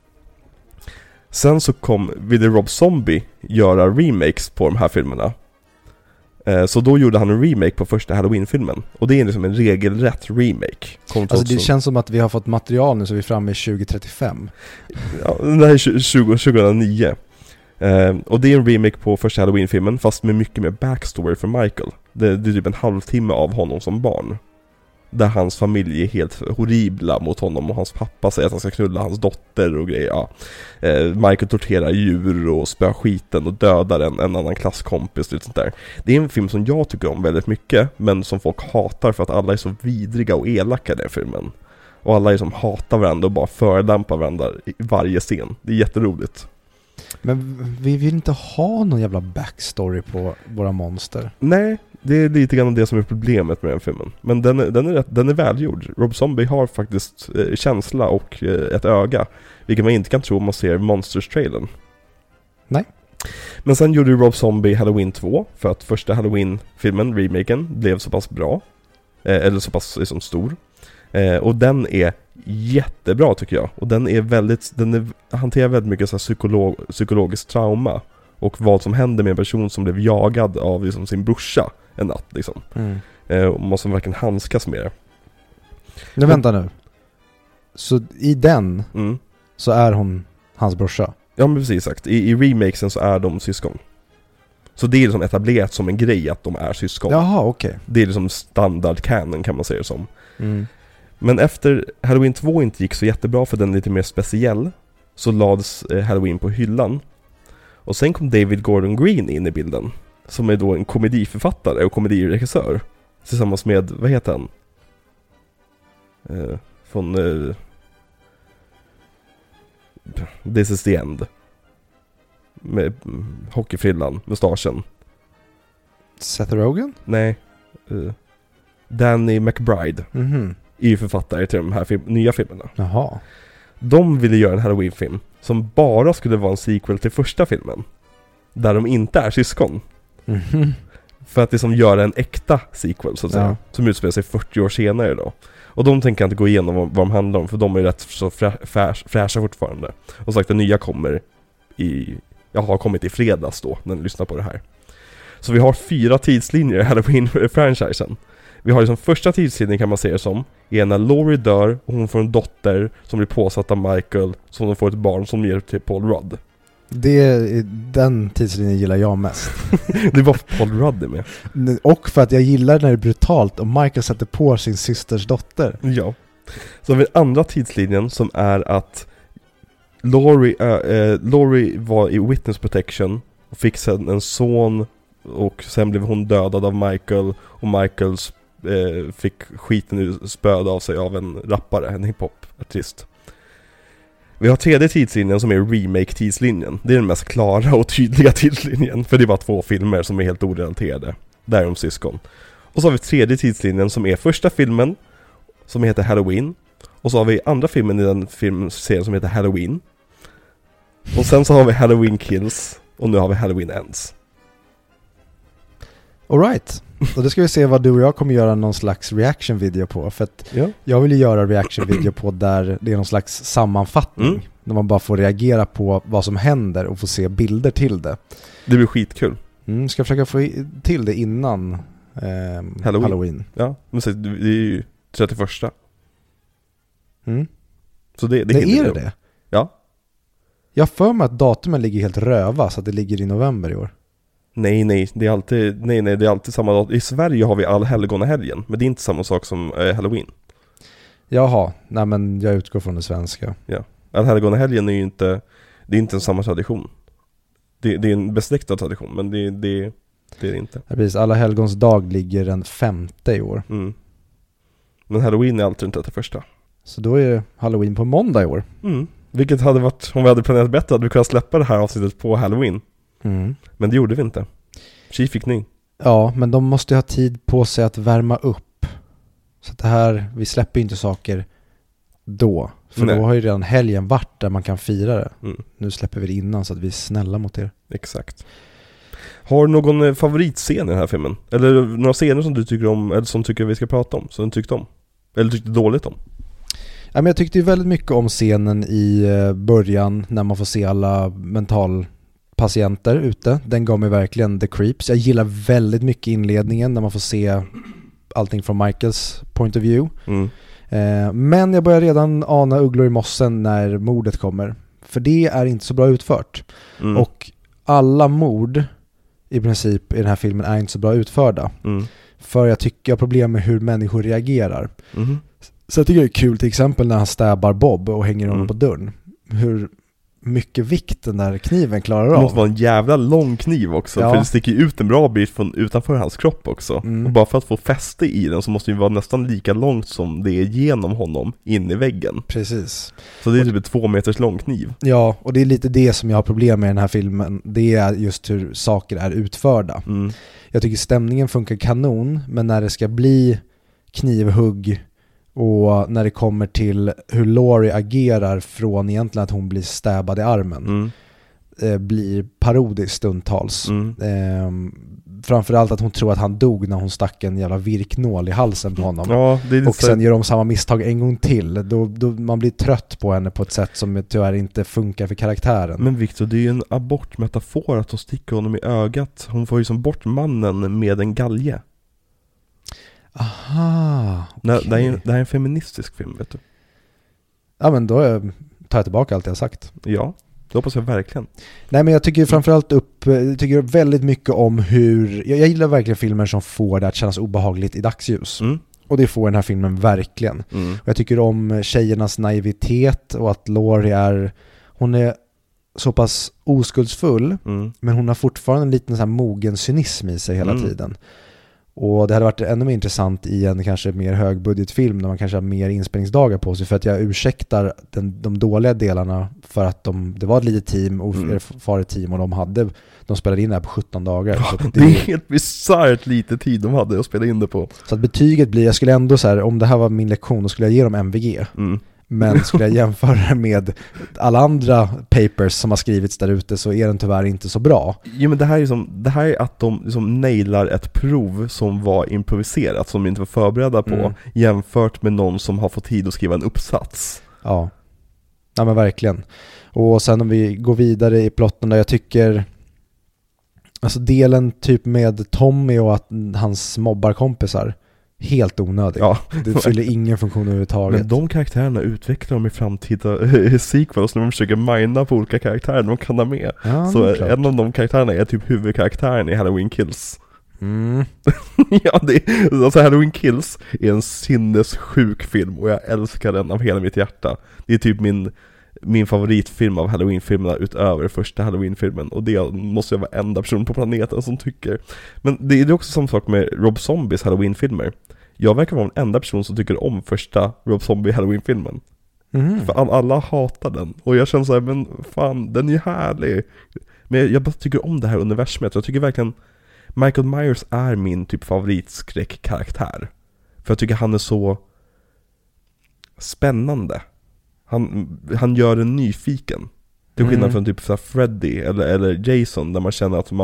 Sen så ville Rob Zombie göra remakes på de här filmerna. Så då gjorde han en remake på första Halloween-filmen. Och det är liksom en regelrätt remake. Alltså det känns som att vi har fått material nu så vi är framme i 2035. Ja, det här är 2009. Och det är en remake på första Halloween-filmen, fast med mycket mer backstory för Michael. Det är typ en halvtimme av honom som barn. Där hans familj är helt horribla mot honom och hans pappa säger att han ska knulla hans dotter och grejer. Ja. Michael torterar djur och spöar skiten och dödar en annan klasskompis och sånt där. Det är en film som jag tycker om väldigt mycket, men som folk hatar för att alla är så vidriga och elaka i den filmen. Och alla är som hatar varandra och bara förolämpar varandra i varje scen. Det är jätteroligt. Men vi vill inte ha någon jävla backstory på våra monster. Nej, det är lite grann det som är problemet med den filmen. Men den är välgjord. Rob Zombie har faktiskt känsla och ett öga. Vilket man inte kan tro om man ser Monsters-trailern. Nej. Men sen gjorde Rob Zombie Halloween 2. För att första Halloween-filmen, remaken, blev så pass bra. Eller så pass liksom, stor. Och den är jättebra tycker jag. Och den hanterar väldigt mycket så här psykologiskt trauma. Och vad som händer med en person som blev jagad av liksom, sin brorsa en natt liksom. Och måste verkligen handskas med det. Men vänta nu. Så i den så är hon hans brorsa? Ja men precis sagt. I remakesen så är de syskon. Så det är liksom etablerat som en grej att de är syskon. Jaha, okej. Okay. Det är liksom standard canon kan man säga det som. Men efter Halloween 2 inte gick så jättebra för den är lite mer speciell, så lades Halloween på hyllan. Och sen kom David Gordon Green in i bilden, som är då en komediförfattare och komediregissör. Tillsammans med, vad heter han? Från This is the End. Med hockeyfrillan, mustaschen. Seth Rogen? Nej. Danny McBride. Är ju författare till de här nya filmerna. Jaha. De ville göra en Halloween-film som bara skulle vara en sequel till första filmen. Där de inte är syskon. för att liksom göra en äkta sequel så att säga, som utspelar sig 40 år senare då. Och de tänker inte gå igenom vad de handlar om, för de är rätt så fräscha fortfarande. Och sagt, det nya har kommit i fredags då, när ni lyssnar på det här. Så vi har 4 tidslinjer i Halloween-franchisen. Vi har liksom första tidslinjen, kan man säga som, är när Laurie dör och hon får en dotter som blir påsatt av Michael, som de får ett barn som ger till Paul Rudd. Den tidslinjen gillar jag mest. Det var Paul Rudd med. Och för att jag gillar när det är brutalt och Michael sätter på sin systers dotter. Ja. Så har vi andra tidslinjen som är att Laurie var i witness protection och fick sen en son, och sen blev hon dödad av Michael, och Michael fick skiten spöd av sig av en rappare, en hiphop-artist. Vi har tredje tidslinjen som är remake-tidslinjen. Det är den mest klara och tydliga tidslinjen, för det är bara 2 filmer som är helt orelaterade. Där är de syskon. Och så har vi tredje tidslinjen som är första filmen som heter Halloween. Och så har vi andra filmen i den filmserien som heter Halloween. Och sen så har vi Halloween Kills, och nu har vi Halloween Ends. All right. Och då ska vi se vad du och jag kommer göra någon slags reaction-video på. För att jag vill ju göra reaction-video på där det är någon slags sammanfattning. När man bara får reagera på vad som händer och få se bilder till det. Det blir skitkul. Ska försöka få till det innan Halloween. Ja, men så, det är ju 31. Så det är det? Ja. Jag för mig att datumen ligger helt röva, så att det ligger i november i år. Nej, det är alltid samma datum. I Sverige har vi Allhelgonahelgen, men det är inte samma sak som Halloween. Jaha, nej men jag utgår från det svenska. Ja, Allhelgonahelgen är ju inte, det är inte en samma tradition. Det är en besläktad tradition, men det är inte. Ja, precis, Allhelgons dag ligger den 5:e i år. Men Halloween är alltid den 31. Så då är det Halloween på måndag i år. Vilket hade varit, om vi hade planerat bättre, hade vi kunnat släppa det här avsnittet på Halloween. Men det gjorde vi inte. Tji fick ni. Ja, men de måste ha tid på sig att värma upp. Så att det här, vi släpper inte saker då. För då har ju redan helgen varit där man kan fira det. Nu släpper vi det innan så att vi är snälla mot er. Exakt. Har du någon favoritscen i den här filmen? Eller några scener som du tycker om, eller som tycker vi ska prata om, som du tyckte om? Eller tyckte dåligt om? Ja, men jag tyckte ju väldigt mycket om scenen i början när man får se alla mentalpatienter ute. Den gav mig verkligen the creeps. Jag gillar väldigt mycket inledningen när man får se allting från Michaels point of view. Men jag börjar redan ana ugglor i mossen när mordet kommer. För det är inte så bra utfört. Och alla mord i princip i den här filmen är inte så bra utförda. För jag tycker jag har problem med hur människor reagerar. Så jag tycker det är kul till exempel när han stäbar Bob och hänger honom på dörren. Hur mycket vikt den där kniven klarar av. Det måste vara en jävla lång kniv också. För det sticker ut en bra bit från utanför hans kropp också. Och bara för att få fäste i den så måste det vara nästan lika långt som det är genom honom in i väggen. Precis. Så det är typ 2 meters lång kniv. Ja, och det är lite det som jag har problem med i den här filmen. Det är just hur saker är utförda. Jag tycker stämningen funkar kanon, men när det ska bli knivhugg och när det kommer till hur Laurie agerar från egentligen att hon blir stäbbad i armen blir parodiskt stundtals. Framförallt att hon tror att han dog när hon stack en jävla virknål i halsen på honom. Ja, och sen gör de samma misstag en gång till. Då man blir trött på henne på ett sätt som tyvärr inte funkar för karaktären. Men Victor, det är ju en abortmetafor att hon sticker honom i ögat. Hon får ju som bort mannen med en galge. Aha, okay. Det här är en feministisk film, vet du. Ja, men då tar jag tillbaka allt jag har sagt. Ja, det hoppas jag verkligen. Nej, men jag tycker framförallt tycker väldigt mycket om hur... Jag gillar verkligen filmer som får det att kännas obehagligt i dagsljus. Och det får den här filmen verkligen. Och jag tycker om tjejernas naivitet och att Laurie hon är så pass oskuldsfull, men hon har fortfarande en liten så här mogen cynism i sig hela tiden. Och det hade varit ännu mer intressant i en kanske mer högbudgetfilm när man kanske har mer inspelningsdagar på sig, för att jag ursäktar de dåliga delarna för att det var ett litet team och erfaret team, och de spelade in det här på 17 dagar. Ja, så det är helt bisarrt lite tid de hade att spela in det på. Så att betyget blir, jag skulle ändå så här, om det här var min lektion, då skulle jag ge dem MVG. Men skulle jag jämföra det med alla andra papers som har skrivits där ute så är den tyvärr inte så bra. Jo, men det här är att de liksom nailar ett prov som var improviserat, som de inte var förberedda på, jämfört med någon som har fått tid att skriva en uppsats. Ja, men verkligen. Och sen om vi går vidare i plotten där, jag tycker alltså delen typ med Tommy och att hans mobbarkompisar, helt onödigt. Ja. Det fyller ingen funktion överhuvudtaget. Men de karaktärerna utvecklar de i framtida sequels när de försöker mina på olika karaktärer de kan ha med. Ja, så en av de karaktärerna är typ huvudkaraktären i Halloween Kills. Ja, alltså Halloween Kills är en sinnessjuk film och jag älskar den av hela mitt hjärta. Det är typ min favoritfilm av Halloween-filmerna utöver första Halloween-filmen, och det måste jag vara enda person på planeten som tycker. Men det är också samma sak med Rob Zombies Halloween-filmer. Jag verkar vara den enda person som tycker om första Rob Zombie Halloween-filmen. För alla hatar den. Och jag känner så här, men fan, den är ju härlig. Men jag bara tycker om det här universumet. Jag tycker verkligen Michael Myers är min typ favoritskräckkaraktär. För jag tycker han är så spännande. Han gör en nyfiken. Till skillnad från typ så Freddy eller Jason, där man känner att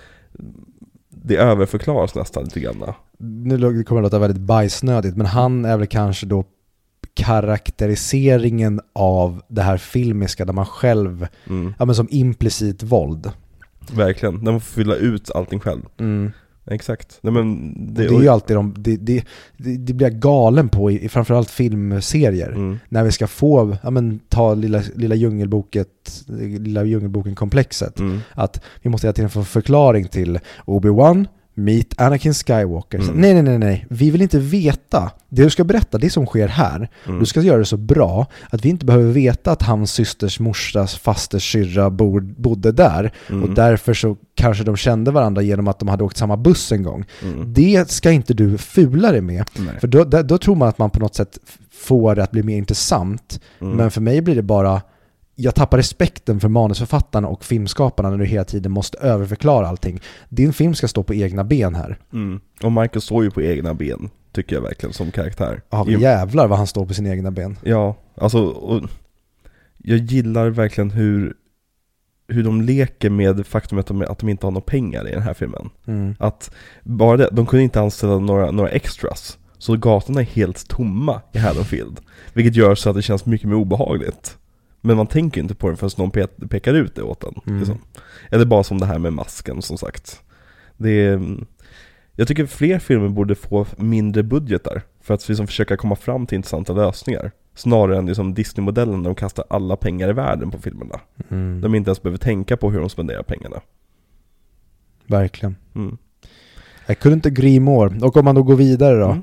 det överförklaras nästan lite grann. Nu kommer det att låta väldigt bajsnödigt, men han är väl kanske då karaktäriseringen av det här filmiska där man själv, ja, men som implicit våld. Verkligen, när man får fylla ut allting själv. Exakt. Nej, men det är ju alltid det blir galen på i framförallt filmserier. När vi ska få, ja, men ta lilla djungelboken-komplexet. Att vi måste hela tiden få förklaring till Obi-Wan, meet Anakin Skywalker. Nej. Vi vill inte veta. Det du ska berätta, det som sker här. Du ska göra det så bra att vi inte behöver veta att hans systers morsas fasters syrra bodde där. Och därför så kanske de kände varandra genom att de hade åkt samma buss en gång. Det ska inte du fula dig med. Nej. För då tror man att man på något sätt får det att bli mer intressant. Men för mig blir det bara, jag tappar respekten för manusförfattarna och filmskaparna när du hela tiden måste överförklara allting. Din film ska stå på egna ben här. Och Michael står ju på egna ben, tycker jag verkligen, som karaktär. Ja, jävlar vad han står på sina egna ben. Ja, alltså, och jag gillar verkligen hur de leker med faktumet att de inte har några pengar i den här filmen. Att bara det, de kunde inte anställa några extras. Så gatorna är helt tomma i Haddonfield. Vilket gör så att det känns mycket mer obehagligt. Men man tänker inte på den förrän någon pekar ut det åt den. Liksom. Eller bara som det här med masken, som sagt. Jag tycker fler filmer borde få mindre budgetar för att liksom försöka komma fram till intressanta lösningar. Snarare än liksom Disney-modellen där de kastar alla pengar i världen på filmerna. De inte ens behöver tänka på hur de spenderar pengarna. Verkligen. Jag kunde inte agree more. Och om man då går vidare då.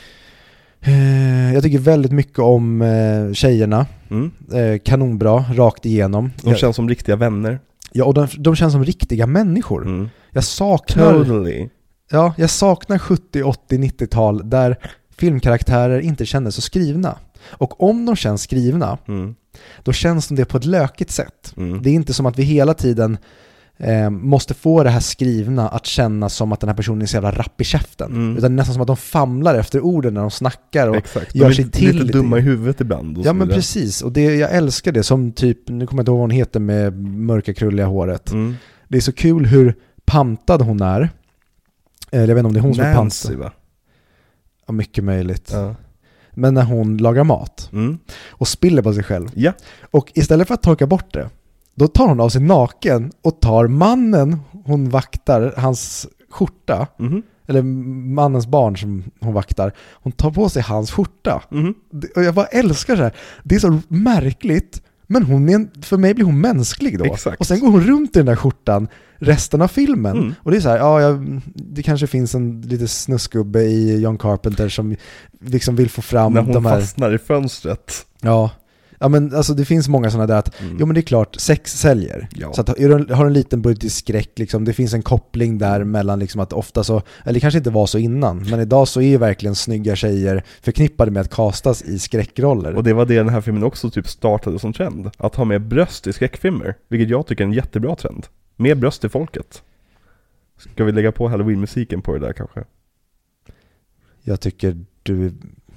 Jag tycker väldigt mycket om tjejerna. Kanonbra, rakt igenom. De känns som riktiga vänner. Ja, och de känns som riktiga människor. Jag saknar jag saknar 70, 80, 90-tal där filmkaraktärer inte kändes så skrivna. Och om de känns skrivna, då känns de det på ett lökigt sätt. Det är inte som att vi hela tiden måste få det här skrivna att känna som att den här personen är så jävla rapp i käften. Utan nästan som att de famlar efter orden när de snackar och gör sig till lite dumma i huvudet ibland. Ja, men precis. Och jag älskar det, som typ, nu kommer jag inte ihåg vad hon heter med mörka krulliga håret. Det är så kul hur pantad hon är. Eller jag vet inte om det är hon som är pantad. Va? Ja, mycket möjligt. Ja. Men när hon lagar mat och spiller på sig själv. Ja. Och istället för att torka bort det, då tar hon av sig naken och tar mannen hon vaktar, hans skjorta, eller mannens barn som hon vaktar, hon tar på sig hans skjorta. Och jag bara älskar det här. Det är så märkligt, men för mig blir hon mänsklig då. Exakt. Och sen går hon runt i den där skjortan resten av filmen. Och det är så här, det kanske finns en lite snuskgubbe i John Carpenter som liksom vill få fram när hon de här... fastnar i fönstret. Ja, men alltså det finns många sådana där att jo, men det är klart, sex säljer. Ja. Så att har en liten budget i skräck liksom, det finns en koppling där mellan liksom att ofta så, eller det kanske inte var så innan, men idag så är ju verkligen snygga tjejer förknippade med att kastas i skräckroller. Och det var det den här filmen också typ startade som trend, att ha med bröst i skräckfilmer, vilket jag tycker är en jättebra trend. Mer bröst i folket. Ska vi lägga på Halloween-musiken på det där kanske? Jag tycker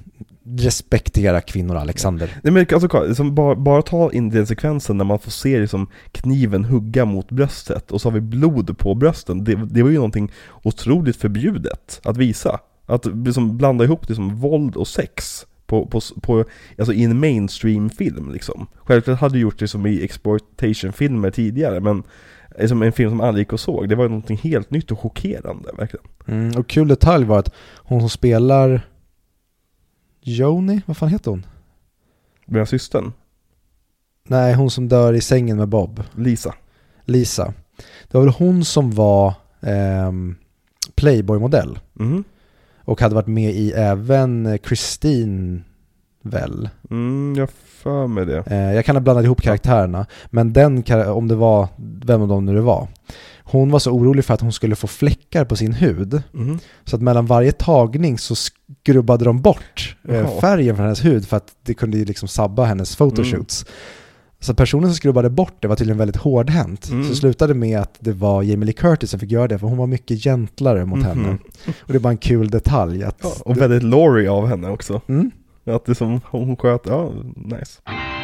respektera kvinnor, Alexander. Nej, men alltså, liksom bara ta in den sekvensen när man får se liksom kniven hugga mot bröstet och så har vi blod på brösten. Det var ju någonting otroligt förbjudet att visa. Att liksom blanda ihop liksom våld och sex på alltså i en mainstream-film liksom. Självklart hade gjort det som i exploitation-filmer tidigare, men som en film som alla gick och såg. Det var någonting helt nytt och chockerande, verkligen. Och kul detalj var att hon som spelar Joni, vad fan heter hon? Med systern? Nej, hon som dör i sängen med Bob. Lisa. Det var väl hon som var Playboy-modell. Och hade varit med i även Christine väl. Jag för med det. Jag kan ha blandat ihop karaktärerna. Men den, om det var, vem av dem nu det var. Hon var så orolig för att hon skulle få fläckar på sin hud. Så att mellan varje tagning så skrubbade de bort färgen från hennes hud. För att det kunde ju liksom sabba hennes photoshoots. Så personen som skrubbade bort det var tydligen väldigt hårdhänt. Så det slutade med att det var Jamie Lee Curtis som fick göra det. För hon var mycket gentlare mot henne. Och det är bara en kul detalj. Att och väldigt Laurie av henne också. Att det som hon sköt, nice.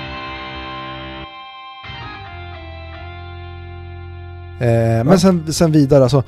Men sen vidare, alltså,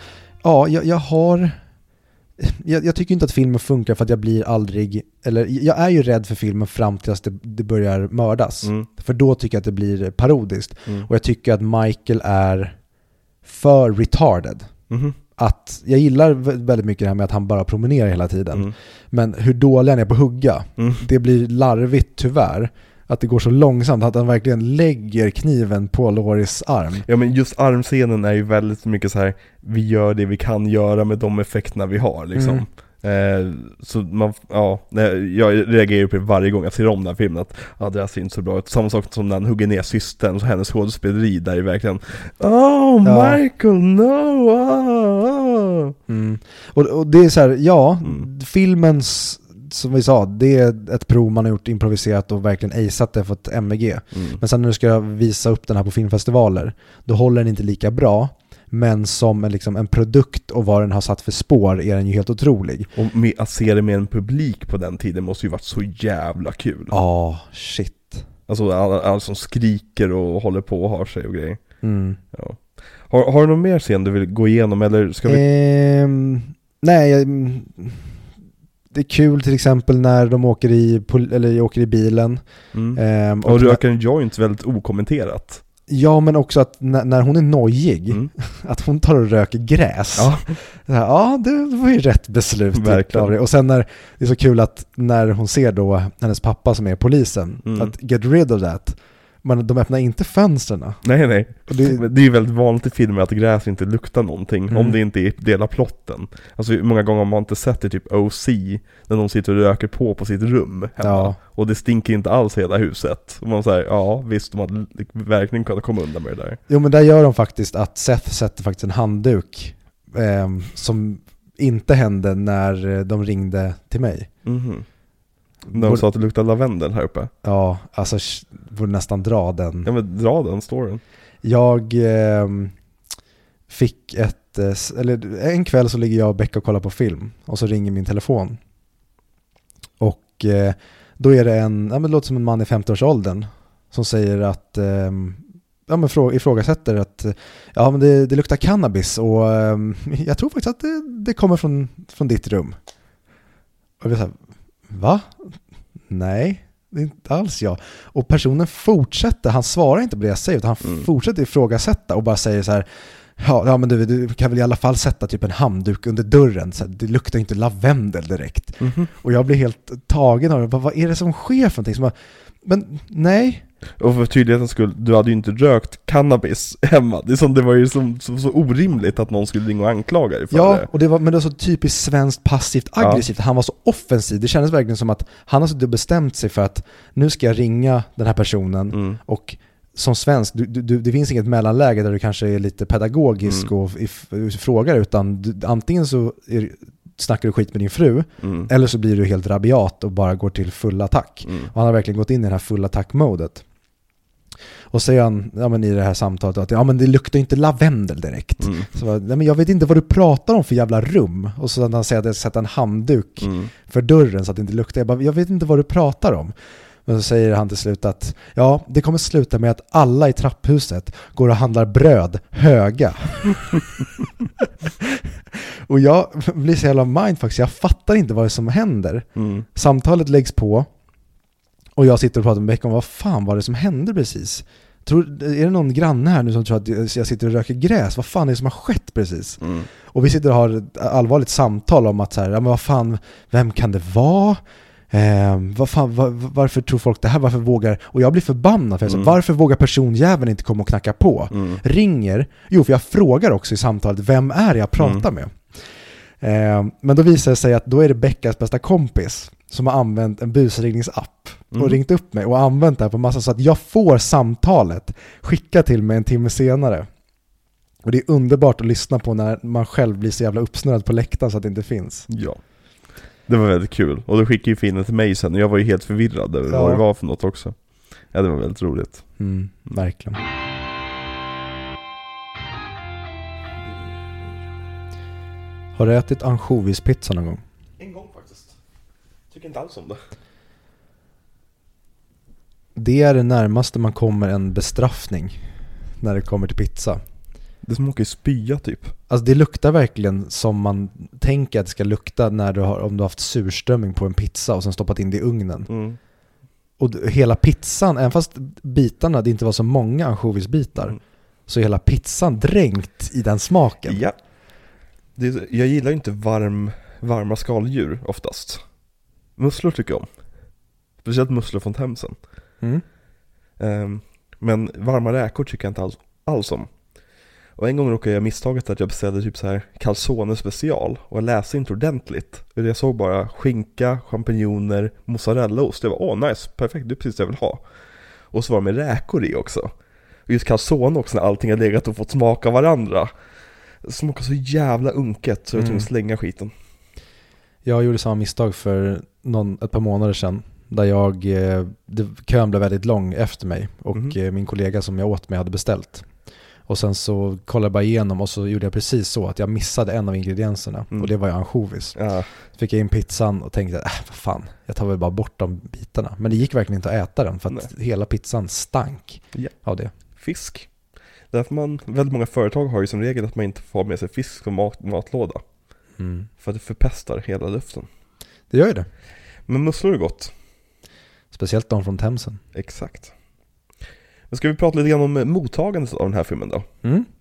jag tycker inte att filmen funkar för att jag blir aldrig, eller jag är ju rädd för filmen fram till att det börjar mördas. För då tycker jag att det blir parodiskt. Och jag tycker att Michael är för retarded. Att jag gillar väldigt mycket det här med att han bara promenerar hela tiden. Men hur dålig han är på att hugga, det blir larvigt tyvärr. Att det går så långsamt att han verkligen lägger kniven på Lauries arm. Ja, men just armscenen är ju väldigt mycket så här, vi gör det vi kan göra med de effekterna vi har liksom. Så man, jag reagerar på det varje gång jag ser om den här filmen att det här ser inte så bra ut. Samma sak som när han hugger ner systern och hennes skådespeleri där är verkligen Michael, no! Och det är så här, filmens, som vi sa, det är ett prov man har gjort improviserat och verkligen aceat det för ett MEG. Men sen när du ska visa upp den här på filmfestivaler, då håller den inte lika bra. Men som en produkt och vad den har satt för spår är den ju helt otrolig. Och att se det med en publik på den tiden måste ju varit så jävla kul. Shit. Alltså alla som skriker och håller på och har sig och grejer. Ja. Har du någon mer scen du vill gå igenom eller ska vi... Nej, det är kul till exempel när de åker i bilen. Och röker en joint väldigt okommenterat. Ja, men också att när hon är nojig, att hon tar och röker gräs. Det var ju rätt beslut. Verkligen. Och sen när det är så kul att när hon ser då hennes pappa som är polisen, att get rid of that. Men de öppnar inte fönsterna. Nej. Det är ju väldigt vanligt i filmer att gräs inte luktar någonting om det inte är del av plotten. Alltså många gånger har man inte sett det typ OC när de sitter och röker på sitt rum hemma. Och det stinker inte alls hela huset. Och man säger, visst, de hade verkligen kunnat komma undan med det där. Jo, men där gör de faktiskt att Seth sätter faktiskt en handduk som inte hände när de ringde till mig. De sa att det luktar lavendel här uppe. Ja, alltså borde nästan dra den. Ja, men dra den storyn. Jag fick en kväll så ligger jag och Becka och kollar på film. Och så ringer min telefon. Och då är det det låter som en man i 50-årsåldern som säger att ifrågasätter att men det luktar cannabis och jag tror faktiskt att det kommer från ditt rum. Och vi säger, va? Nej, det är inte alls jag. Och personen fortsätter, han svarar inte på det jag säger utan han fortsätter ifrågasätta och bara säger så här, men du kan väl i alla fall sätta typ en handduk under dörren så det luktar inte lavendel direkt. Och jag blir helt tagen av det. Vad är det som sker för någonting? Men nej. Och för tydlighetens skull, du hade ju inte rökt cannabis hemma. Det var ju så orimligt att någon skulle ringa och anklaga dig för det. Och men det var så typiskt svenskt passivt aggressivt. Han var så offensiv. Det kändes verkligen som att han har så bestämt sig för att nu ska jag ringa den här personen och som svensk, det finns inget mellanläge där du kanske är lite pedagogisk och frågar, utan antingen så snackar du skit med din fru eller så blir du helt rabiat och bara går till full attack. Och han har verkligen gått in i det här full attack-modet. Och säger han i det här samtalet att men det luktar inte lavendel direkt. Så men jag vet inte vad du pratar om för jävla rum. Och så han säger att jag ska sätta en handduk för dörren så att det inte luktar. Jag vet inte vad du pratar om. Men så säger han till slut att det kommer sluta med att alla i trapphuset går och handlar bröd höga. Och jag blir så jävla mindfuck så jag fattar inte vad det är som händer. Samtalet läggs på och jag sitter och pratar med Becka om vad fan var det som hände precis. Är det någon granne här nu som tror att jag sitter och röker gräs? Vad fan är det som har skett precis? Och vi sitter och har ett allvarligt samtal om att så här, men vad fan, vem kan det vara? Varför tror folk det här? Varför vågar? Och jag blir förbannad för varför vågar personjäveln inte komma och knacka på? Ringer. Jo, för jag frågar också i samtalet, vem är jag pratar med? Men då visar det sig att då är det Beckas bästa kompis som har använt en busringningsapp och ringt upp mig och använt det här på massa, så att jag får samtalet skickat till mig en timme senare. Och det är underbart att lyssna på när man själv blir så jävla uppsnurrad på läktaren så att det inte finns. Ja. Det var väldigt kul. Och då skickade ju finnen till mig sen och jag var ju helt förvirrad över vad det var för något också. Ja, det var väldigt roligt. Verkligen. Har du ätit ansjovispizza någon gång? En gång faktiskt. Tycker inte alls om det. Det är det närmaste man kommer en bestraffning när det kommer till pizza. Det smakar spya typ. Alltså det luktar verkligen som man tänker att det ska lukta när om du har haft surströmming på en pizza och sen stoppat in det i ugnen. Och hela pizzan, även fast bitarna det inte var så många ansjovisbitar, så är hela pizzan dränkt i den smaken. Ja. Jag gillar ju inte varma skaldjur oftast. Musslor tycker jag om. Speciellt musslor från Themsen. Men varma räkor tycker jag inte alls om. Och en gång råkade jag misstaget att jag beställde typ så här calzone special och jag läste inte ordentligt. Jag såg bara skinka, champinjoner, mozzarellaost. Det var nice, perfekt, det är precis det jag vill ha. Och så var det med räkor i också. Och just calzone också när allting har legat och fått smaka varandra. Det smakar så jävla unket så jag tvungen slänga skiten. Jag gjorde samma misstag för ett par månader sedan. Där kön blev väldigt lång efter mig. Och min kollega som jag åt med hade beställt. Och sen så kollade jag bara igenom och så gjorde jag precis så att jag missade en av ingredienserna. Och det var ju ansjovis. Så fick jag in pizzan och tänkte, vad fan, jag tar väl bara bort de bitarna. Men det gick verkligen inte att äta den för att hela pizzan stank av det. Fisk. Därför väldigt många företag har ju som regel att man inte får med sig fisk som matlåda. För att det förpestar hela luften. Det gör ju det. Men musslor är gott. Speciellt de från Themsen. Exakt. Men ska vi prata lite grann om mottagandet av den här filmen då?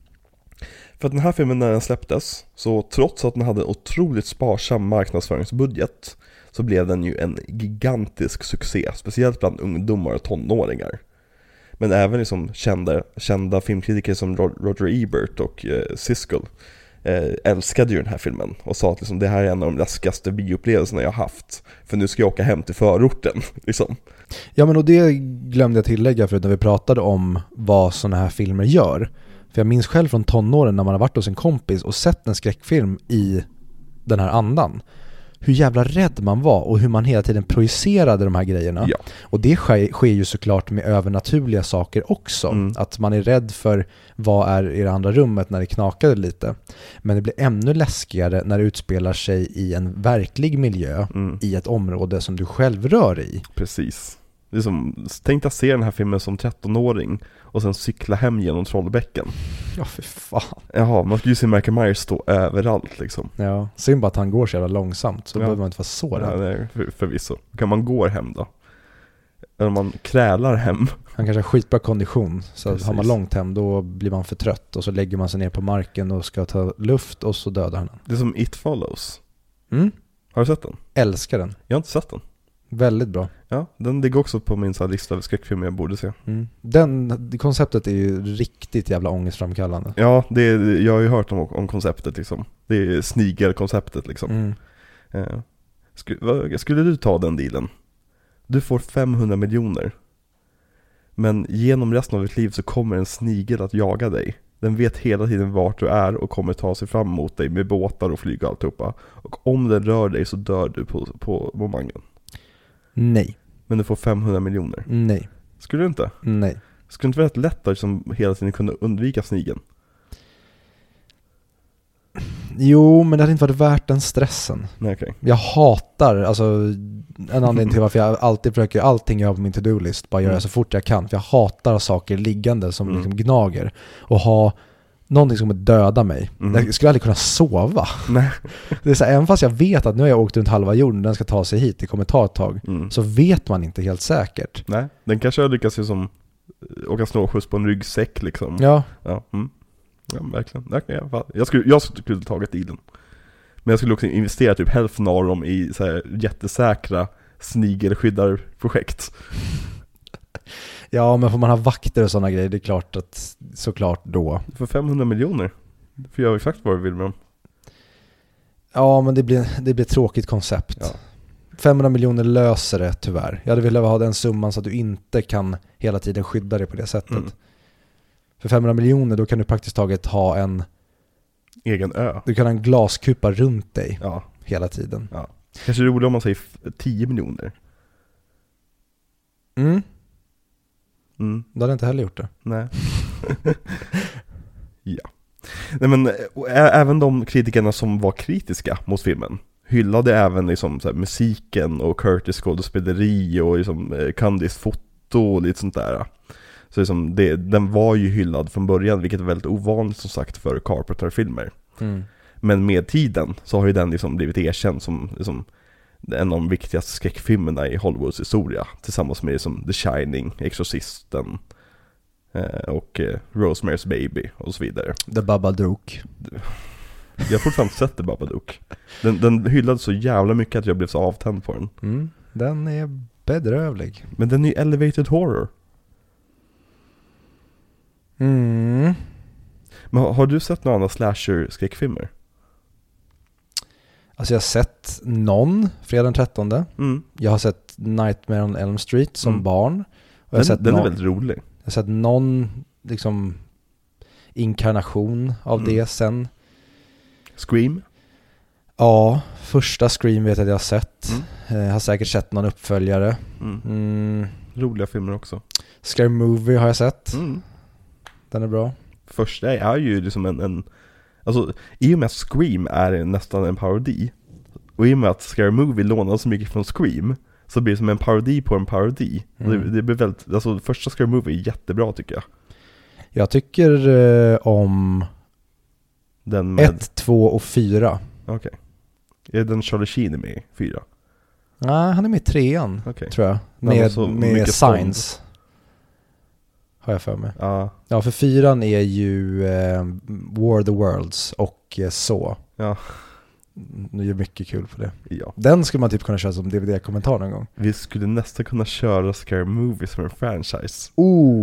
För att den här filmen när den släpptes, så trots att den hade en otroligt sparsam marknadsföringsbudget, så blev den ju en gigantisk succé. Speciellt bland ungdomar och tonåringar. Men även liksom kända filmkritiker som Roger Ebert och Siskel älskade ju den här filmen och sa att liksom, det här är en av de läskigaste bioupplevelserna jag har haft. För nu ska jag åka hem till förorten liksom. Ja, men och det glömde jag tillägga förut när vi pratade om vad såna här filmer gör. För jag minns själv från tonåren när man har varit hos en kompis och sett en skräckfilm i den här andan. Hur jävla rädd man var och hur man hela tiden projicerade de här grejerna. Ja. Och det sker ju såklart med övernaturliga saker också. Att man är rädd för vad är i det andra rummet när det knakade lite. Men det blir ännu läskigare när det utspelar sig i en verklig miljö i ett område som du själv rör i. Precis. Det är som, tänk att se den här filmen som 13-åring och sen cykla hem genom Trollbäcken. Ja, för fan. Jaha, man skulle ju se Michael Myers stå överallt liksom. Ja, synd bara att han går så jävla långsamt. Så behöver man inte vara så rädd. Ja, nej, förvisso. Kan man gå hem då? Eller man krälar hem? Han kanske har skitbra kondition. Så har man långt hem då blir man för trött. Och så lägger man sig ner på marken och ska ta luft och så dödar han. Det är som It Follows. Har du sett den? Älskar den. Jag har inte sett den. Väldigt bra. Ja, den ligger också på min lista av skräckfilmer jag borde se. Det konceptet är ju riktigt jävla ångestframkallande. Ja, jag har ju hört om konceptet liksom. Det är snigelkonceptet liksom. Skulle du ta den dealen? Du får 500 miljoner. Men genom resten av ditt liv så kommer en snigel att jaga dig. Den vet hela tiden vart du är och kommer ta sig fram mot dig med båtar och flyg och alltihopa. Och om den rör dig så dör du på momangen. Nej. Men du får 500 miljoner. Nej. Skulle du inte? Nej. Skulle det inte vara rätt lätt att liksom hela tiden kunna undvika snigeln? Jo, men det hade inte varit värt den stressen. Nej, okay. Jag hatar, alltså en anledning till varför jag alltid försöker allting jag har på min to-do-list bara göra så fort jag kan. För jag hatar saker liggande som liksom gnager. Och ha någonting som kommer döda mig. Jag skulle aldrig kunna sova. Nej. Det är så här, även fast jag vet att nu har jag åkt runt halva jorden, den ska ta sig hit, det kommer ta ett tag. Så vet man inte helt säkert. Nej, den kanske har lyckats som åka snålskjuts på en ryggsäck liksom. Ja. Ja, verkligen. Jag skulle tagit dealen. Men jag skulle också investera typ hälften av dem i så här jättesäkra snigelskyddarprojekt. Ja, men får man ha vakter och sådana grejer, det är klart att såklart då. För 500 miljoner. För jag exakt vad vi vill med dem. Ja, men det blir ett tråkigt koncept. Ja. 500 miljoner löser det tyvärr. Jag hade velat ha den summan så att du inte kan hela tiden skydda dig på det sättet. För 500 miljoner då kan du praktiskt taget ha en egen ö. Du kan ha en glaskupa runt dig hela tiden. Ja. Kanske roligt om man säger 10 miljoner. Då hade jag inte heller gjort det. Nej. Ja. Nej, men även de kritikerna som var kritiska mot filmen hyllade även liksom, så här, musiken och Curtis skådespeleri och liksom, Candys foto och lite sånt där. Så liksom, den var ju hyllad från början, vilket är väldigt ovanligt som sagt för Carpenter-filmer. Men med tiden så har ju den liksom blivit erkänd som liksom, en av de viktigaste skräckfilmerna i Hollywoods historia, tillsammans med liksom, The Shining, Exorcisten och Rosemary's Baby och så vidare. The Babadook. Jag har fortfarande inte sett The Babadook. Den hyllade så jävla mycket att jag blev så avtänd på den. Den är bedrövlig. Men den är ju elevated horror. Men har du sett några andra slasher-skräckfilmer? Alltså jag har sett någon, fredag den 13. Jag har sett Nightmare on Elm Street som barn. Och den är väldigt rolig. Jag har sett någon liksom inkarnation av det sen. Scream? Ja, första Scream vet jag att jag har sett. Jag har säkert sett någon uppföljare. Roliga filmer också. Scary Movie har jag sett. Den är bra. Första är ju liksom en alltså, i och med att Scream är nästan en parodi, och i och med att Scary Movie lånar så mycket från Scream, så blir det som en parodi på en parodi. Det blir väldigt, alltså första Scary Movie är jättebra tycker jag. Jag tycker om den med 1, 2 och 4. Okej. Är den Charlie Sheen med i 4? Nej, han är med i 3:an, tror jag. Med Signs. Har jag för mig. Ja, för 4:an är ju War of the Worlds och så. Ja. Det är mycket kul på det. Ja. Den skulle man typ kunna köra som DVD-kommentar någon gång. Vi skulle nästan kunna köra Scary Movies som en franchise.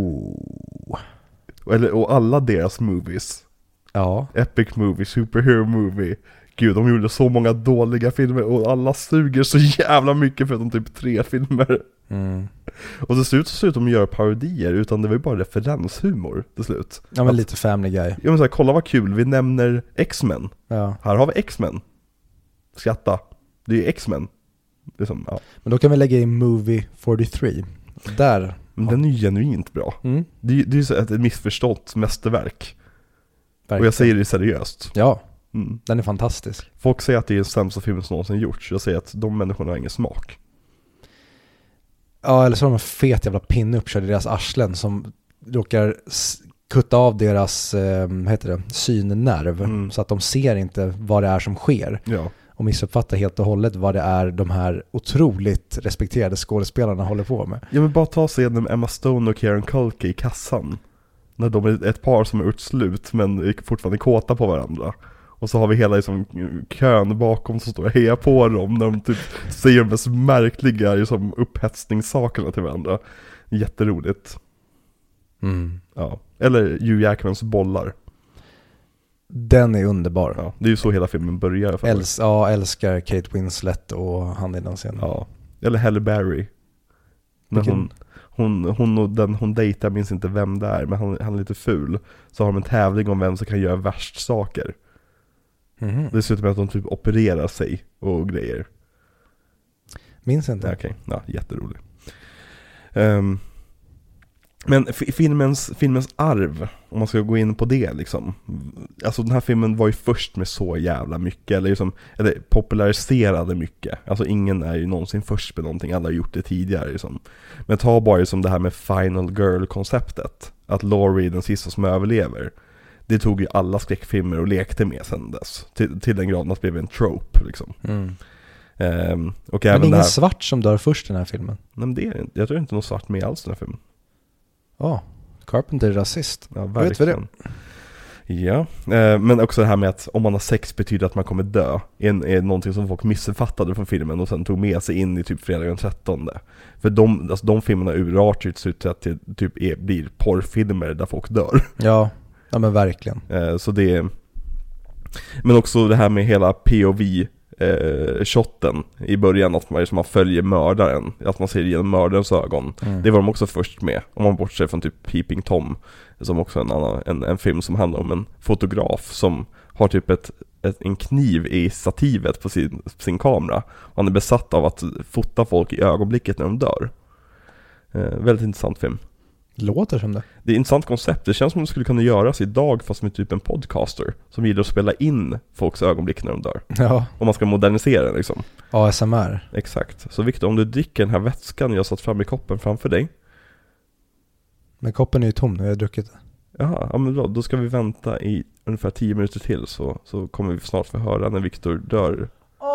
Och alla deras movies. Ja. Epic movie, superhero movie. Gud, de gjorde så många dåliga filmer och alla suger så jävla mycket för de typ 3 filmer. Och till slut så slutar de göra parodier, utan det var ju bara referenshumor till slut. Ja, men lite Family Guy. Ja, men så här, kolla vad kul, vi nämner X-Men. Ja. Här har vi X-Men. Skratta. Det är ju X-Men. Liksom, ja. Men då kan vi lägga in Movie 43. Där. Men den är ju genuint bra. Det är ju så ett missförstått mästerverk. Verkligen. Och jag säger det seriöst. Ja. Den är fantastisk. Folk säger att det är den sämsta filmen som någonsin gjorts. Jag säger att de människorna har ingen smak. Ja, eller så har de en fet jävla pinne uppkörd i deras arslen som råkar kutta av deras synnerv, så att de ser inte vad det är som sker. Ja. Och missuppfattar helt och hållet vad det är de här otroligt respekterade skådespelarna håller på med. Ja, men bara ta scenen med Emma Stone och Kieran Culkin i kassan. När de är ett par som har gjort slut men är fortfarande kåta på varandra. Och så har vi hela liksom, kön bakom som står och hejar på dem när de typ säger de mest märkliga liksom, upphetsningssakerna till varandra. Jätteroligt. Ja. Eller Hugh Jackmans bollar. Den är underbar. Ja, det är ju så hela filmen börjar. Älskar Kate Winslet och han i den scenen. Ja. Eller Halle Berry. När hon dejtar, jag minns inte vem det är, men han är lite ful. Så har de en tävling om vem som kan göra värst saker. Det slutar med att de typ opererar sig och grejer. Minns inte. Okej. Ja, jätteroligt. Men filmens arv, om man ska gå in på det liksom. Alltså den här filmen var ju först med så jävla mycket, eller populariserade mycket. Alltså ingen är ju någonsin först med någonting, alla har gjort det tidigare liksom. Men ta bara som det här med Final Girl-konceptet, att Laurie är den sista som överlever. Det tog ju alla skräckfilmer och lekte med sen dess, till den graden att det blev en trope liksom. Och men ingen svart som dör först i den här filmen? Nej, men jag tror inte någon svart med alls i den här filmen. Ja, Carpenter är rasist. Ja, vet vi det? Ja, men också det här med att om man har sex betyder att man kommer dö är någonting som folk missuppfattade från filmen och sen tog med sig in i typ fredag den 13. För de filmerna urartar ut till att det typ blir porrfilmer där folk dör. Ja men verkligen. Så det men också det här med hela POV shotten i början, att man följer mördaren, att man ser genom mördarens ögon. Det var de också först med, om man bortser från typ Peeping Tom, som också en film som handlar om en fotograf som har typ en kniv i stativet på sin kamera. Han är besatt av att fota folk i ögonblicket när de dör. Väldigt intressant film. Låter som det. Det är ett intressant koncept. Det känns som det skulle kunna göras idag fast med typ en podcaster som gillar att spela in folks ögonblick när de dör. Ja. Om man ska modernisera den liksom. ASMR. Exakt. Så Victor, om du dricker den här vätskan jag satt fram i koppen framför dig. Men koppen är ju tom nu, jag har druckit det. Jaha, ja, men då ska vi vänta i ungefär 10 minuter till så kommer vi snart få höra när Victor dör.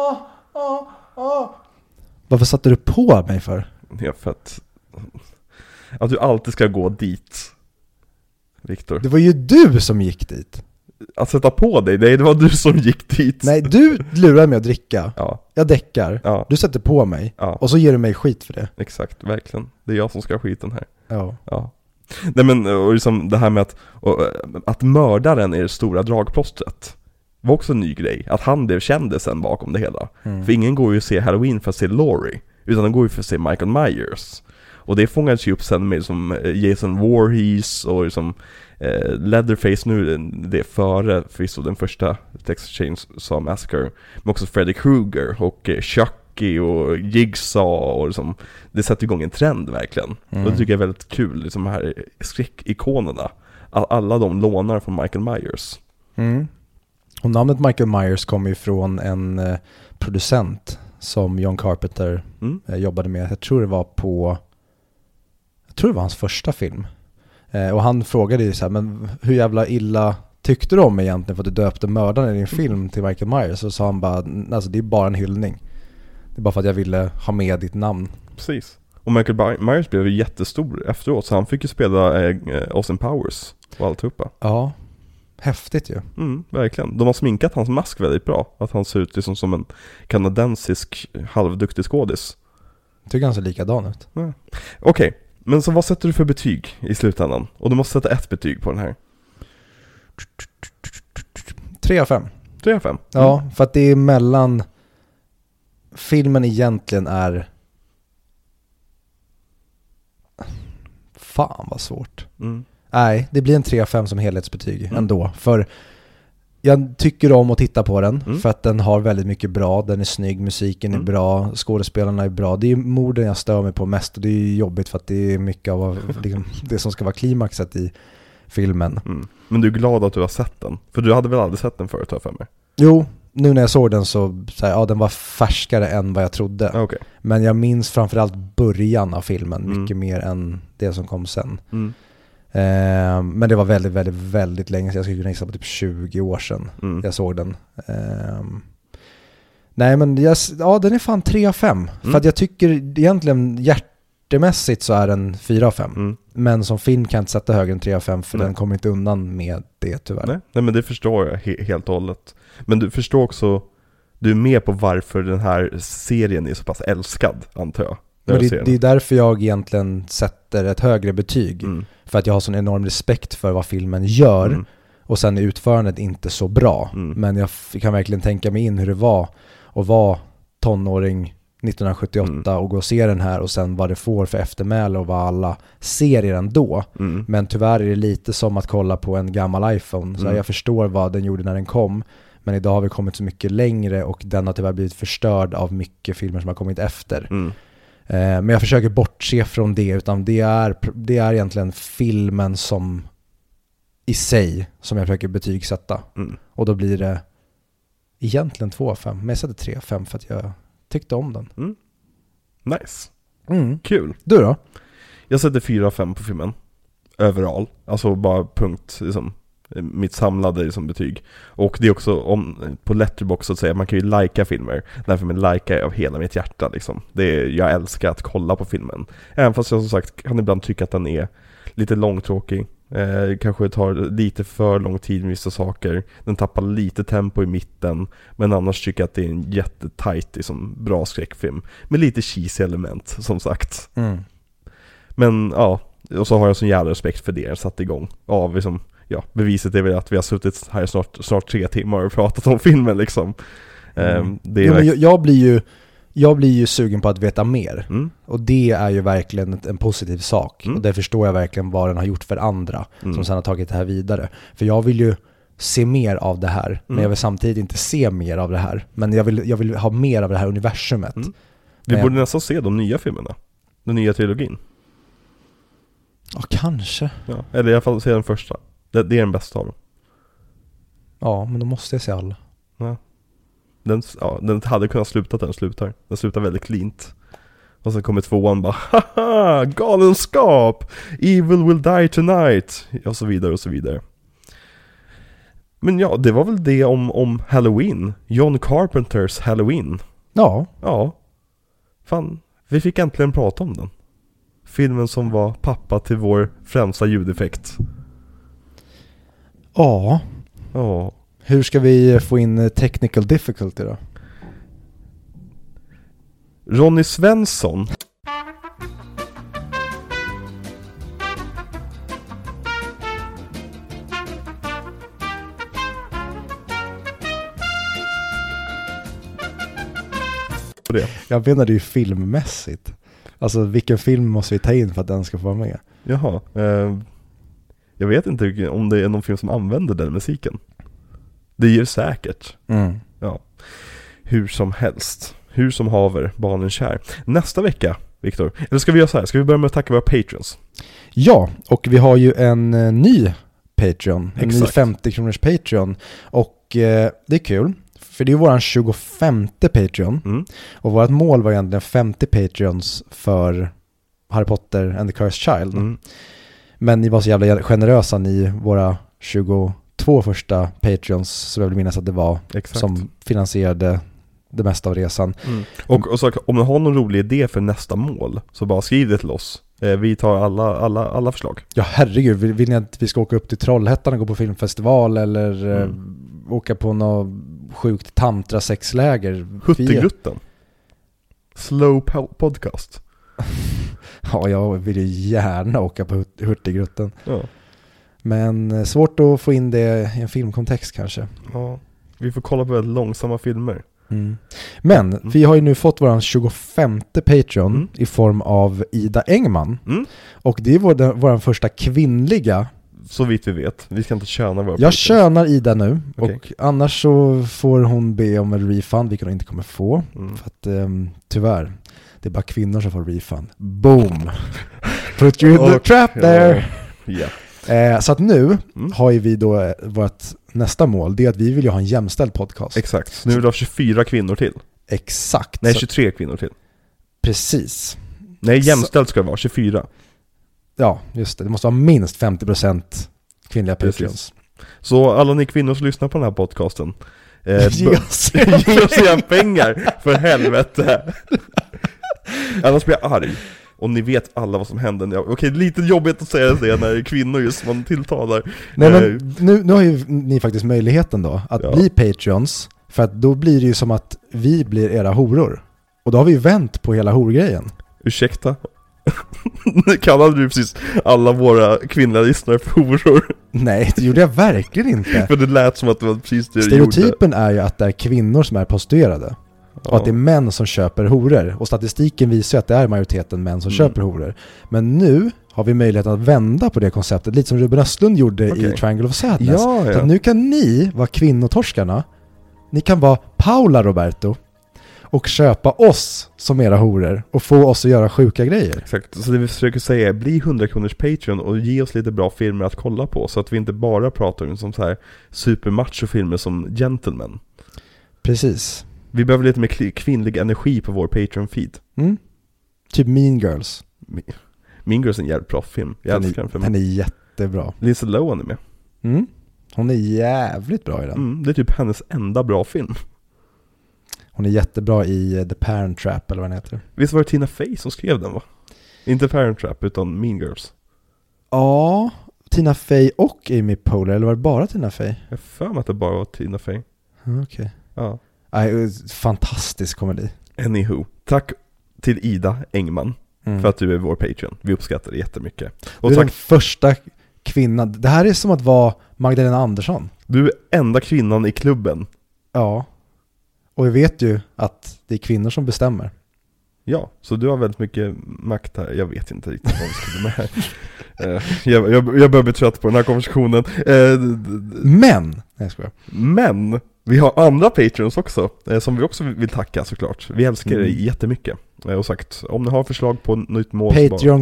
Varför satte du på mig för? Ja, för att du alltid ska gå dit, Victor. Det var ju du som gick dit. Att sätta på dig? Nej, det var du som gick dit. Nej, du lurar mig att dricka. Ja. Jag däckar. Ja. Du sätter på mig. Ja. Och så ger du mig skit för det. Exakt, verkligen. Det är jag som ska ha skiten här. Ja. Nej, men och liksom det här med att mördaren är det stora dragplåstret var också en ny grej. Att han blev kändisen bakom det hela. För ingen går ju att se Halloween för att se Laurie, utan de går ju för att se Michael Myers. Och det fångades ju upp sen med som Jason Voorhees och liksom Leatherface nu, det är före förvisso den första Texas Chainsaw Massacre, men också Freddy Krueger och Chucky och Jigsaw och liksom, det sätter igång en trend verkligen. Och det tycker jag är väldigt kul, liksom här skräckikonerna, alla de lånar från Michael Myers. Och namnet Michael Myers kommer ju från en producent som John Carpenter jobbade med. Jag tror det var hans första film. Och han frågade ju så här, men hur jävla illa tyckte du om egentligen för att du döpte mördaren i din film till Michael Myers? Och så sa han bara, alltså det är bara en hyllning. Det är bara för att jag ville ha med ditt namn. Precis. Och Michael Myers blev ju jättestor efteråt, så han fick ju spela Austin Powers och alltihopa. Ja, häftigt ju. Verkligen. De har sminkat hans mask väldigt bra. Att han ser ut liksom som en kanadensisk halvduktig skådis. Tycker han ser likadan ut. Ja. Okej. Men så vad sätter du för betyg i slutändan? Och du måste sätta ett betyg på den här. 3 av 5. 3 av 5? Ja, för att det är mellan... Filmen egentligen är... Fan vad svårt. Nej, det blir en 3 av 5 som helhetsbetyg ändå. För jag tycker om att titta på den för att den har väldigt mycket bra. Den är snygg, musiken är bra, skådespelarna är bra. Det är morden jag stör mig på mest och det är jobbigt för att det är mycket av liksom, det som ska vara klimaxet i filmen. Men du är glad att du har sett den? För du hade väl aldrig sett den förut, för mig? Jo, nu när jag såg den så ja, den var färskare än vad jag trodde. Okay. Men jag minns framförallt början av filmen mycket mer än det som kom sen. Men det var väldigt, väldigt, väldigt länge sedan. Jag skulle kunna gissa på typ 20 år sedan jag såg den. Nej, men den är fan 3 av 5. För att jag tycker egentligen hjärtemässigt så är den 4 av 5. Men som film kan jag inte sätta högre än 3 av 5 för den kommer inte undan med det tyvärr. Nej, men det förstår jag helt och hållet. Men du förstår också, du är med på varför den här serien är så pass älskad, antar jag. Men det är därför jag egentligen sätter ett högre betyg. För att jag har sån enorm respekt för vad filmen gör. Och sen är utförandet inte så bra. Men jag kan verkligen tänka mig in hur det var att vara tonåring 1978 och gå och se den här och sen vad det får för eftermäle och vad alla ser i den då. Men tyvärr är det lite som att kolla på en gammal iPhone. Så jag förstår vad den gjorde när den kom. Men idag har vi kommit så mycket längre och den har tyvärr blivit förstörd av mycket filmer som har kommit efter. Men jag försöker bortse från det, utan det är egentligen filmen som i sig som jag försöker betygsätta. Och då blir det egentligen 2 av 5, men jag sätter 3 av 5 för att jag tyckte om den. Nice. Kul. Du då? Jag sätter 4 av 5 på filmen. Överall. Alltså bara punkt liksom, mitt samlade liksom, betyg. Och det är också på Letterboxd så att säga, man kan ju likea filmer. Därför man likar av hela mitt hjärta liksom. Jag älskar att kolla på filmen. Även fast jag som sagt kan ibland tycka att den är lite långtråkig. Kanske tar lite för lång tid med vissa saker. Den tappar lite tempo i mitten. Men annars tycker jag att det är en jättetajt liksom, bra skräckfilm. Med lite cheesy element som sagt. Men ja, och så har jag sån jävla respekt för det jag satt igång. Liksom, beviset är väl att vi har suttit här snart 3 timmar och pratat om filmen liksom. Jag blir ju sugen på att veta mer. Och det är ju verkligen en positiv sak. Och det förstår jag verkligen vad den har gjort för andra som sedan har tagit det här vidare. För jag vill ju se mer av det här, men jag vill samtidigt inte se mer av det här. Men jag vill ha mer av det här universumet. Vi borde nästan se de nya filmerna. Den nya trilogin. Ja, kanske. Ja, eller i alla fall se den första. Det är den bästa av dem. Ja, men då måste jag se alla. Ja. Den hade kunnat sluta den slutar. Den slutar väldigt cleant. Och sen kommer 2:an bara haha, galenskap! Evil will die tonight! Och så vidare och så vidare. Men ja, det var väl det om Halloween. John Carpenters Halloween. Ja. Ja. Fan, vi fick äntligen prata om den. Filmen som var pappa till vår främsta ljudeffekt. Ja. Ja. Hur ska vi få in technical difficulty då? Ronny Svensson. Jag menade ju filmmässigt. Alltså vilken film måste vi ta in för att den ska få vara med? Jaha. Jag vet inte om det är någon film som använder den musiken. Det gör säkert. Ja. Hur som helst. Hur som haver, barnen kär. Nästa vecka, Viktor. Eller ska vi göra så här? Ska vi börja med att tacka våra patrons? Ja, och vi har ju en ny Patreon. En ny 50 kronors Patreon. Och det är kul. För det är våran 25:e Patreon. Och vårt mål var egentligen 50 Patreons för Harry Potter and the Cursed Child. Men ni var så jävla generösa, ni våra 22 första Patreons, så jag vill minnas att det var som finansierade det mesta av resan. Och så, om ni har någon rolig idé för nästa mål, så bara skriv det till oss. Vi tar alla förslag. Ja, herregud. Vill ni att vi ska åka upp till Trollhättan och gå på filmfestival eller åka på något sjukt tantra-sexläger? Hurtigruten. Slow podcast. Ja, jag vill ju gärna åka på Hurtigruten. Ja. Men svårt att få in det i en filmkontext kanske. Ja, vi får kolla på väldigt långsamma filmer. Men vi har ju nu fått våran 25:e Patreon i form av Ida Engman. Och det är våran första kvinnliga. Så vitt vi vet. Vi ska inte köna våra Jag könar Ida nu. Okay. Och annars så får hon be om en refund, vilket hon inte kommer få. För att tyvärr, det är bara kvinnor som får refund. Boom! Put you in the trap there! Yeah. Så att nu har ju vi då vårt nästa mål, det är att vi vill ju ha en jämställd podcast. Exakt. Nu vill vi ha 24 kvinnor till. Exakt. Nej, 23 kvinnor till. Precis. Nej, jämställd ska det vara, 24. Ja, just det. Det måste vara minst 50% kvinnliga Patreons. Så alla ni kvinnor som lyssnar på den här podcasten, ge oss pengar, för helvete. Annars blir jag arg. Och ni vet alla vad som händer. Okej, lite jobbigt att säga det när kvinnor just man tilltalar. Nej, men nu har ju ni faktiskt möjligheten då att bli Patreons. För att då blir det ju som att vi blir era horor. Och då har vi ju vänt på hela horgrejen. Ursäkta? Kallade du precis alla våra kvinnliga lyssnare för horor? Nej, det gjorde jag verkligen inte. För det lät som att det var precis det Stereotypen är ju att det är kvinnor som är prostituerade. Och att det är män som köper horor. Och statistiken visar att det är majoriteten män som köper horor. Men nu har vi möjlighet att vända på det konceptet. Lite som Ruben Östlund gjorde i Triangle of Sadness. Ja. Så att nu kan ni vara kvinnotorskarna. Ni kan vara Paula Roberto. och köpa oss som era horor och få oss att göra sjuka grejer. Exakt, så det vi försöker säga är bli 100 kronors Patreon och ge oss lite bra filmer att kolla på, så att vi inte bara pratar om som så här supermacho-filmer som Gentleman. Precis. Vi behöver lite mer kvinnlig energi på vår Patreon-feed. Typ Mean Girls. Mean Girls är en jävligt bra film. Jag älskar den filmen. Den är jättebra. Lindsay Lohan är med. Hon är jävligt bra i den. Det är typ hennes enda bra film. Hon är jättebra i The Parent Trap, eller vad den heter. Visst var det Tina Fey som skrev den, va? Inte Parent Trap, utan Mean Girls. Ja, Tina Fey och Amy Poehler, eller var det bara Tina Fey? Jag för mig att det bara var Tina Fey. Okej. Ja. Fantastisk komedi. Anywho, tack till Ida Engman för att du är vår Patreon. Vi uppskattar det jättemycket. Och du är den första kvinnan. Det här är som att vara Magdalena Andersson. Du är enda kvinnan i klubben. Ja. Och vi vet ju att det är kvinnor som bestämmer. Ja, så du har väldigt mycket makt här. Jag vet inte riktigt vad vi ska med här. Jag börjar bli trött på den här konversationen. Men vi har andra Patreons också, som vi också vill tacka såklart. Vi älskar det jättemycket. Och sagt, om ni har förslag på nytt mål,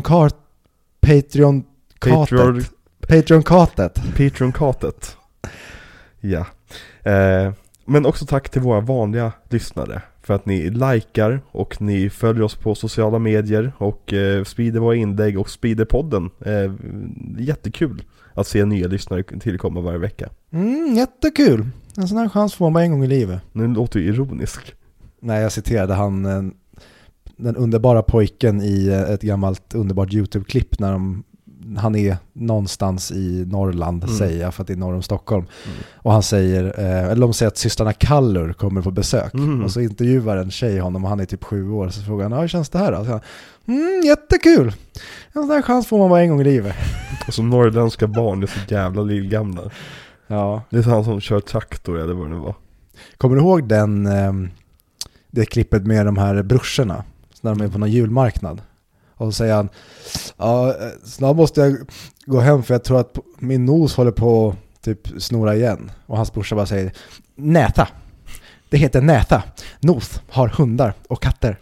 Patreon-katet. Ja. Men också tack till våra vanliga lyssnare för att ni likar och ni följer oss på sociala medier och sprider våra inlägg och sprider podden. Jättekul att se nya lyssnare tillkomma varje vecka. Jättekul. En sån här chans får man bara en gång i livet. Nu låter du ironisk. Nej, jag citerade den underbara pojken i ett gammalt underbart YouTube-klipp när han är någonstans i Norrland, säger jag, för att det är norr om Stockholm. Och han säger, eller de säger att systrarna Kallur kommer på besök. Och så intervjuar en tjej honom och han är typ 7 år. Så frågar han, hur känns det här då? Så han, jättekul. En sån här chans får man bara en gång i livet. Och som norrländska barn är så jävla lillgamla. Ja. Det är han som kör traktor eller vad det var. Kommer du ihåg det klippet med de här brorsorna när de är på någon julmarknad? Och så säger han, ja, snart måste jag gå hem för jag tror att min nos håller på att typ snora igen. Och hans brorsa bara säger, näta. Det heter näta. Nos har hundar och katter.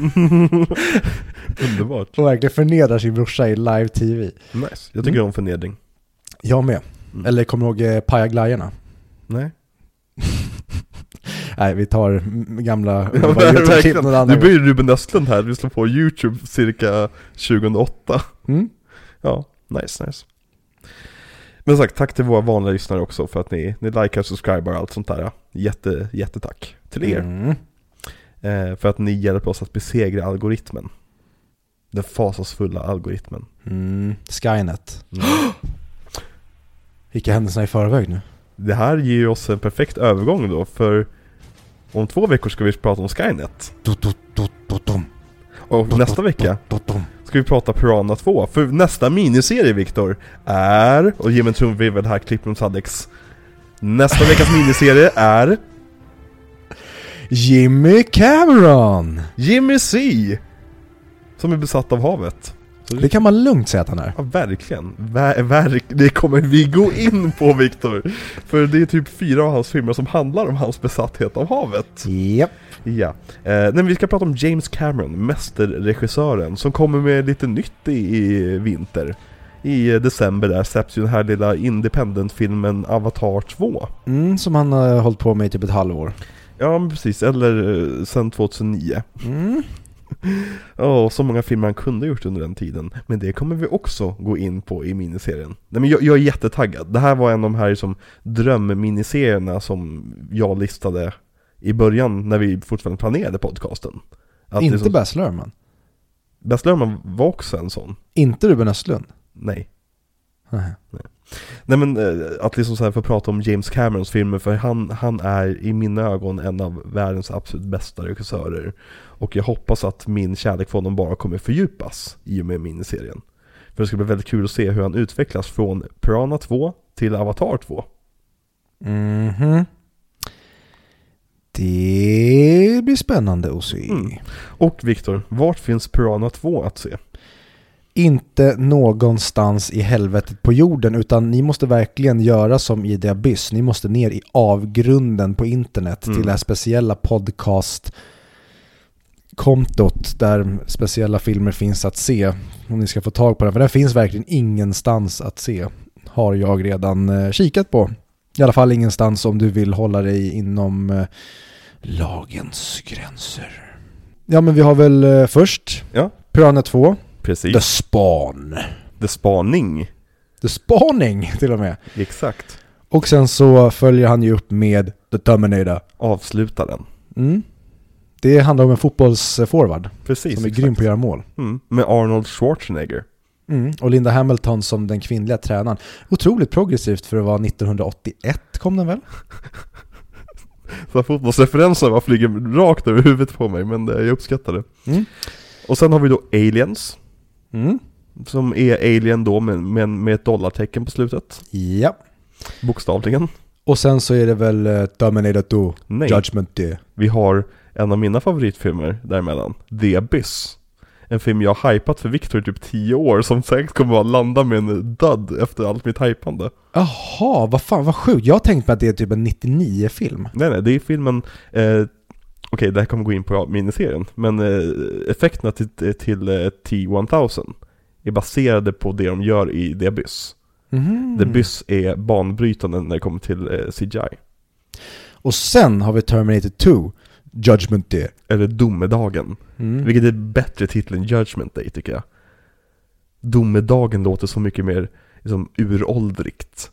Underbart. Och verkligen förnedrar sin brorsa i live-tv. Nice. Jag tycker om förnedring. Jag med. Eller kommer du ihåg Pajaglajorna? Nej. Nej, vi tar gamla YouTube-klipp. Nu blir Ruben Östlund här. Vi slår på YouTube cirka 2008. Ja, nice. Men sagt, tack till våra vanliga lyssnare också för att ni likar, subscriber och allt sånt där. Jättetack till er. För att ni hjälper oss att besegra algoritmen. Den fasansfulla algoritmen. Skynet. Vilka händelserna i förväg nu? Det här ger oss en perfekt övergång då, för om 2 veckor ska vi prata om Skynet. Och nästa vecka ska vi prata Piranha 2. För nästa miniserie, Viktor, är, och ge mig en trumvirvel här, klipp från Alex. Nästa veckas miniserie är Jimmy Cameron. Jimmy C, som är besatt av havet. Det kan man lugnt säga att han är. Ja, verkligen. Det kommer vi gå in på, Viktor. För det är typ 4 av hans filmer som handlar om hans besatthet av havet. Yep. Ja. Men vi ska prata om James Cameron, mästerregissören, som kommer med lite nytt i vinter. I december där släpps ju den här lilla independent-filmen Avatar 2. Som han har hållit på med i typ ett halvår. Ja, precis. Eller sen 2009. Så många filmer han kunde ha gjort under den tiden. Men det kommer vi också gå in på i miniserien. Nej, men jag är jättetaggad. Det här var en av de här som drömminiserierna som jag listade i början när vi fortfarande planerade podcasten. Inte så... Baz Luhrmann. Baz Luhrmann var också en sån. Inte Ruben Östlund? Nej. Nej, men att liksom så här få prata om James Camerons filmer, för han är i mina ögon en av världens absolut bästa regissörer, och jag hoppas att min kärlek för honom bara kommer fördjupas i och med miniserien. För det ska bli väldigt kul att se hur han utvecklas från Piranha 2 till Avatar 2. Det blir spännande att se. Och Viktor, vart finns Piranha 2 att se? Inte någonstans i helvetet på jorden, utan ni måste verkligen göra som i The Abyss. Ni måste ner i avgrunden på internet till det här speciella podcast kontot där speciella filmer finns att se, om ni ska få tag på den, för den finns verkligen ingenstans att se, har jag redan kikat på. I alla fall ingenstans om du vill hålla dig inom lagens gränser. Ja, men vi har väl först Piranha 2. Precis. The Spawn. The Spawning. The Spawning till och med. Exakt. Och sen så följer han ju upp med The Terminator. Avslutar den. Det handlar om en fotbollsforward. Precis, som är grym på att göra mål. Med Arnold Schwarzenegger. Och Linda Hamilton som den kvinnliga tränaren. Otroligt progressivt för att vara 1981 kom den väl? Så fotbollsreferenser var flyger rakt över huvudet på mig, men jag uppskattar det. Och sen har vi då Aliens. Som är Alien då med ett dollartecken på slutet. Ja. Bokstavligen. Och sen så är det väl Terminator 2, Judgment Day. Vi har en av mina favoritfilmer däremellan, The Abyss. En film jag har hypat för Victor i typ 10 år, som säkert kommer att landa med en död efter allt mitt hypande. Jaha, vad sjukt. Jag har tänkt på att det är typ en 99-film. Nej, det är filmen... Okej, det här kommer gå in på miniserien. Men effekterna till T-1000 är baserade på det de gör i The Abyss. The Abyss är banbrytande när det kommer till CGI. Och sen har vi Terminator 2, Judgment Day. Eller Domedagen. Vilket är bättre titel än Judgment Day, tycker jag. Domedagen låter så mycket mer liksom, uråldrigt.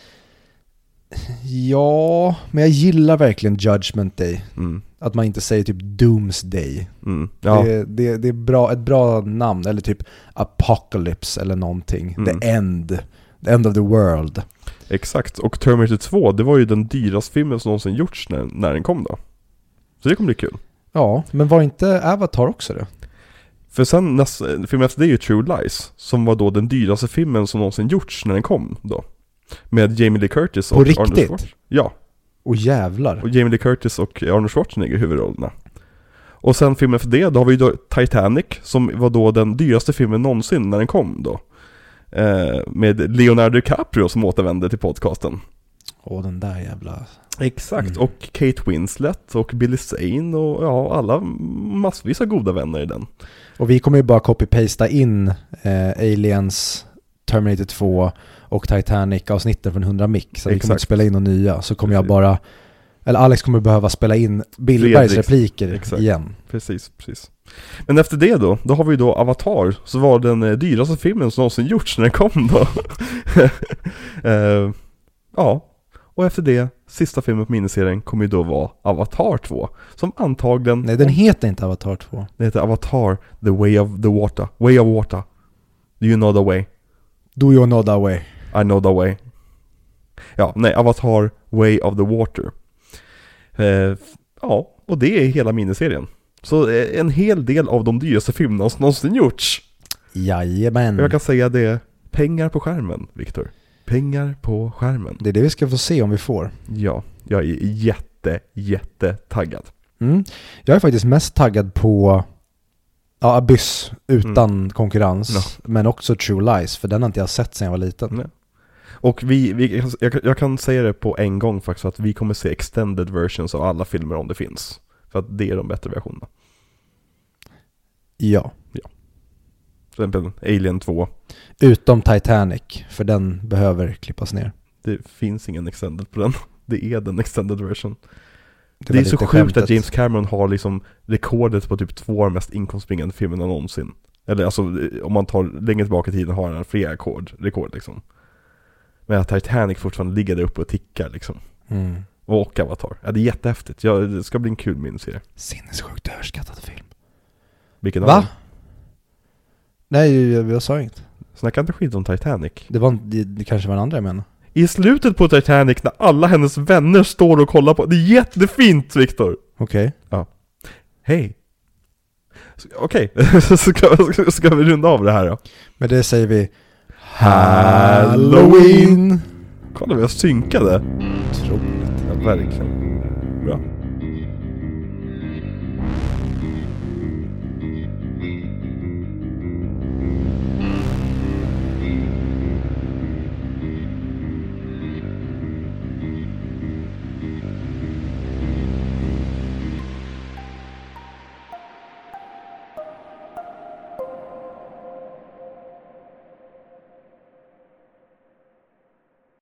Ja, men jag gillar verkligen Judgment Day. Att man inte säger typ Doomsday. Ja. Det är bra, ett bra namn. Eller typ Apocalypse eller någonting. The End of the World. Exakt, och Terminator 2, det var ju den dyraste filmen som någonsin gjorts när den kom då. Så det kommer bli kul. Ja, men var inte Avatar också det? För sen filmen efter det är ju True Lies, som var då den dyraste filmen som någonsin gjorts när den kom då. Med Jamie Lee Curtis och Arnold Schwarzenegger. Ja. Och jävlar. Och Jamie Lee Curtis och Arnold Schwarzenegger i huvudrollerna. Och sen filmen efter det, då har vi då Titanic, som var då den dyraste filmen någonsin när den kom då. Med Leonardo DiCaprio som återvände till podcasten. Den där jävla... Exakt, och Kate Winslet och Billy Zane och ja, alla massvis av goda vänner i den. Och vi kommer ju bara copy-pasta in Aliens, Terminator 2 och Titanic-avsnitten från 100 mic. Så vi kommer inte spela in några nya. Så kommer jag bara... Eller Alex kommer behöva spela in Billbergs repliker igen. Precis. Men efter det då har vi då Avatar, så var den dyraste filmen som någonsin gjorts när den kom då. Ja, och efter det, sista filmen på miniserien kommer ju då vara Avatar 2, som antagligen... Nej, den heter inte Avatar 2. Den heter Avatar, The Way of the Water. Way of Water. Do you know the way? Do you know the way? I know the way. Ja, nej, Avatar, Way of the Water. Ja, och det är hela miniserien. Så en hel del av de dyraste filmerna som någonsin gjorts. Jajamän. Jag kan säga det, pengar på skärmen, Victor. Pengar på skärmen. Det är det vi ska få se om vi får. Ja, jag är jätte taggad. Jag är faktiskt mest taggad på Abyss utan konkurrens. Men också True Lies, för den har inte jag sett sedan jag var liten. Nej. Och jag kan säga det på en gång faktiskt, att vi kommer se extended versions av alla filmer om det finns. För att det är de bättre versionerna. Ja. Till exempel Alien 2. Utom Titanic, för den behöver klippas ner. Det finns ingen extended på den. Det är den extended version. Det är så sjukt att James Cameron har liksom rekordet på typ 2 av mest inkomstbringande filmerna någonsin. Eller alltså, om man tar längre tillbaka i tiden har han fler rekord liksom. Men att Titanic fortfarande ligger där uppe och tickar liksom. Och Avatar. Ja, det är jättehäftigt. Det ska bli en kul minserie. Sinnessjukt överskattad film. Vilken Va? Nej, jag sa inget. Snacka inte skit om Titanic. Det kanske var en andra jag menar. I slutet på Titanic, när alla hennes vänner står och kollar på. Det är jättefint, Victor. Okej. Ja. Hej. Okej. Ska vi runda av det här då? Men det säger vi Halloween. Kolla, vi har synkade. Otroligt. Ja, verkligen.